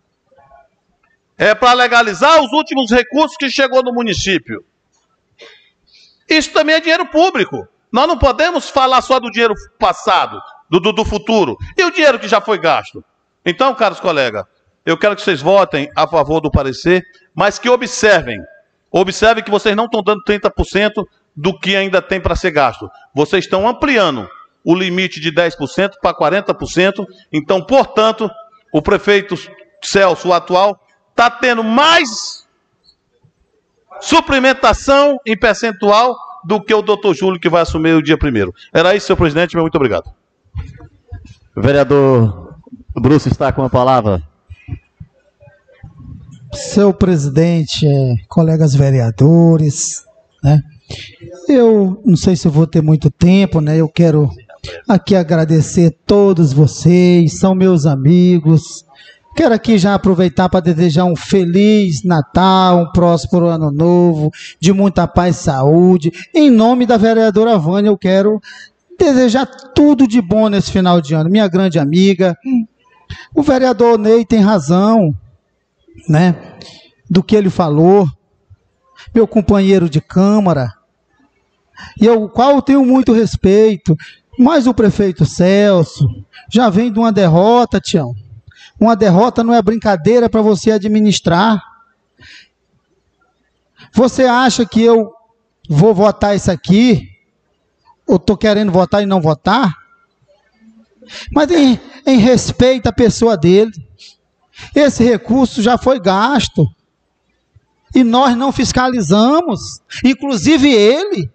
É para legalizar os últimos recursos que chegou no município. Isso também é dinheiro público. Nós não podemos falar só do dinheiro passado, do, do, do futuro. E o dinheiro que já foi gasto? Então, caros colegas, eu quero que vocês votem a favor do parecer, mas que observem. Observem que vocês não estão dando trinta por cento do que ainda tem para ser gasto. Vocês estão ampliando o limite de dez por cento para quarenta por cento. Então, portanto, o prefeito Celso, o atual, está tendo mais suplementação em percentual do que o doutor Júlio, que vai assumir o dia primeiro. Era isso, senhor presidente. Muito obrigado. O vereador Bruxo está com a palavra. Seu presidente, é, colegas vereadores, né? Eu não sei se eu vou ter muito tempo, né? Eu quero aqui agradecer a todos vocês, são meus amigos. Quero aqui já aproveitar para desejar um feliz Natal, um próspero ano novo, de muita paz e saúde. Em nome da vereadora Vânia, eu quero desejar tudo de bom nesse final de ano. Minha grande amiga, o vereador Ney tem razão, né, do que ele falou, meu companheiro de Câmara, e eu, qual eu tenho muito respeito, mas o prefeito Celso já vem de uma derrota, Tião. Uma derrota não é brincadeira para você administrar. Você acha que eu vou votar isso aqui, ou estou querendo votar e não votar? Mas em, em respeito à pessoa dele, esse recurso já foi gasto e nós não fiscalizamos, inclusive ele.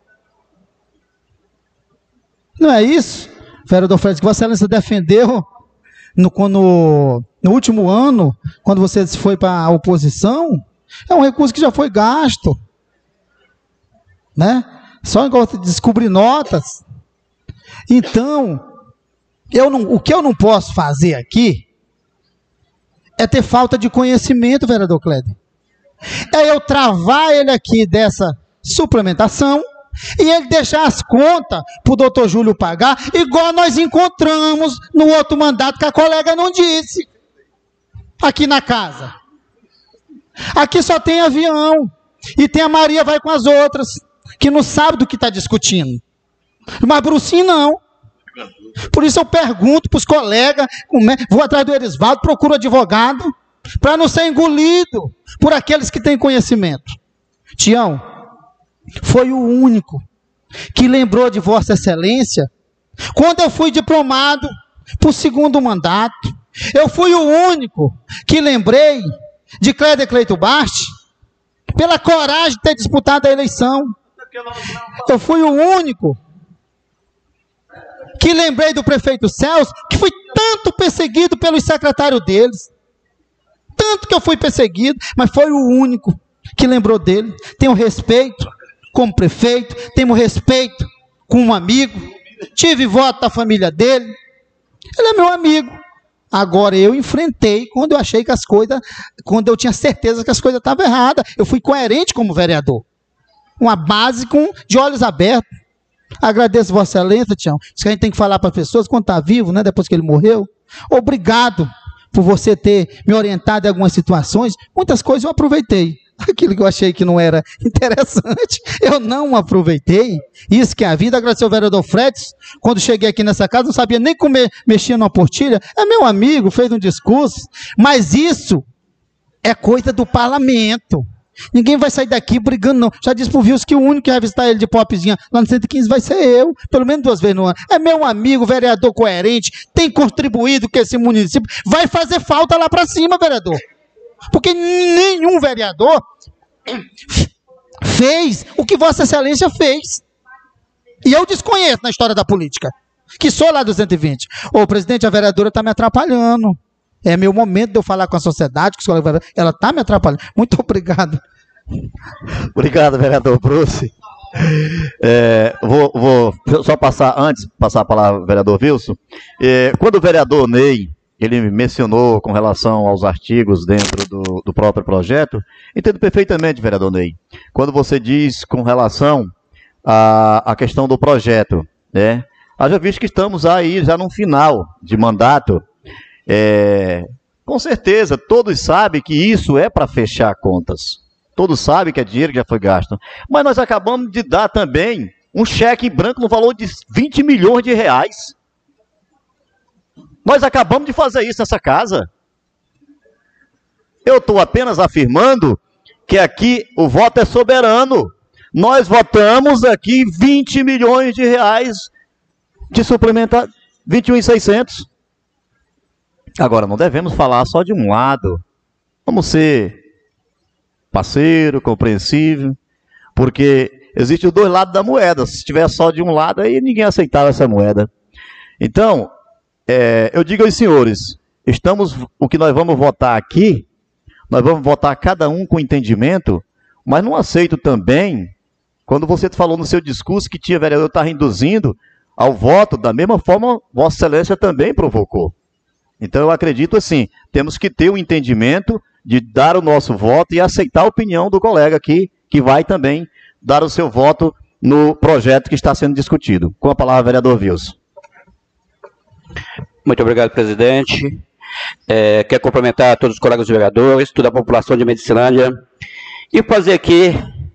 Não é isso, vereador Fred, que Vossa Excelência defendeu no, no, no último ano, quando você foi para a oposição? É um recurso que já foi gasto, né? Só enquanto descobrir notas. Então, eu não, o que eu não posso fazer aqui é ter falta de conhecimento, vereador Cléder. É eu travar ele aqui dessa suplementação e ele deixar as contas para o doutor Júlio pagar, igual nós encontramos no outro mandato que a colega não disse, aqui na casa. Aqui só tem avião, e tem a Maria vai com as outras, que não sabe do que está discutindo. Mas Brucinho não. Por isso eu pergunto para os colegas, vou atrás do Erisvaldo, procuro advogado, para não ser engolido por aqueles que têm conhecimento. Tião, foi o único que lembrou de Vossa Excelência quando eu fui diplomado para o segundo mandato. Eu fui o único que lembrei de Cléder Cleito Basti pela coragem de ter disputado a eleição. Eu fui o único que lembrei do prefeito Celso, que fui tanto perseguido pelos secretários deles. Tanto que eu fui perseguido, mas foi o único que lembrou dele. Tenho respeito como prefeito, tenho respeito como um amigo, tive voto da família dele. Ele é meu amigo, Agora, eu enfrentei quando eu achei que as coisas, quando eu tinha certeza que as coisas estavam erradas. Eu fui coerente como vereador. Uma base com, de olhos abertos. Agradeço Vossa Excelência, Tião. Isso que a gente tem que falar para as pessoas quando está vivo, né, depois que ele morreu. Obrigado por você ter me orientado em algumas situações. Muitas coisas eu aproveitei. Aquilo que eu achei que não era interessante, eu não aproveitei. Isso que é a vida. Agradecer ao vereador Fredes, quando cheguei aqui nessa casa, não sabia nem como mexer numa portilha. É meu amigo, fez um discurso. Mas isso é coisa do parlamento. Ninguém vai sair daqui brigando, não. Já disse pro Vils que o único que vai visitar ele de popzinha lá no cento e quinze vai ser eu, pelo menos duas vezes no ano. É meu amigo, vereador coerente, tem contribuído com esse município. Vai fazer falta lá para cima, vereador. Porque nenhum vereador fez o que Vossa Excelência fez. E eu desconheço na história da política, que sou lá do cento e vinte. Ô, presidente, a vereadora está me atrapalhando. É meu momento de eu falar com a sociedade, que ela está me atrapalhando. Muito obrigado. Obrigado, vereador Bruce. É, vou, vou só passar, antes, passar a palavra ao vereador Wilson. É, quando o vereador Ney, ele mencionou com relação aos artigos dentro do, do próprio projeto, entendo perfeitamente, vereador Ney. Quando você diz com relação à, à questão do projeto, né? Haja visto que estamos aí já no final de mandato. É, com certeza, todos sabem que isso é para fechar contas. Todos sabem que é dinheiro que já foi gasto. Mas nós acabamos de dar também um cheque em branco no valor de vinte milhões de reais. Nós acabamos de fazer isso nessa casa. Eu estou apenas afirmando que aqui o voto é soberano. Nós votamos aqui vinte milhões de reais de suplementar, vinte e um mil e seiscentos. Agora, não devemos falar só de um lado. Vamos ser parceiro, compreensível, porque existem os dois lados da moeda. Se tiver só de um lado, aí ninguém aceitava essa moeda. Então, é, eu digo aos senhores, estamos, o que nós vamos votar aqui, nós vamos votar cada um com entendimento, mas não aceito também, quando você falou no seu discurso que tinha vereador que estava induzindo ao voto, da mesma forma, Vossa Excelência também provocou. Então, eu acredito assim, temos que ter o entendimento de dar o nosso voto e aceitar a opinião do colega aqui, que vai também dar o seu voto no projeto que está sendo discutido. Com a palavra, vereador Wilson. Muito obrigado, presidente. É, quero cumprimentar todos os colegas vereadores, toda a população de Medicilândia, e fazer aqui,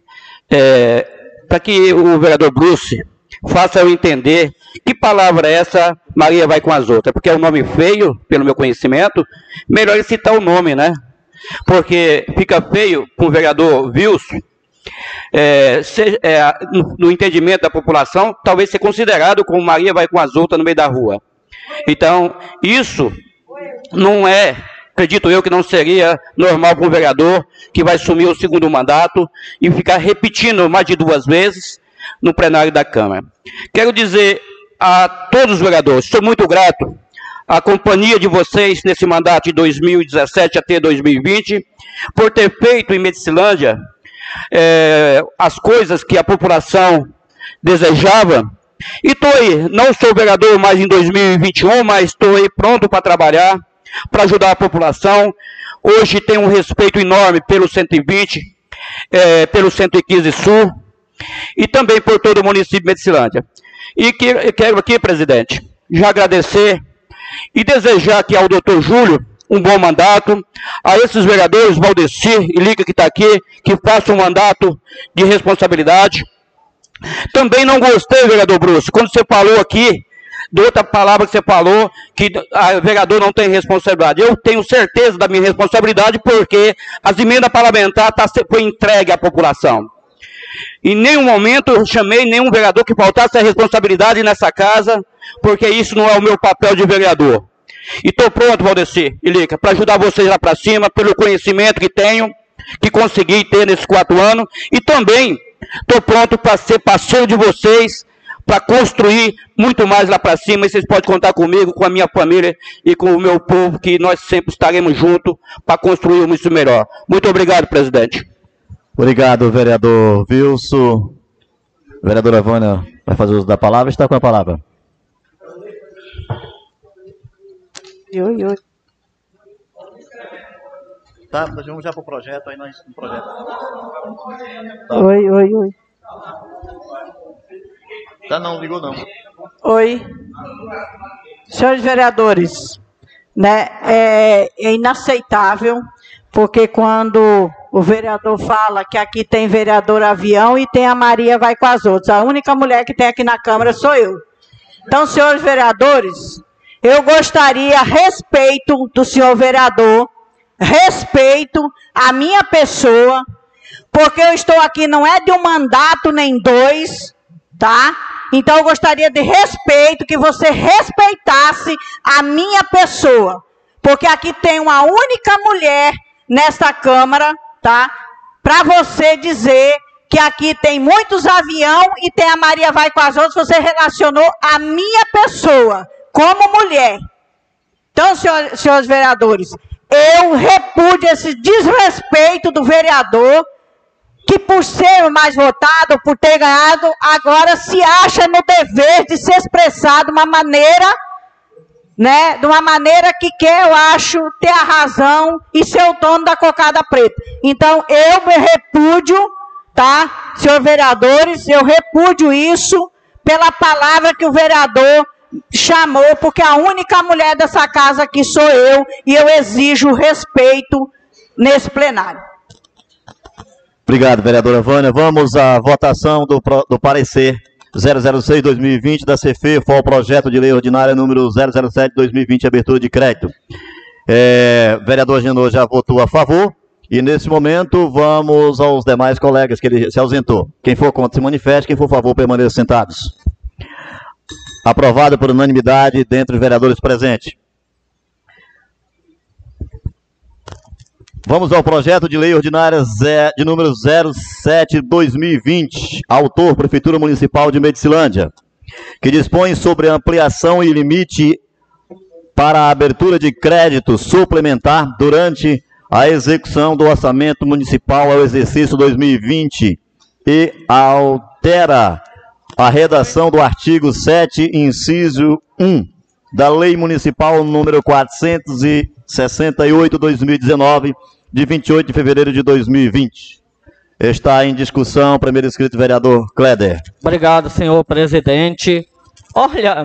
é, para que o vereador Bruce faça eu entender que palavra é essa, Maria vai com as outras, porque é um nome feio, pelo meu conhecimento, melhor ele citar o nome, né? Porque fica feio com o vereador Wilson, é, se, é, no, no entendimento da população, talvez ser considerado como Maria vai com as outras no meio da rua. Então, isso não é, acredito eu, que não seria normal para um vereador que vai assumir o segundo mandato e ficar repetindo mais de duas vezes no plenário da Câmara. Quero dizer a todos os vereadores, sou muito grato à companhia de vocês nesse mandato de dois mil e dezessete até dois mil e vinte, por ter feito em Medicilândia é, as coisas que a população desejava. E estou aí, não sou vereador mais em dois mil e vinte e um, mas estou aí pronto para trabalhar, para ajudar a população. Hoje tenho um respeito enorme pelo cento e vinte, é, pelo cento e quinze Sul, e também por todo o município de Medicilândia. E que, quero aqui, presidente, já agradecer e desejar aqui ao doutor Júlio um bom mandato, a esses vereadores, Valdecir e Lica que está aqui, que façam um mandato de responsabilidade. Também não gostei, vereador Bruce, quando você falou aqui, de outra palavra que você falou, que o vereador não tem responsabilidade. Eu tenho certeza da minha responsabilidade, porque as emendas parlamentares tá, foi entregue à população. Em nenhum momento eu chamei nenhum vereador que faltasse a responsabilidade nessa casa, porque isso não é o meu papel de vereador. E estou pronto, Valdecir e Lica, para ajudar vocês lá para cima, pelo conhecimento que tenho, que consegui ter nesses quatro anos, e também estou pronto para ser parceiro de vocês, para construir muito mais lá para cima, e vocês podem contar comigo, com a minha família e com o meu povo, que nós sempre estaremos juntos para construir um isso melhor. Muito obrigado, presidente. Obrigado, vereador Wilson. Vereadora Vânia vai fazer uso da palavra, está com a palavra. Oi, oi. Tá, vamos já para o projeto, aí nós no projeto. Tá. Oi, oi, oi. Tá, não, ligou não. Oi. Senhores vereadores, né, é, é inaceitável, porque quando o vereador fala que aqui tem vereador avião e tem a Maria vai com as outras, a única mulher que tem aqui na Câmara sou eu. Então, senhores vereadores, eu gostaria, a respeito do senhor vereador, respeito a minha pessoa, porque eu estou aqui não é de um mandato nem dois, tá? Então eu gostaria de respeito, que você respeitasse a minha pessoa, porque aqui tem uma única mulher nesta Câmara, tá? Para você dizer que aqui tem muitos avião e tem a Maria vai com as outras, você relacionou a minha pessoa como mulher. Então, senhores, senhores vereadores, eu repudio esse desrespeito do vereador, que por ser o mais votado, por ter ganhado, agora se acha no dever de se expressar de uma maneira, né, de uma maneira que quer, eu acho, ter a razão e ser o dono da cocada preta. Então, eu me repúdio, tá, senhores vereadores, eu repúdio isso pela palavra que o vereador chamou, porque a única mulher dessa casa aqui sou eu, e eu exijo respeito nesse plenário. Obrigado, vereadora Vânia. Vamos à votação do, do parecer zero zero seis barra dois mil e vinte da C F E, foi o projeto de lei ordinária número zero zero sete barra dois mil e vinte, abertura de crédito. É, vereador Genô já votou a favor, e nesse momento vamos aos demais colegas que ele se ausentou. Quem for contra se manifeste, quem for a favor permaneça sentados. Aprovado por unanimidade dentre os vereadores presentes. Vamos ao projeto de lei ordinária de número zero sete barra dois mil e vinte, autor Prefeitura Municipal de Medicilândia, que dispõe sobre ampliação e limite para a abertura de crédito suplementar durante a execução do orçamento municipal ao exercício dois mil e vinte e altera a redação do artigo sete, inciso um, da Lei Municipal número quatrocentos e sessenta e oito barra dois mil e dezenove, de vinte e oito de fevereiro de dois mil e vinte. Está em discussão, primeiro inscrito, vereador Cléder. Obrigado, senhor presidente. Olha,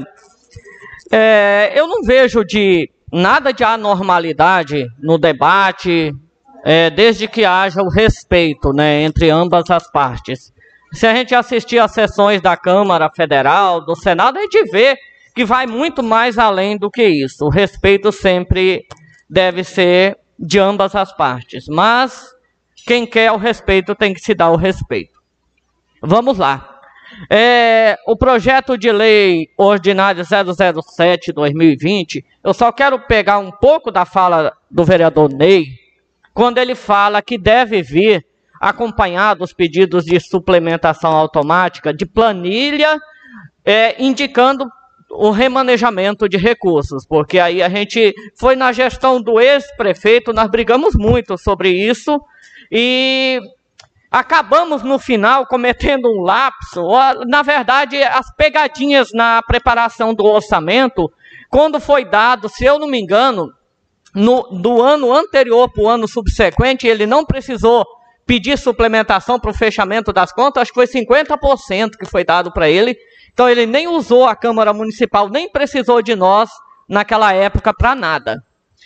é, eu não vejo de nada de anormalidade no debate, é, desde que haja o respeito, né, entre ambas as partes. Se a gente assistir às sessões da Câmara Federal, do Senado, a gente vê que vai muito mais além do que isso. O respeito sempre deve ser de ambas as partes. Mas quem quer o respeito tem que se dar o respeito. Vamos lá. É, o projeto de lei ordinário zero zero sete barra dois mil e vinte, eu só quero pegar um pouco da fala do vereador Ney, quando ele fala que deve vir acompanhado dos pedidos de suplementação automática de planilha, é, indicando o remanejamento de recursos, porque aí a gente foi na gestão do ex-prefeito, nós brigamos muito sobre isso e acabamos no final cometendo um lapso, na verdade as pegadinhas na preparação do orçamento, quando foi dado, se eu não me engano, no, do ano anterior para o ano subsequente, ele não precisou pedir suplementação para o fechamento das contas, acho que foi cinquenta por cento que foi dado para ele. Então ele nem usou a Câmara Municipal, nem precisou de nós naquela época para nada.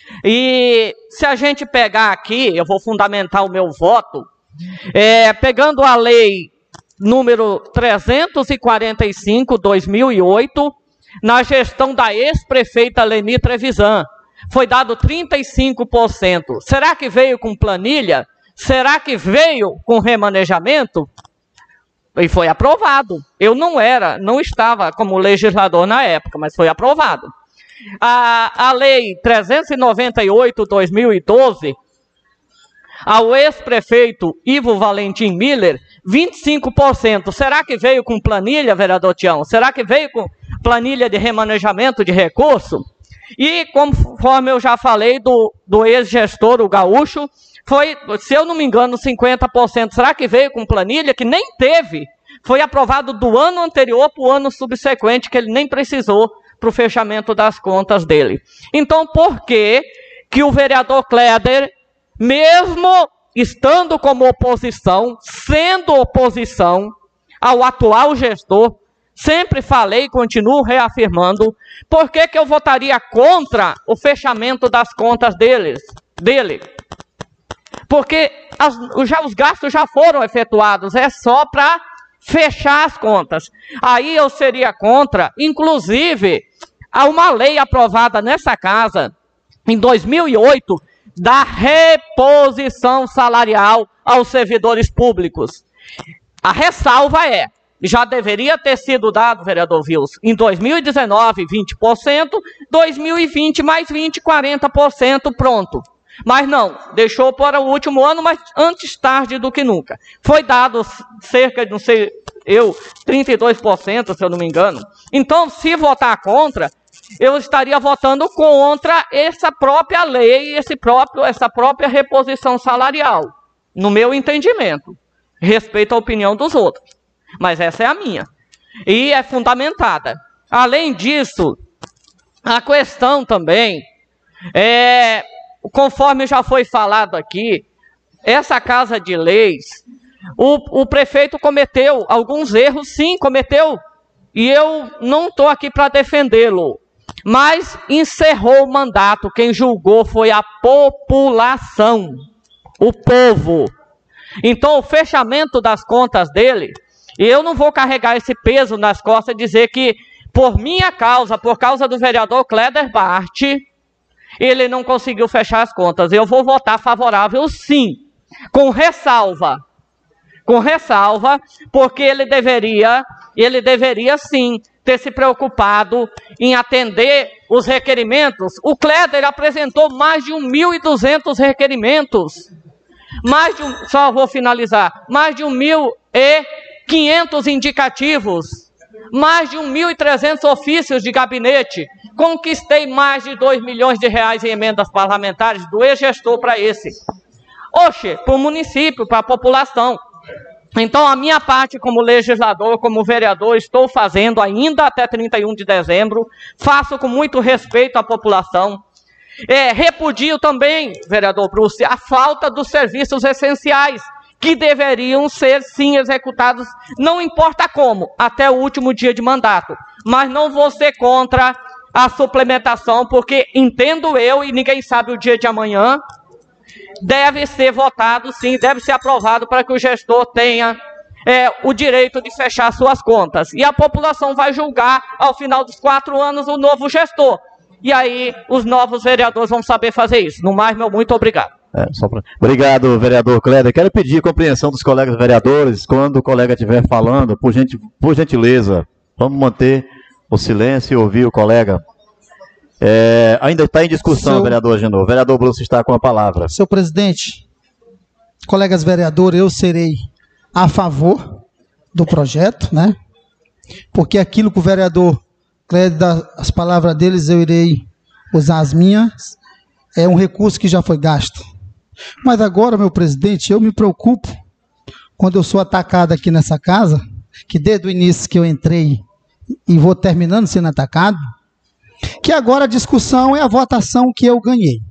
E se a gente pegar aqui, eu vou fundamentar o meu voto, é, pegando a lei número trezentos e quarenta e cinco, dois mil e oito, na gestão da ex-prefeita Leni Trevisan, foi dado trinta e cinco por cento. Será que veio com planilha? Será que veio com remanejamento? E foi aprovado. Eu não era, não estava como legislador na época, mas foi aprovado. A, a lei trezentos e noventa e oito, dois mil e doze, ao ex-prefeito Ivo Valentim Miller, vinte e cinco por cento. Será que veio com planilha, vereador Tião? Será que veio com planilha de remanejamento de recurso? E conforme eu já falei do, do ex-gestor, o Gaúcho, foi, se eu não me engano, cinquenta por cento. Será que veio com planilha? Que nem teve. Foi aprovado do ano anterior para o ano subsequente, que ele nem precisou para o fechamento das contas dele. Então, por que que o vereador Cléder, mesmo estando como oposição, sendo oposição ao atual gestor, sempre falei e continuo reafirmando, por que que eu votaria contra o fechamento das contas deles, dele? Porque as, já, os gastos já foram efetuados, é só para fechar as contas. Aí eu seria contra, inclusive, a uma lei aprovada nessa casa, em dois mil e oito, da reposição salarial aos servidores públicos. A ressalva é, já deveria ter sido dado, vereador Wilson, em dois mil e dezenove, vinte por cento, dois mil e vinte mais vinte, quarenta por cento, pronto. Mas não, deixou para o último ano, mas antes tarde do que nunca. Foi dado cerca de, não sei, eu, trinta e dois por cento, se eu não me engano. Então, se votar contra, eu estaria votando contra essa própria lei, esse próprio, essa própria reposição salarial, no meu entendimento. Respeito a opinião dos outros, mas essa é a minha. E é fundamentada. Além disso, a questão também é... Conforme já foi falado aqui, essa Casa de Leis, o, o prefeito cometeu alguns erros, sim, cometeu, e eu não estou aqui para defendê-lo, mas encerrou o mandato, quem julgou foi a população, o povo. Então, o fechamento das contas dele, e eu não vou carregar esse peso nas costas e dizer que, por minha causa, por causa do vereador Cléder Bart, ele não conseguiu fechar as contas. Eu vou votar favorável, sim, com ressalva. Com ressalva, porque ele deveria, ele deveria, sim, ter se preocupado em atender os requerimentos. O Cléder apresentou mais de mil e duzentos requerimentos. Mais de um, só vou finalizar, mais de mil e quinhentos indicativos. Mais de mil e trezentos ofícios de gabinete. Conquistei mais de dois milhões de reais em emendas parlamentares do ex-gestor para esse. Oxe, para o município, para a população. Então, a minha parte como legislador, como vereador, estou fazendo ainda até trinta e um de dezembro. Faço com muito respeito à população. É, repudio também, vereador Bruce, a falta dos serviços essenciais, que deveriam ser, sim, executados, não importa como, até o último dia de mandato. Mas não vou ser contra a suplementação, porque entendo eu, e ninguém sabe o dia de amanhã, deve ser votado, sim, deve ser aprovado para que o gestor tenha é, o direito de fechar suas contas. E a população vai julgar, ao final dos quatro anos, o novo gestor. E aí, os novos vereadores vão saber fazer isso. No mais, meu muito obrigado. É, só pra... Obrigado, vereador Cléder. Quero pedir compreensão dos colegas vereadores, quando o colega estiver falando, por, gente, por gentileza, vamos manter o silêncio e ouvir o colega. É, ainda está em discussão, Seu... vereador Agenor. O vereador Bruce está com a palavra. Senhor presidente, colegas vereadores, eu serei a favor do projeto, né? Porque aquilo que o vereador Cléder dá as palavras deles, eu irei usar as minhas. É um recurso que já foi gasto. Mas agora, meu presidente, eu me preocupo quando eu sou atacado aqui nessa casa, que desde o início que eu entrei e vou terminando sendo atacado, que agora a discussão é a votação que eu ganhei.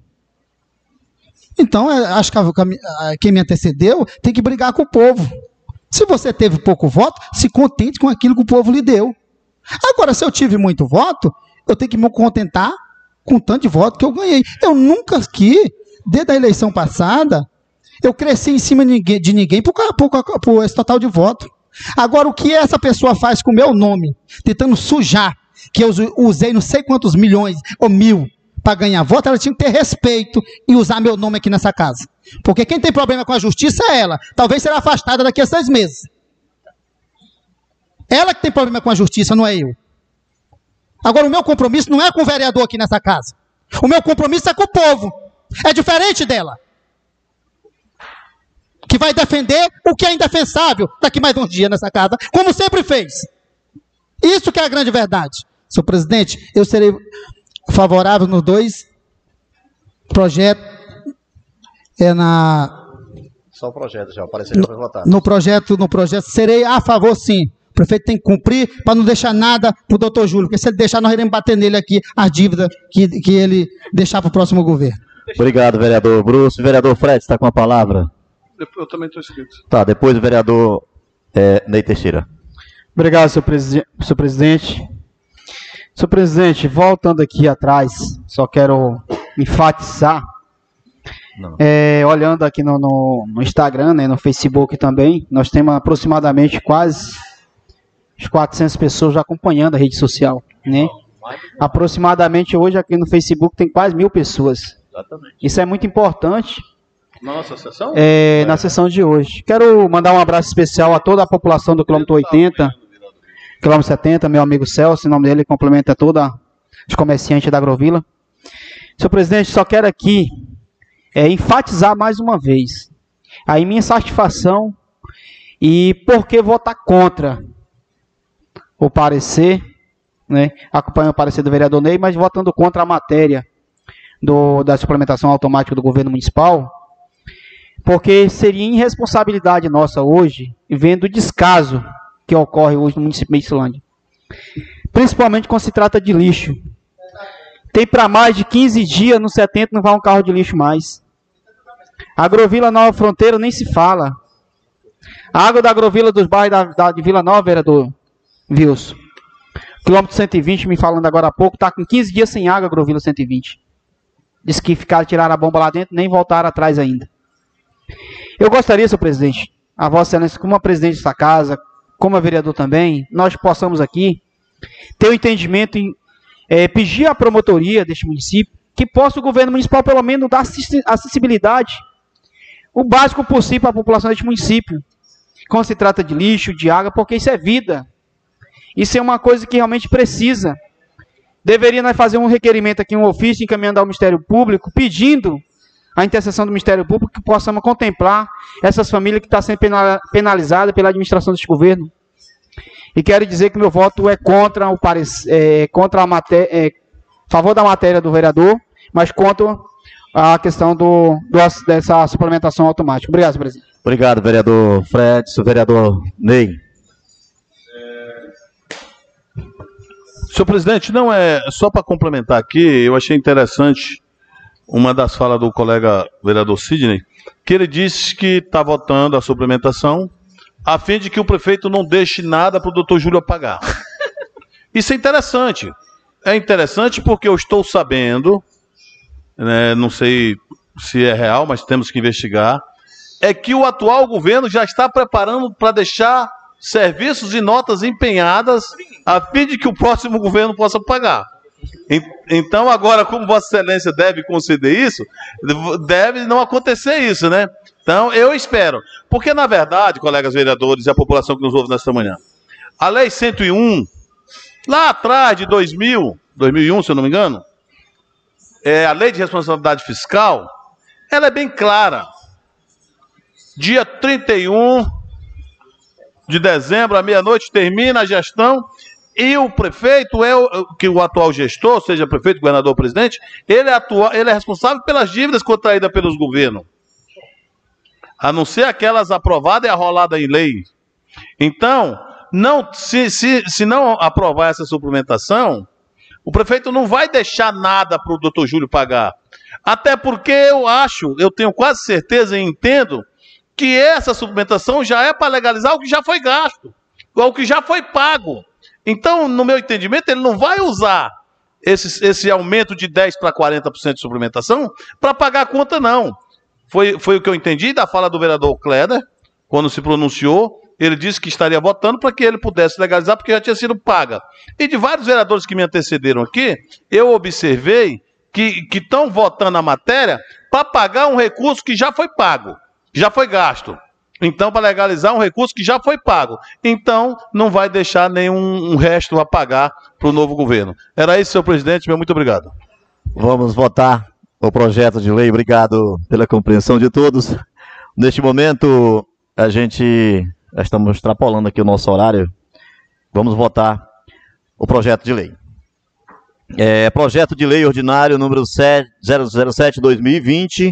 Então, acho que quem me antecedeu tem que brigar com o povo. Se você teve pouco voto, se contente com aquilo que o povo lhe deu. Agora, se eu tive muito voto, eu tenho que me contentar com o tanto de voto que eu ganhei. Eu nunca aqui, desde a eleição passada, eu cresci em cima de ninguém, de ninguém por, por, por esse total de voto. Agora, o que essa pessoa faz com o meu nome, tentando sujar, que eu usei não sei quantos milhões ou mil para ganhar voto, ela tinha que ter respeito e usar meu nome aqui nessa casa. Porque quem tem problema com a justiça é ela. Talvez será afastada daqui a seis meses. Ela que tem problema com a justiça, não é eu. Agora, o meu compromisso não é com o vereador aqui nessa casa. O meu compromisso é com o povo. É diferente dela. Que vai defender o que é indefensável daqui mais uns dias nessa casa, como sempre fez. Isso que é a grande verdade. Senhor presidente, eu serei favorável nos dois projetos. É na... Só o projeto já, apareceu, já foi votado. No projeto, no projeto, serei a favor, sim. prefeito tem que cumprir para não deixar nada para o doutor Júlio, porque se ele deixar, nós iremos bater nele aqui as dívidas que, que ele deixar para o próximo governo. Obrigado, vereador Bruce. Vereador Fred, está com a palavra? Eu também estou inscrito. Tá, depois o vereador é, Ney Teixeira. Obrigado, senhor, preside senhor presidente. Senhor presidente, voltando aqui atrás, só quero enfatizar, é, olhando aqui no, no, no Instagram, né, no Facebook também, nós temos aproximadamente quase quatrocentas pessoas já acompanhando a rede social, né? Aproximadamente hoje aqui no Facebook tem quase mil pessoas. Exatamente. Isso é muito importante. Na nossa sessão? É, na sessão de hoje. Quero mandar um abraço especial a toda a população do quilômetro oitenta, quilômetro setenta, meu amigo Celso, em nome dele, complementa toda os comerciantes da Agrovila. Senhor presidente, só quero aqui é, enfatizar mais uma vez a minha satisfação e por que votar contra o parecer, né, acompanhando o parecer do vereador Ney, mas votando contra a matéria do, da suplementação automática do governo municipal, porque seria irresponsabilidade nossa hoje, vendo o descaso que ocorre hoje no município de Medicilândia. Principalmente quando se trata de lixo. Tem para mais de quinze dias, no setenta, não vai um carro de lixo mais. A Agrovila Nova Fronteira nem se fala. A água da Agrovila dos bairros da, da, de Vila Nova, vereador Wilson. Quilômetro cento e vinte, me falando agora há pouco, está com quinze dias sem água, Agrovila cento e vinte. Diz que ficaram, tiraram a bomba lá dentro, nem voltaram atrás ainda. Eu gostaria, senhor presidente, a Vossa Excelência, como a presidente dessa casa, como a vereador também, nós possamos aqui ter um entendimento em é, pedir à promotoria deste município que possa o governo municipal, pelo menos, dar acessibilidade, o básico possível para a população deste município, quando se trata de lixo, de água, porque isso é vida. Isso é uma coisa que realmente precisa. Deveria nós fazer um requerimento aqui, um ofício, encaminhando ao Ministério Público, pedindo a intercessão do Ministério Público que possamos contemplar essas famílias que estão sendo penalizadas pela administração deste governo. E quero dizer que meu voto é contra o parecer, é, contra a matéria, é, favor da matéria do vereador, mas contra a questão do, do, dessa suplementação automática. Obrigado, senhor presidente. Obrigado, vereador Fred. Vereador Ney. Senhor presidente, não é só para complementar aqui, eu achei interessante uma das falas do colega vereador Sidney, que ele disse que está votando a suplementação a fim de que o prefeito não deixe nada para o doutor Júlio pagar. Isso é interessante. É interessante porque eu estou sabendo, né, não sei se é real, mas temos que investigar, é que o atual governo já está preparando para deixar serviços e notas empenhadas a fim de que o próximo governo possa pagar. Então, agora, como Vossa Excelência deve conceder isso, deve não acontecer isso, né? Então, eu espero. Porque, na verdade, colegas vereadores e a população que nos ouve nesta manhã, a Lei cento e um, lá atrás de dois mil, dois mil e um, se eu não me engano, é, a Lei de Responsabilidade Fiscal, ela é bem clara. Dia trinta e um de dezembro, à meia-noite, termina a gestão e o prefeito, é o, que o atual gestor, seja prefeito, governador, presidente, ele é, atua, ele é responsável pelas dívidas contraídas pelos governos. A não ser aquelas aprovadas e arroladas em lei. Então, não, se, se, se não aprovar essa suplementação, o prefeito não vai deixar nada para o doutor Júlio pagar. Até porque eu acho, eu tenho quase certeza e entendo que essa suplementação já é para legalizar o que já foi gasto, o que já foi pago. Então, no meu entendimento, ele não vai usar esse, esse aumento de dez para quarenta por cento de suplementação para pagar a conta, não. Foi, foi o que eu entendi da fala do vereador Kleder, quando se pronunciou. Ele disse que estaria votando para que ele pudesse legalizar, porque já tinha sido paga. E de vários vereadores que me antecederam aqui, eu observei que estão votando a matéria para pagar um recurso que já foi pago, que já foi gasto. Então, para legalizar um recurso que já foi pago. Então, não vai deixar nenhum um resto a pagar para o novo governo. Era isso, senhor presidente. Meu muito obrigado. Vamos votar o projeto de lei. Obrigado pela compreensão de todos. Neste momento, a gente... Já estamos extrapolando aqui o nosso horário. Vamos votar o projeto de lei. É, projeto de lei ordinário número zero zero sete barra dois mil e vinte,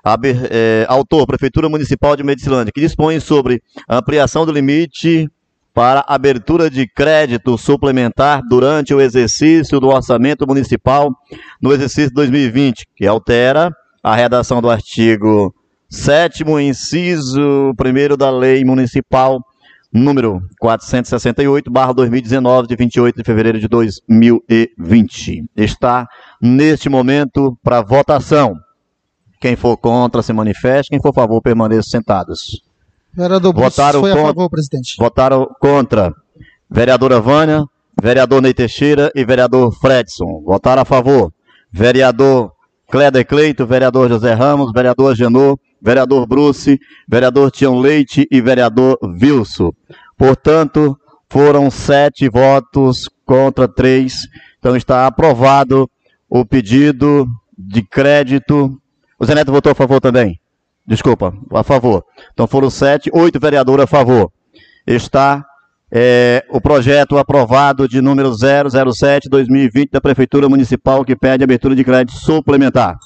é, autor, Prefeitura Municipal de Medicilândia, que dispõe sobre a ampliação do limite para abertura de crédito suplementar durante o exercício do orçamento municipal no exercício dois mil e vinte, que altera a redação do artigo sétimo, inciso primeiro da Lei Municipal número quatrocentos e sessenta e oito, barra dois mil e dezenove, de vinte e oito de fevereiro de dois mil e vinte. Está neste momento para votação. Quem for contra, se manifeste. Quem for a favor, permaneça sentados. Vereador Bruce Votaram foi a contra, favor, presidente. Votaram contra vereadora Vânia, vereador Ney Teixeira e vereador Fredson. Votaram a favor vereador Cléder Cleito, vereador José Ramos, vereador Agenor, vereador Bruce, vereador Tião Leite e vereador Wilson. Portanto, foram sete votos contra três. Então está aprovado o pedido de crédito. O Zé Neto votou a favor também? Desculpa, a favor. Então foram sete, oito vereadores a favor. Está é, o projeto aprovado de número zero zero sete barra dois mil e vinte da Prefeitura Municipal, que pede abertura de crédito suplementar.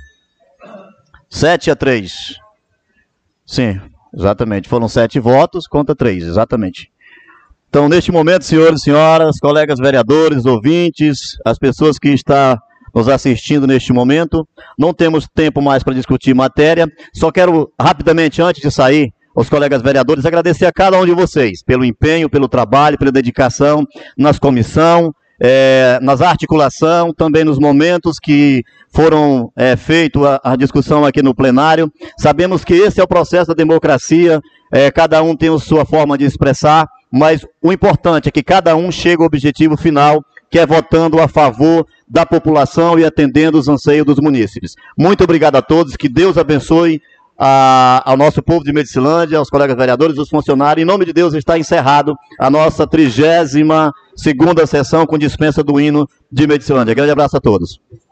sete a três. Sim, exatamente. Foram sete votos contra três, exatamente. Então, neste momento, senhores e senhoras, colegas vereadores, ouvintes, as pessoas que estão nos assistindo neste momento, não temos tempo mais para discutir matéria. Só quero, rapidamente, antes de sair, aos colegas vereadores, agradecer a cada um de vocês pelo empenho, pelo trabalho, pela dedicação nas comissão, é, nas articulação, também nos momentos que foram é, feito a, a discussão aqui no plenário. Sabemos que esse é o processo da democracia, é, cada um tem a sua forma de expressar, mas o importante é que cada um chegue ao objetivo final, que é votando a favor da população e atendendo os anseios dos munícipes. Muito obrigado a todos, que Deus abençoe a, ao nosso povo de Medicilândia, aos colegas vereadores, os funcionários. Em nome de Deus, está encerrado a nossa trigésima segunda sessão com dispensa do hino de Medicilândia. Grande abraço a todos.